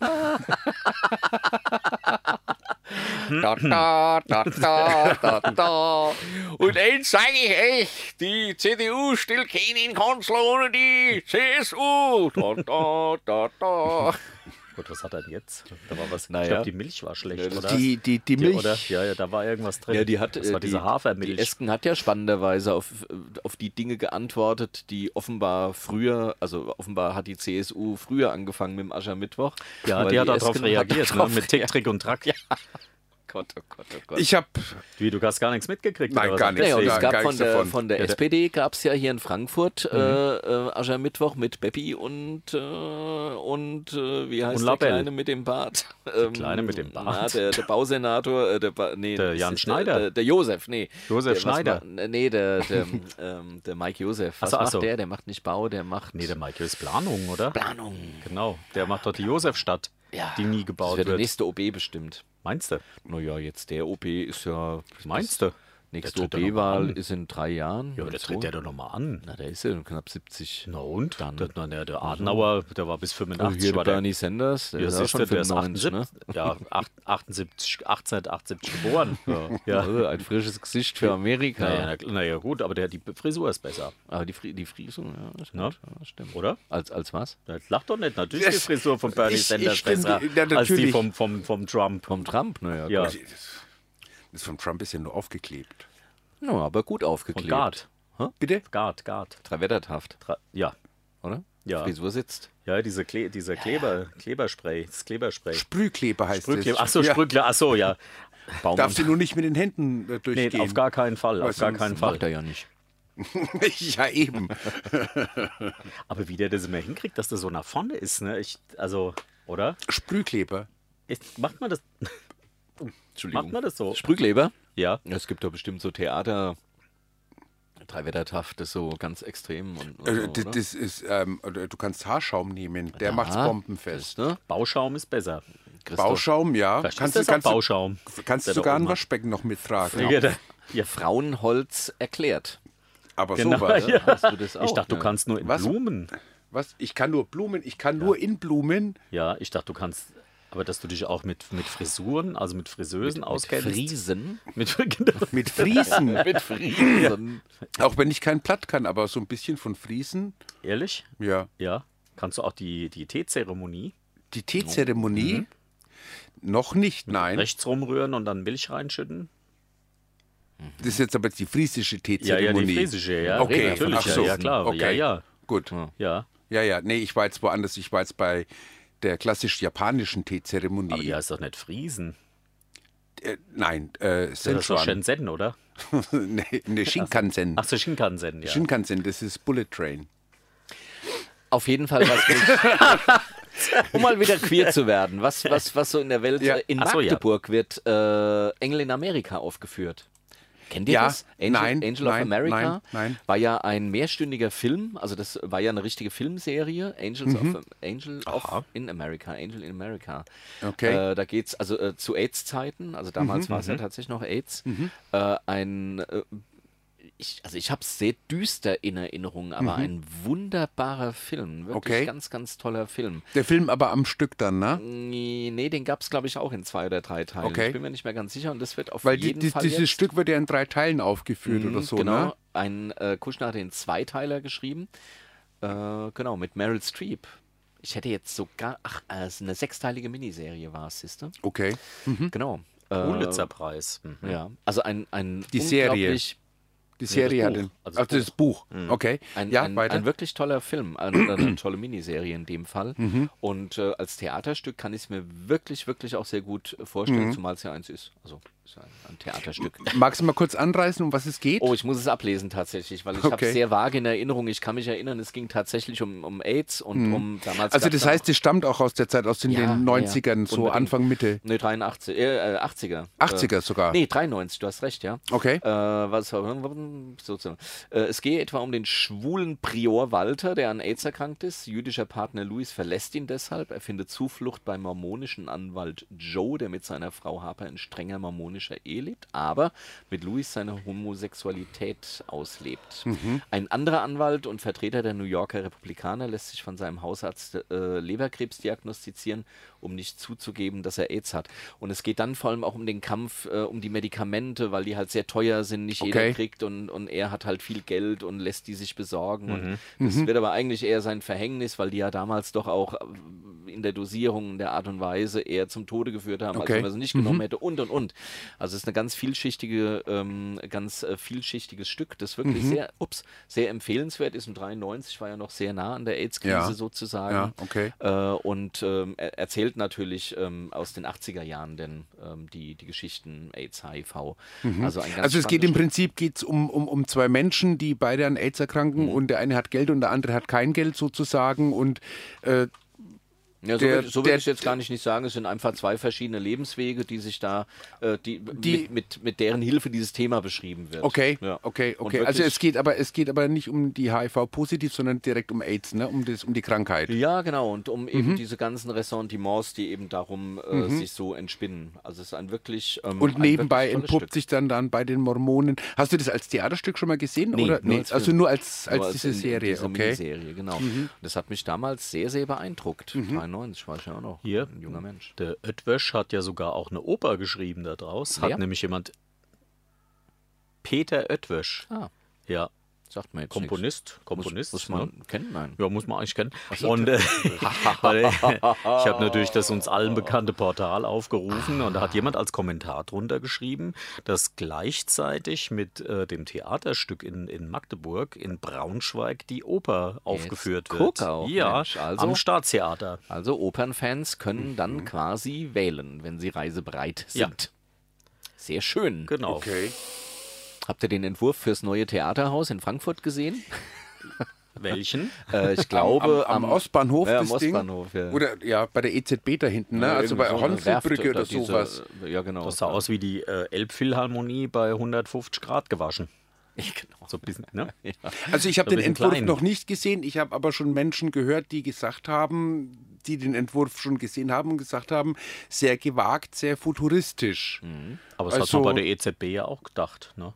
sehen. da, da, da, da, da, da. Und eins sage ich echt, die C D U stellt keinen Kanzler ohne die C S U. Da, da, da, da. Gut, was hat er denn jetzt? Da war was. Naja. Ich glaube, die Milch war schlecht, oder? Die, die, die Die- Milch. Oder? Ja, ja, da war irgendwas drin. Ja, die hat, das war äh, diese die, Hafermilch. Die Esken hat ja spannenderweise auf, auf die Dinge geantwortet, die offenbar früher, also offenbar hat die C S U früher angefangen mit dem Aschermittwoch. ja, weil die hat darauf Esken reagiert, ne? darauf mit Tick, Trick und Track. Ja. Gott, oh Gott, oh Gott. Ich habe Wie, du hast gar nichts mitgekriegt? Nein, oder was? gar nichts. Ja, und Ja, es gab gar von nichts der, davon. von der Ja, der- S P D gab es ja hier in Frankfurt äh, äh, Aschermittwoch mit Beppi und, äh, und äh, wie heißt Und der Labelle. Kleine mit dem Bart? Ähm, Kleine mit dem Bart? Na, der, der Bausenator, äh, der, ba nee, Der das Jan ist Schneider. Der, der Josef, nee. Josef der, was Schneider. ma- Nee, der, der, ähm, der Mike Josef. Was Ach so, ach macht so. der? Der macht nicht Bau, der macht Nee, der Michael ist Planung, oder? Planung. Genau, der macht dort die Josefstadt, Ja, die nie Das gebaut wäre der wird. nächste O B bestimmt. Meinst du? Naja, jetzt der O B ist ja... Meinst du? Nächste Der O tritt doch noch B-Wahl mal an. ist in drei Jahren. Ja, aber der tritt so. der doch nochmal an. Na, der ist ja knapp siebzig. Na und? Dann. Der, na, der, der Adenauer, der war bis Also fünfundachtzig. hier der war der, Bernie Sanders, der ja, ist auch siehst schon du, der ist fünfundneunzig, ne? achtundsiebzig, ja, acht- achtundsiebzig, achtzehnhundertachtundsiebzig geboren. Ja. Also ein frisches Gesicht für Amerika. Naja, na, na ja, gut, aber der, die Frisur ist besser, Aber die, Fri die Frisur, ja, das stimmt. Ne? Ja, das stimmt. oder? Als, als was? Das lacht doch nicht. Natürlich ist die Das- Frisur von Bernie ich- Sanders ich stimme- besser ja, als die natürlich. vom, vom, vom Trump. Vom Trump, naja. Ja. gut. Das von Trump ist ja nur aufgeklebt. Ja, aber gut Und aufgeklebt. Gard. Bitte? Gard, Gard. Drei-Wettertaft, Dra- Ja. oder? Ja. Frisur sitzt. Ja, diese Kle dieser Kleber, Kleberspray, das Kleberspray. Sprühkleber heißt Sprühkleber. es. Ach so, Ja. Sprühkleber. Ach so, ja. Baumann. Darf sie nur nicht mit den Händen äh, Nee, durchgehen. auf gar keinen Fall, auf Was gar sonst keinen Fall. Macht er ja nicht. Ja, eben. Aber wie der das immer hinkriegt, dass das so nach vorne ist, ne? Ich, also, oder? Sprühkleber. Ich, macht man das? Entschuldigung. Macht man das so? Sprühkleber? Ja. Ja, es gibt doch bestimmt so Theater. Drei-Wettertaft ist so ganz extrem. Und, und Äh, so, das, oder? das ist, ähm, oder du kannst Haarschaum nehmen. Der Ja, macht's bombenfest. Ne? Bauschaum ist besser. Christoph, Bauschaum, ja. Vielleicht Kannst ist du das auch kannst, du- Bauschaum. kannst du Der da sogar ein oben hat. Waschbecken noch mittragen. Ja, der- ja, Frauenholz erklärt. Aber genau. sowas. Ja. Hast du das auch? Ich dachte, du Ja. kannst nur in Was? Blumen. Was? Ich kann nur Blumen, ich kann nur in Blumen. Ja, ich dachte, du kannst, aber dass du dich auch mit, mit Frisuren, also mit Friseusen auskennst. Friesen. Mit, genau. Mit Friesen. Mit Friesen. Auch wenn ich kein Blatt kann, aber so ein bisschen von Friesen. Ehrlich? Ja. Ja. Kannst du auch die, die Teezeremonie Die Teezeremonie? Mhm. Noch nicht, nein. rechts rumrühren und dann Milch reinschütten? Das ist jetzt aber die friesische Ja, Teezeremonie. ja, die friesische, ja. Okay, natürlich, ach so. ja, ja, klar. Okay. Ja, ja. Gut. Ja. Ja, ja. Nee, ich war jetzt woanders. Ich war jetzt bei der klassisch japanischen Aber die Teezeremonie. heißt doch nicht Friesen. Äh, nein, äh, Das ist doch Szechuan. Shenzhen, oder? nee, nee, Shinkansen. Ach so, Shinkansen, ja. Shinkansen, das ist Bullet Train. Auf jeden Fall, was mich, um mal wieder queer zu werden, was, was, was so in der Welt, Ja. äh, in Ach so, ja. Magdeburg wird äh, Engel in Amerika aufgeführt. Kennt ihr Ja, das? Angel, nein, Angel of nein, America nein, nein. war ja ein mehrstündiger Film, also das war ja eine richtige Filmserie, Angels Mhm. of, Angel of in America, Angel in America. Okay. Äh, da geht es also äh, zu AIDS-Zeiten, also damals war es ja tatsächlich noch AIDS, äh, ein äh, ich, also ich habe es sehr düster in Erinnerung, aber ein wunderbarer Film, wirklich Okay. ganz, ganz toller Film. Der Film aber am Stück dann, ne? Nee, nee, den gab es, glaube ich, auch in zwei oder drei Teilen. Okay. Ich bin mir nicht mehr ganz sicher und das wird auf Weil die, jeden die, Fall dieses jetzt, Stück wird ja in drei Teilen aufgeführt oder so, genau, ne? ein äh, Kuschner hat den Zweiteiler geschrieben, äh, genau, mit Meryl Streep. Ich hätte jetzt sogar, ach, äh, es ist eine sechsteilige Miniserie war es, siehst du? Okay. Genau. Äh, Pulitzer-Preis. Mhm. Ja, also ein, ein Die Serie. unglaublich Die Serie das hat Buch. den. Also Also das das Buch. Okay. Ein, ja, ein, weiter. ein wirklich toller Film, ein, oder eine tolle Miniserie in dem Fall. Mhm. Und äh, als Theaterstück kann ich es mir wirklich, wirklich auch sehr gut äh, vorstellen, Mhm. zumal es ja eins ist. Also ist ja ein, ein Theaterstück. Magst du mal kurz anreißen, um was es geht? Oh, ich muss es ablesen tatsächlich, weil ich habe Okay. es sehr vage in Erinnerung. Ich kann mich erinnern, es ging tatsächlich um, um AIDS und um damals. Also gab's das dann heißt, es stammt auch aus der Zeit, aus den, Ja, den ja, ja. neunzigern, so Unbedingt. Anfang, Mitte. Ne, dreiundachtzig, äh, achtziger. achtziger äh, sogar. Nee, dreiundneunzig, du hast recht, ja. Okay. Äh, was, sozusagen. Äh, es gehe etwa um den schwulen Prior Walter, der an AIDS erkrankt ist. Jüdischer Partner Louis verlässt ihn deshalb. Er findet Zuflucht beim mormonischen Anwalt Joe, der mit seiner Frau Harper in strenger mormonischer Ehe lebt, aber mit Louis seine Homosexualität auslebt. Ein anderer Anwalt und Vertreter der New Yorker Republikaner lässt sich von seinem Hausarzt äh, Leberkrebs diagnostizieren, um nicht zuzugeben, dass er AIDS hat. Und es geht dann vor allem auch um den Kampf äh, um die Medikamente, weil die halt sehr teuer sind, nicht Okay. jeder kriegt und, und er hat halt viel Geld und lässt die sich besorgen. Und das wird aber eigentlich eher sein Verhängnis, weil die ja damals doch auch äh, in der Dosierung, in der Art und Weise eher zum Tode geführt haben, als Okay. wenn man sie nicht genommen hätte und und und. Also es ist eine ganz vielschichtige, ähm, ganz äh, vielschichtiges Stück, das wirklich sehr, ups, sehr empfehlenswert ist. Und dreiundneunzig war ja noch sehr nah an der AIDS-Krise Ja. sozusagen. Ja, okay. Äh, und ähm, er erzählt natürlich ähm, aus den achtziger Jahren denn ähm, die, die Geschichten AIDS, H I V. Also, ein ganz Also es geht im spannendes Prinzip geht's um, um, um zwei Menschen, die beide an AIDS erkranken und der eine hat Geld und der andere hat kein Geld sozusagen und äh, Ja, so Der- würde so würd der- ich jetzt gar nicht, nicht sagen. Es sind einfach zwei verschiedene Lebenswege, die sich da, äh, die, Die- mit, mit, mit deren Hilfe dieses Thema beschrieben wird. okay, Ja. okay, Und okay. wirklich- Also es geht aber es geht aber nicht um die H I V-positiv, sondern direkt um AIDS, ne? Um das um die Krankheit. Ja, genau. Und um Mhm. eben diese ganzen Ressentiments, die eben darum äh, sich so entspinnen. Also es ist ein wirklich ähm, Und ein nebenbei wirklich tolles entpuppt Stück. sich dann dann bei den Mormonen. Hast du das als Theaterstück schon mal gesehen? Nee, oder? nur als also Film. nur als, als Nur diese in- in Serie, diese okay. Mhm. Miniserie, genau. Das hat mich damals sehr, sehr beeindruckt. dreiundneunzig war ich ja auch noch Hier, ein junger Mensch. der Oetwösch hat ja sogar auch eine Oper geschrieben da draus. Hat Wer? nämlich jemand. Peter Oetwösch. Ah, Ja, sagt mir jetzt Komponist. nichts. Komponist. Muss, muss man ne? kennen? Nein. Ja, muss man eigentlich kennen. Und äh, weil, ich habe natürlich das uns allen bekannte Portal aufgerufen und da hat jemand als Kommentar drunter geschrieben, dass gleichzeitig mit äh, dem Theaterstück in, in Magdeburg in Braunschweig die Oper aufgeführt wird. guck auch, ja, Mensch, also- am Staatstheater. Also Opernfans können dann quasi wählen, wenn sie reisebereit Ja. sind. Sehr schön. Genau. Okay. Habt ihr den Entwurf fürs neue Theaterhaus in Frankfurt gesehen? Welchen? Äh, ich glaube am, am Ostbahnhof ja, am das Ding. Ostbahnhof, ja. Oder ja, bei der E Z B da hinten, ne? Ja, Also bei irgend so eine Honselbrücke Werft oder diese- sowas. Ja, genau. Das sah aus wie die äh, Elbphilharmonie bei hundertfünfzig Grad gewaschen. genau. So ein bisschen, ne? Also ich habe So ein den bisschen Entwurf klein. noch nicht gesehen. Ich habe aber schon Menschen gehört, die gesagt haben, die den Entwurf schon gesehen haben und gesagt haben, sehr gewagt, sehr futuristisch. Aber das Also- hat man bei der E Z B ja auch gedacht, ne?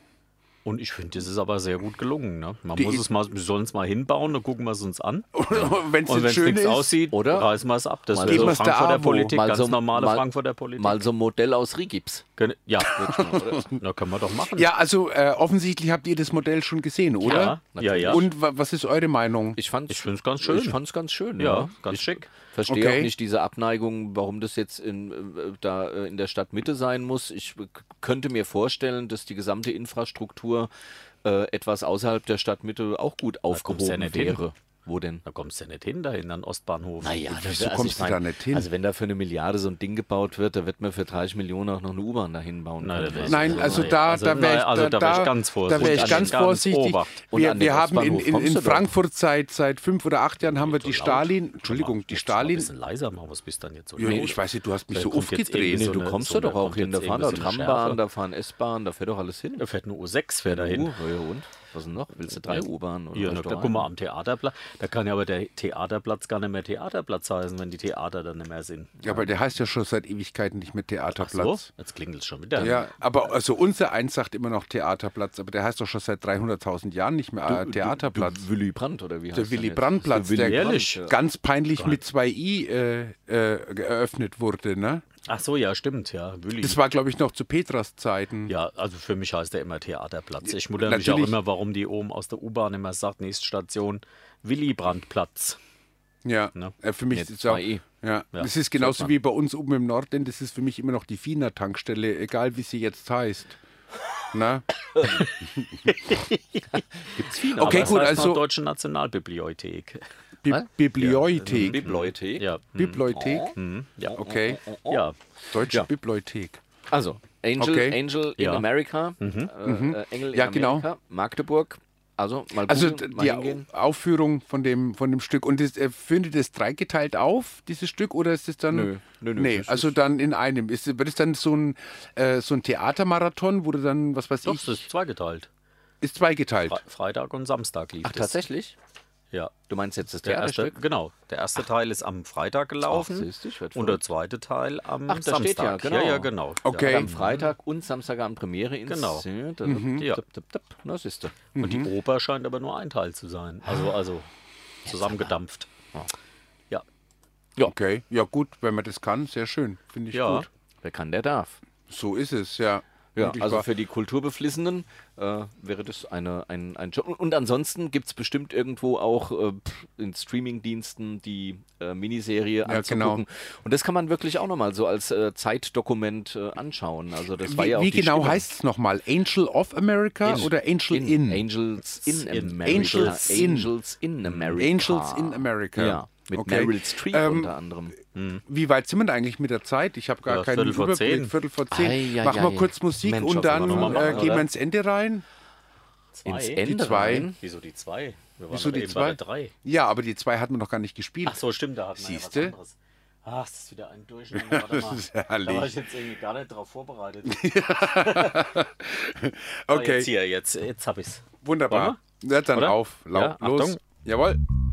Und ich finde, das ist aber sehr gut gelungen. Ne? Man Die muss I- es mal, wir sollen es mal hinbauen, dann gucken wir es uns an. Wenn es Und wenn jetzt es schön nichts ist, aussieht, oder? reißen wir es ab. Das Mal wäre so- so Geben wir's der Frankfurter Abo. Politik, Mal ganz so- normale mal- Frankfurter Politik. Mal so ein Modell aus Rigips. Können- ja, na, können wir doch machen. ja, also äh, offensichtlich habt ihr das Modell schon gesehen, oder? ja, ja, ja. Und wa- was ist eure Meinung? Ich fand's, Ich find's ganz schön. Ich fand's ganz schön, Ja, ja. ganz ich schick. Verstehe Okay. auch nicht diese Abneigung, warum das jetzt in, äh, da äh, in der Stadtmitte sein muss. Ich äh, könnte mir vorstellen, dass die gesamte Infrastruktur äh, etwas außerhalb der Stadtmitte auch gut kommst du ja aufgehoben nicht hin. wäre. Wo denn? Da kommst du ja nicht hin, dahin an Ostbahnhof. Naja, wieso also kommst ich du mein, da nicht hin? Also wenn da für eine Milliarde so ein Ding gebaut wird, da wird man für dreißig Millionen auch noch eine U-Bahn dahin bauen Nein, können. das wär- Nein, also da, Also, da wäre ich, nein, also da, da wär ich da- ganz Da vorsichtig. wäre ich Und ganz ganz vorsichtig. Obacht. Und Wir, an den wir haben in, Ostbahnhof in, kommst in du doch. Frankfurt seit, seit fünf oder acht Jahren haben wir die So laut. Stalin, Entschuldigung, die Ein Stalin. bisschen leiser machen, was bist dann jetzt so Ja, laut? ich weiß nicht, du hast mich Da so kommt jetzt aufgedreht. irgendwie Nee, so du eine- kommst so da eine- doch auch kommt hin. Da jetzt fahren da irgendwie so eine Trambahn, Schärfe. da fahren S-Bahn, da fährt doch alles hin. Da fährt eine U sechs, fährt dahin. Uh, ja, und? Was denn noch? Willst du drei U-Bahnen? oder Ja, was na, du da ein? guck mal am Theaterplatz. Da kann ja aber der Theaterplatz gar nicht mehr Theaterplatz heißen, wenn die Theater dann nicht mehr sind. Ja, aber der heißt ja schon seit Ewigkeiten nicht mehr Ach so, Theaterplatz. jetzt klingelt es schon wieder. Ja, aber also unser eins sagt immer noch Theaterplatz, aber der heißt doch schon seit dreihunderttausend Jahren nicht mehr äh, Theaterplatz. Du, Willy Brandt, oder wie heißt Der Willy jetzt? Brandt-Platz, Der Willy der Ehrlich? Brandt, ganz peinlich mit zwei I äh, äh, eröffnet wurde. Ne? Ach so, ja, stimmt, ja. Willi. Das war, glaube ich, noch zu Petras Zeiten. Ja, also für mich heißt der immer Theaterplatz. Ich wundere mich auch Natürlich. immer, warum die oben aus der U-Bahn immer sagt, nächste Station Willy Brandt-Platz. Ja, Ne? äh, für mich Mit ist es auch, zwei I. ja. Ja, Das ist genauso wie bei uns oben im Norden, das ist für mich immer noch die Fiener Tankstelle, egal wie sie jetzt heißt. Na? Gibt's viele. Okay, Das gut, heißt noch also Deutsche Nationalbibliothek. Bi Was? Bibliothek. Bibliothek. Ja, Bibliothek? mhm, ja. Okay. ja. Deutsche Ja. Bibliothek. Also, Angel, Okay. Angel in Ja. America, äh, äh, Engel Ja, in genau. Amerika, Magdeburg. Also, mal Also googeln, d- mal die hingehen. Au- Aufführung von dem, von dem Stück. Und das, äh, findet das dreigeteilt auf, dieses Stück, oder ist es dann. Nö, nö, nö, Nee, das also ist- dann in einem. Ist, wird es dann so ein, äh, so ein Theatermarathon, wo du dann, was weiß Doch, ich, das ist zweigeteilt. ist zweigeteilt. Fre Freitag und Samstag lief Ach, das. tatsächlich? Ja. Du meinst jetzt das Der erste, Theaterstück? genau. Der erste Teil ist am Freitag gelaufen Ach, siehst du, ich werd und der verrückt. zweite Teil am Ach, da Samstag. steht ja, genau. Ja, ja, genau. Okay. Ja, am Freitag und Samstagabend Premiere Genau. inszeniert. Ja. Tipp, tipp, tipp. Na, siehst du. Ja. Und die Oper scheint aber nur ein Teil zu sein. Also, also zusammengedampft. Ja. Okay, ja gut, wenn man das kann, sehr schön. Finde ich Ja. gut. Wer kann, der darf. So ist es, ja. Ja, Wirklich also wahr. für die Kulturbeflissenen äh, wäre das eine, ein, ein Job. Und, und ansonsten gibt es bestimmt irgendwo auch äh, pff, in Streamingdiensten die äh, Miniserie anzugucken. genau. Und das kann man wirklich auch nochmal so als äh, Zeitdokument äh, anschauen. Also das war Wie, ja auch wie die genau Stimmung. heißt es nochmal? Angel of America In- oder Angel in? Angels in In. America. Angels in. Angels in America. Angels in America. Ja, mit Okay. Meryl Streep Ähm, unter anderem. Wie weit sind wir denn eigentlich mit der Zeit? Ich habe gar Ja, keinen Viertel vor Überblick. zehn. Viertel vor zehn. Ei, ei, Machen wir ei. kurz Musik Mensch, und was wir dann noch mal äh, machen, gehen wir oder? ins Ende rein. Ins Zwei? Ende zwei. rein. Wieso die zwei? Wir waren Wieso doch die eben zwei? bei der drei. Ja, aber die zwei hatten wir noch gar nicht gespielt. Ach so, stimmt, da hatten wir ja was Siehste? anderes. Ach, das ist wieder ein Durcheinander. Warte mal. Das ist Da war herrlich. ich jetzt irgendwie gar nicht drauf vorbereitet. Okay, Ah, jetzt hier, jetzt, jetzt hab ich's. wunderbar. Wollen Ja, dann Oder? auf. Lau Ja, los. Achtung. Jawohl.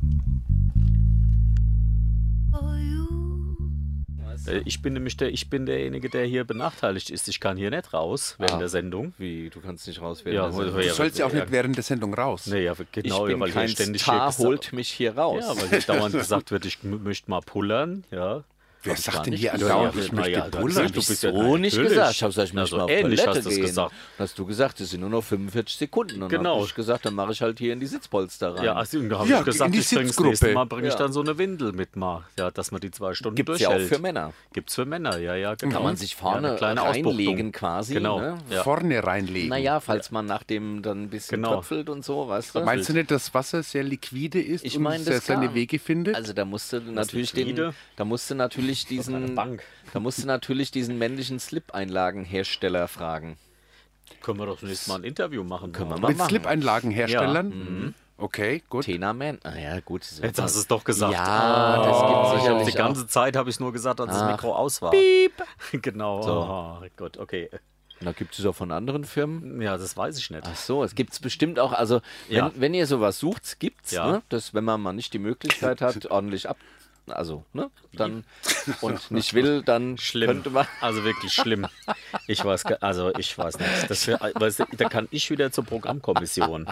Äh, Ich bin nämlich der, ich bin derjenige, der hier benachteiligt ist. Ich kann hier nicht raus während Ah. der Sendung. Wie, du kannst nicht raus Ja, werden. wo- Du ja, sollst ja auch ja. nicht während der Sendung raus. Nee, ja, genau, ich bin weil kein hier ständig Star, hier holt mich hier raus. Ja, weil hier dauernd gesagt wird, ich m- möchte mal pullern. Ja. Wer Hab ich sagt gar denn nicht hier gesagt. andauernd, Ja, ich na möchte ja, dann pullern? siehst du, bist ja so nicht natürlich. gesagt. Ich habe gesagt, ich Na, möchte so mal auf ähnlich Toilette hast du es gehen. gesagt. Dann hast du gesagt, es sind nur noch fünfundvierzig Sekunden. Und Genau. dann habe ich gesagt, dann mache ich halt hier in die Sitzpolster rein. Ja, also, da habe Ja, ich gesagt, in die ich bring's Sitzgruppe. nächste Mal bringe ich Ja. dann so eine Windel mit mal. Ja, dass man die zwei Stunden Gibt es ja auch durchhält. für Männer. Gibt's für Männer, ja, ja, genau. Kann man sich ja, vorne eine kleine reinlegen Ausbuchtung. quasi. Genau. Ne? Ja. Vorne reinlegen. Naja, falls man nach dem dann ein bisschen Genau. tröpfelt und so, weißt du? Meinst du nicht, dass Wasser sehr liquide ist Ich und meine, sehr das seine klar. Wege findet? Also da musste natürlich den, liquide? da musste natürlich eine diesen, Bank. da musste natürlich diesen männlichen Slip-Einlagenhersteller fragen. Können wir doch zunächst mal ein Interview machen. Können wir ja. mal Mit machen. Slip-Einlagenherstellern? Ja. Okay, gut. Tenaman? Ah ja, gut. das wird Jetzt hast du es doch gesagt. Ja, Ah, das gibt ich hab sicherlich die ganze Zeit habe ich nur gesagt, als das Ach. Mikro aus war. Genau. So. Oh, gut, okay. Da gibt es auch von anderen Firmen. Ja, das weiß ich nicht. Ach so, es gibt es bestimmt auch. Also, wenn, Ja. wenn ihr sowas sucht, gibt's, Ja. ne? Das, wenn man mal nicht die Möglichkeit hat, ordentlich ab. Also, ne? Dann und nicht will, dann Schlimm. könnte man. Also wirklich schlimm. Ich weiß, ge- also ich weiß nicht. Das wär, weißt du, da kann ich wieder zur Programmkommission.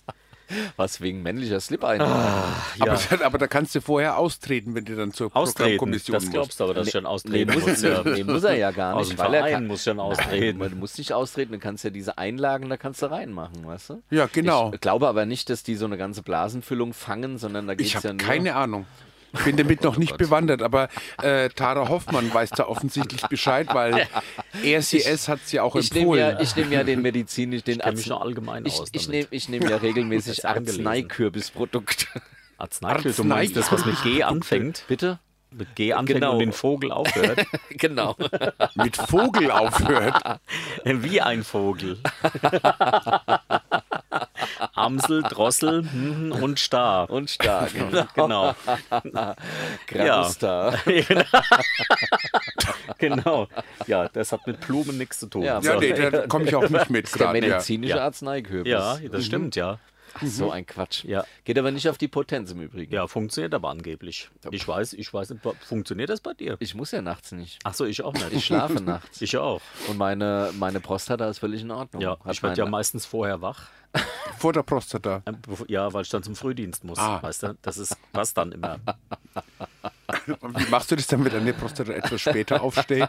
Was wegen männlicher Slip-Einlagen? Ja, Aber, aber da kannst du vorher austreten, wenn du dann zur austreten. Programmkommission Das musst. glaubst du aber, dass ich dann Nee, austreten muss, muss. Ja. nee, muss er ja gar Aus nicht. dem weil er Verein kann, muss ich dann Nein, austreten. du musst nicht austreten, du kannst ja diese Einlagen, da kannst du reinmachen, weißt du? Ja, genau. Ich glaube aber nicht, dass die so eine ganze Blasenfüllung fangen, sondern da geht Ich es ja habe nur... keine Ahnung. Ich bin damit noch nicht bewandert, aber äh, Tara Hoffmann weiß da offensichtlich Bescheid, weil R C S hat es ja auch Ich nehme ja, empfohlen. ich nehm ja den medizinisch, den Ich kenn mich Arzen- nur allgemein ich, aus ich damit. nehme ich nehm ja regelmäßig Das ist angelesen. Arzneikürbisprodukte. Arzneimittel, du meinst das, was mit G anfängt? Bitte? Mit G anfängt Genau. und den Vogel aufhört? Genau. Mit Vogel aufhört. Wie ein Vogel. Amsel, Drossel hm, und Star. Und stark. Genau. Grauster. Genau. Ja, das hat mit Blumen nichts zu tun. Ja, Ja, So. nee, da komme ich auch nicht mit Der gerade. Ja. medizinische Ja. Arzneikürbis. Ja, das stimmt, ja. Ach, so ein Quatsch. Ja. Geht aber nicht auf die Potenz im Übrigen. Ja, funktioniert aber angeblich. Ich weiß, ich weiß nicht, funktioniert das bei dir? Ich muss ja nachts nicht. Ach so, ich auch nicht. Ich schlafe nachts. Ich auch. Und meine, meine Prostata ist völlig in Ordnung. Ja, Hat ich werde ja mein- meistens vorher wach. Vor der Prostata. Ähm, bev- Ja, weil ich dann zum Frühdienst muss. Ah. Weißt du, das ist was dann immer. Und wie machst du das dann, wenn deine Prostata etwas später aufsteht?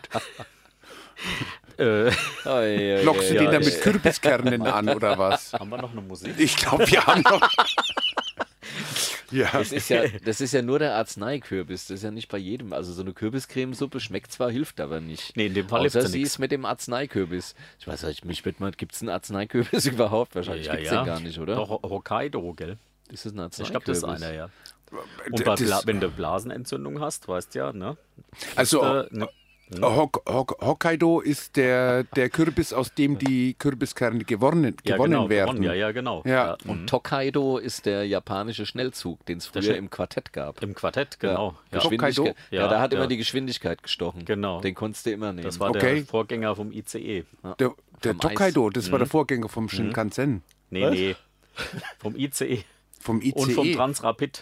Äh, Oi, oi, Lockst du oi, den oi. dann mit Kürbiskernen an oder was? haben wir noch eine Musik? Ich glaube, wir haben noch. Ja. Das ist ja, das ist ja nur der Arzneikürbis. Das ist ja nicht bei jedem. Also so eine Kürbiscremesuppe schmeckt zwar, hilft aber nicht. Nee, in dem Fall Außer hilft sie sie nix. ist mit dem Arzneikürbis. Ich weiß nicht, mich wird mal, gibt es einen Arzneikürbis überhaupt? Wahrscheinlich gibt es den gar nicht, oder? Doch, Hokkaido, gell? Ist das ein Ich glaube, das ist Arzneikürbis? einer, ja. Und bei Das- Bla wenn du Blasenentzündung hast, weißt ja, ne? Also Äh, ne, Hok Hok Hokkaido ist der, der Kürbis, aus dem die Kürbiskerne gewonnen, ja, gewonnen genau, werden. gewonnen, ja, ja, genau. Ja. Und Tokaido ist der japanische Schnellzug, den es früher Schnell- im Quartett gab. Im Quartett, genau. Ja. Geschwindigkeit- Hokkaido? Ja, Ja, da hat ja. immer die Geschwindigkeit gestochen. Genau. Den konntest du immer nehmen. Das war Okay. der Vorgänger vom I C E. Der, der Vom Tokaido, das Mhm. war der Vorgänger vom Shinkansen, Nee, nee. Vom I C E. vom I Und vom C E. Transrapid.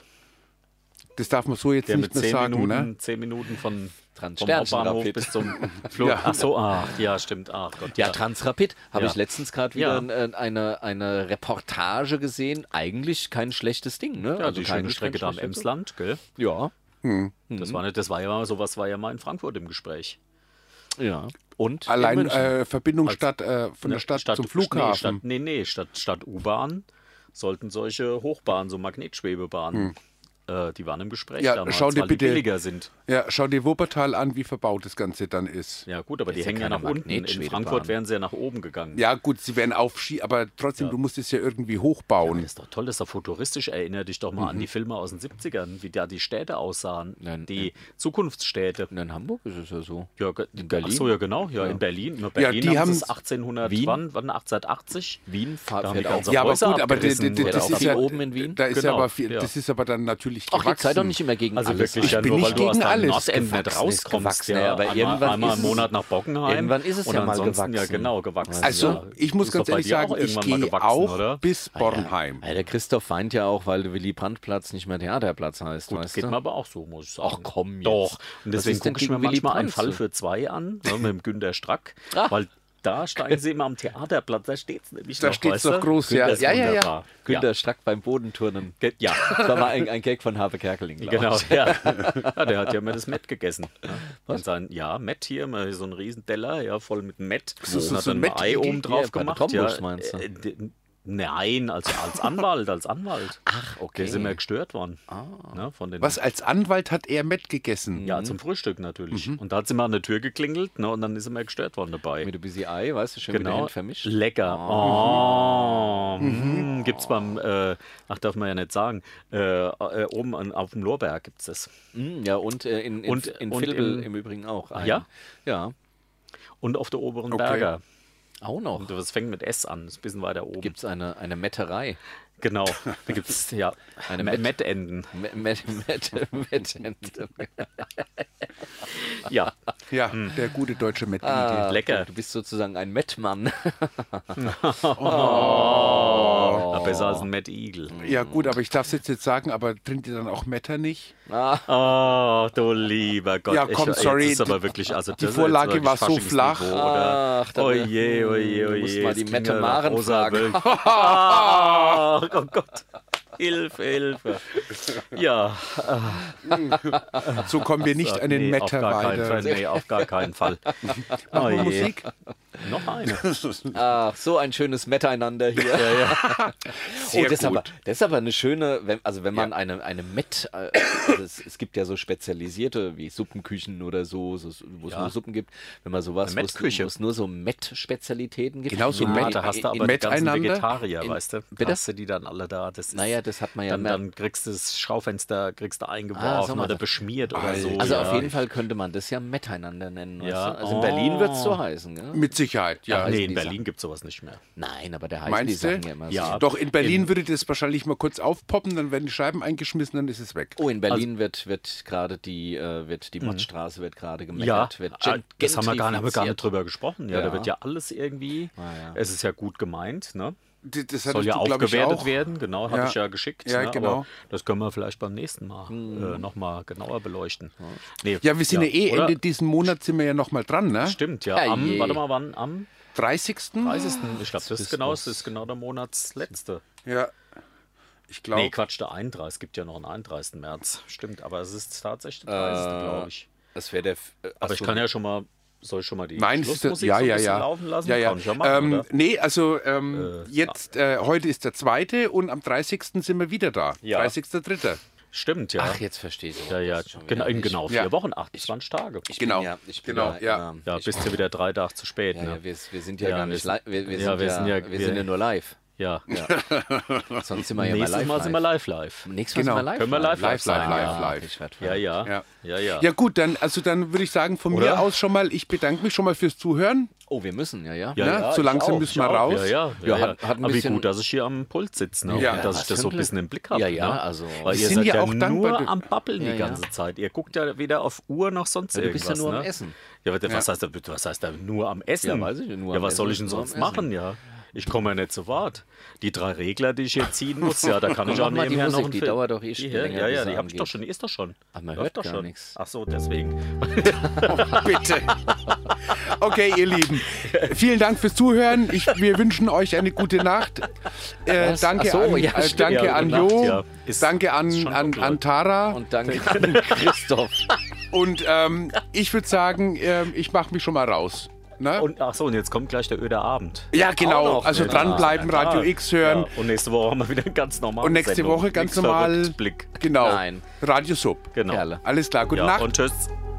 Das darf man so jetzt Der nicht mit mehr zehn sagen, Minuten, ne? zehn Minuten von Trans- vom Hauptbahnhof Sternchen-Rapid. bis zum Flug. Ja. Ach so, ach, ja, stimmt. Ach Gott. Ja, Transrapid habe Ja. ich letztens gerade wieder Ja. äh, eine, eine Reportage gesehen. Eigentlich kein schlechtes Ding, ne? Ja, die keine schöne Strecke da am schlechte- Emsland, gell? Ja, Das war nicht, das war ja mal, sowas war ja mal in Frankfurt im Gespräch. ja. Und in Allein München. äh, Verbindung Stadt, äh, von der Ne, Stadt, zum Nee, Flughafen. statt, nee, nee, statt, statt U-Bahn sollten solche Hochbahnen, so Magnetschwebebahnen, äh, die waren im Gespräch Ja, damals, schau dir weil die bitte- billiger sind. Ja, schau dir Wuppertal an, wie verbaut das Ganze dann ist. Ja gut, aber Das die ist ja hängen ja keine nach unten. In Magnetschwebebahn. Frankfurt wären sie ja nach oben gegangen. Ja, gut, sie werden auf Ski, aber trotzdem, du musst es ja irgendwie hochbauen. Das ist doch toll, das ist doch futuristisch. Erinnere dich doch mal Mhm. an die Filme aus den siebzigern, wie da die Städte aussahen. Nein, die Zukunftsstädte. Und in Hamburg ist es ja so. Ja, ge- In Berlin? Ach so, ja genau. Ja, in Berlin. In Ja, Berlin die haben haben- sie es achtzehnhundert, Wien? wann, wann achtzehnhundertachtzig? Wien Da haben fährt die auch. ganze Ja, aber Häuser gut, aber die, die, abgerissen, die, oder das auch ist viel ja oben in Wien? Da ist Genau, ja aber viel, ja. das ist aber dann natürlich Ach, jetzt sei doch gewachsen. nicht immer gegen Also alles. wirklich, Ich ja, bin nur nicht weil du aus gegen deinem alles. Nordend nicht Gewachsen ist rauskommst. gewachsen, ja, ja, aber einmal, irgendwann einmal ist im es- Monat nach Bockenheim. irgendwann ist es und ja mal ansonsten, gewachsen. Ja, genau, gewachsen. Also, ja. ich muss Ist ganz doch bei ehrlich dir sagen, auch ich irgendwann mal gehe gewachsen, auch oder? bis Bornheim. Ja, der Christoph weint ja auch, weil der Willy-Brandt-Platz nicht mehr Theaterplatz heißt, Gut, weißt geht du? mir aber auch so, muss ich sagen. Ach, komm jetzt. Doch. Und Was deswegen ist denn gucke ich mir gegen Willy manchmal einen Brandt Fall so? für zwei an, ne, mit dem Günter Strack, Ah. weil da steigen sie immer am Theaterplatz, da steht es nämlich Da noch, steht's weißt doch du? groß, ja. Das ist Ja, ja, ja. wunderbar. Günter Strack beim Bodenturnen. Ge- Ja, Das war mal ein, ein Gag von Habe Kerkeling, glaub genau. ich. Ja. Ja, der hat ja immer das Mett gegessen. Ja. Und sein, ja, Mett hier, immer so einen riesen Teller, ja, voll mit Mett. So- Und so- hat so dann ein ein Ei Mettigel? oben drauf Ja, bei der gemacht. Tombusch, Ja, meinst du? äh, d- Nein, als, als Anwalt, als Anwalt. Ach, okay. Der ist immer gestört worden. Ne, von den Was, als Anwalt hat er Mett gegessen? Ja, zum Frühstück natürlich. Mhm. Und da hat sie mal an der Tür geklingelt, ne, und dann ist immer gestört worden dabei. Mit ein bisschen Ei, weißt du, schön mit den Genau. Händen vermischt. Lecker. Oh. Mhm. Gibt's beim, äh, ach, darf man ja nicht sagen, äh, äh, oben an, auf dem Lorberg gibt's das. Mm, ja, und äh, in, in, Und- in und Vilbel im- im Übrigen auch. Ein. Ja? Ja, Und auf der oberen Okay. Berger. auch noch. Und das fängt mit S an, ist ein bisschen weiter oben. Gibt es eine, eine Metterei. Genau. Da gibt's ja Eine Me- Met- Mettenden. Met, Met, Met, Met, Ja, Ja, der gute deutsche Mett. ah, lecker. Du bist sozusagen ein Mettmann. Ja, besser als ein Mad Eagle. Ja gut, aber ich darf es jetzt nicht sagen, aber trinkt ihr dann auch Metternich? Oh, du lieber Gott. Ja, komm, ich, sorry, Jetzt ist aber wirklich, also die das ist Vorlage jetzt war so wirklich flach. Faschingsniveau, Oder? Ach, da- Oje, oje, oje. Du musst mal die jetzt Mette kriegen wir Maren rosa fragen. Wölk. Ach, oh Gott. Hilfe, Hilfe. Ja, So kommen wir nicht an den nee, Metter auf gar keinen Fall. weiter. Nee, auf gar keinen Fall. Oh Machen wir je. Musik? Noch eine. Ach, so ein schönes Miteinander hier. Oh, Sehr das, ist aber, gut. das ist aber eine schöne, wenn, also wenn man eine, eine Met, äh, also es, es gibt ja so spezialisierte wie Suppenküchen oder so, so wo es Ja. nur Suppen gibt, wenn man sowas, Eine wo es- Mettküche. wo es nur so Met-Spezialitäten gibt. Genau so Ja, Met- da hast du aber die Met ganzen einander? Vegetarier, In- weißt du? Bitte? Hast du die dann alle da? Das ist, Naja, das hat man ja dann, mehr- dann kriegst du das Schaufenster kriegst du Ah, eingeworfen sag mal, oder das- beschmiert oder so. Also ja. auf jeden Fall könnte man das ja Miteinander nennen. Weißt Ja. du? Also in Oh. Berlin wird es so heißen. Gell? Mit Sicherheit, ja. Nee, heißen in die Berlin gibt es sowas nicht mehr. Nein, aber der heißt Meinst die du? Sachen ja immer Ja. so. Doch, in Berlin würde das wahrscheinlich mal kurz aufpoppen, dann werden die Scheiben eingeschmissen, dann ist es weg. Oh, in Berlin wird, wird gerade die, äh, wird die Mottstraße wird gerade Mhm. Ja, gemeckert. wird ah, das haben wir gar nicht, haben wir gar gentrifiziert. nicht drüber gesprochen. Ja, Ja. da wird ja alles irgendwie, Ah, ja. es ist ja gut gemeint, ne? Das, das Soll hattest ja du, glaub ich, aufgewertet auch. werden, genau, habe Ja. ich ja geschickt. Ja, ne? genau. Aber das können wir vielleicht beim nächsten Mal äh, nochmal genauer beleuchten. Nee, Ja, wir sind ja, eh oder? Ende diesen Monats sind wir ja nochmal dran, ne? Stimmt, ja. Ja, Am, je. warte mal, wann? Am dreißigsten dreißigsten Ich glaube, das ist ist genau, was. das ist genau der Monatsletzte. Ja. Ich glaube. Nee, Quatsch, der einunddreißigste Es gibt ja noch einen einunddreißigsten März. Stimmt, aber es ist tatsächlich der dreißigste Äh, glaube ich. Das wäre der. F- äh, Aber ach ich so, kann ja schon mal Soll ich schon mal die Nein, es ist der, Schlussmusik ja, so ein ja, bisschen ja. laufen lassen? Ja, ja. Kann ich ja machen, ähm, oder? nee, also ähm, Äh, jetzt, äh, heute ist der zweite und am dreißigsten sind wir wieder da. Ja. dreißigster dritter Stimmt, ja. Ach, jetzt verstehe ich. ja, ja. Genau, in genau vier Ja. Wochen, achtundzwanzig Tage. Ich Genau. Bin ja, ich bin Genau, ja, ja. ähm, Ja, ich, bist du wieder drei Tage zu spät, ja, ne? ja, wir, wir sind ja, Ja, gar wir nicht sind- live. Wir, wir, ja, sind, wir ja, sind ja- wir wir- sind ja nur live. Ja. Ja. Sonst sind wir ja mal Nächstes live. Mal live. sind wir live live. Nächstes Mal Genau. sind wir live. Können wir live live Live, sein? live, ja. live. Ich werd Ja, ja. Ja. Ja, ja. Ja gut, dann, also dann würde ich sagen, von Oder? mir aus schon mal, ich bedanke mich schon mal fürs Zuhören. Oh, wir müssen, ja, ja. Ja, ne? ja, So ich langsam auch, müssen ich wir auch. raus. Ja, ja. Ja, ja, hat- ja. hat ein Aber wie bisschen- gut, dass ich hier am Pult sitze, ne? Ja. Und dass ich Das das so ein könnte- bisschen im Blick habe. Ja, ja, ne? also- Weil Wir ihr sind seid ja ja auch dankbar, nur du- am Babbeln Ja, die ja. ganze Zeit. Ihr guckt ja weder auf Uhr noch sonst Ja, du irgendwas. bist ja nur ne? am Essen. Ja, was, was, heißt da, was heißt da nur am Essen? Ja, weiß ich nicht, nur ja, am was soll ich Essen, denn nur am sonst Essen. machen, ja? Ich komme ja nicht zu Wort. Die drei Regler, die ich hier ziehen muss, ja, da kann ich Mach auch mal die nebenher noch Musik, einen die Film- dauert doch eh Die schon hier, länger, Ja, bis ja, sie die hab ich doch angeht. schon, die ist doch schon. Aber man Läuft hört doch gar schon. nichts. Ach so, deswegen. Bitte. Okay, ihr Lieben. Vielen Dank fürs Zuhören. Ich, wir wünschen euch eine gute Nacht. Äh, Was? danke Ach so, an, ja, äh, stimmt. danke Ja, an gute Nacht, Jo. ja. Ist- Danke ist an, schon an, dunkel. an Tara. Und danke an Christoph. Und ähm, ich würde sagen, ähm, ich mache mich schon mal raus. Ne? Und ach so, und jetzt kommt gleich der öde Abend. ja, genau. auch noch, Also ne? dranbleiben, Ja, Radio klar. X hören. Ja, und nächste Woche haben wir wieder eine ganz normale Und nächste Sendung. Woche ganz Nix normal. verrückt, Blick. Genau. Nein. Radio Sub. Genau. Kerle. Alles klar. Gute Ja, Nacht. und tschüss.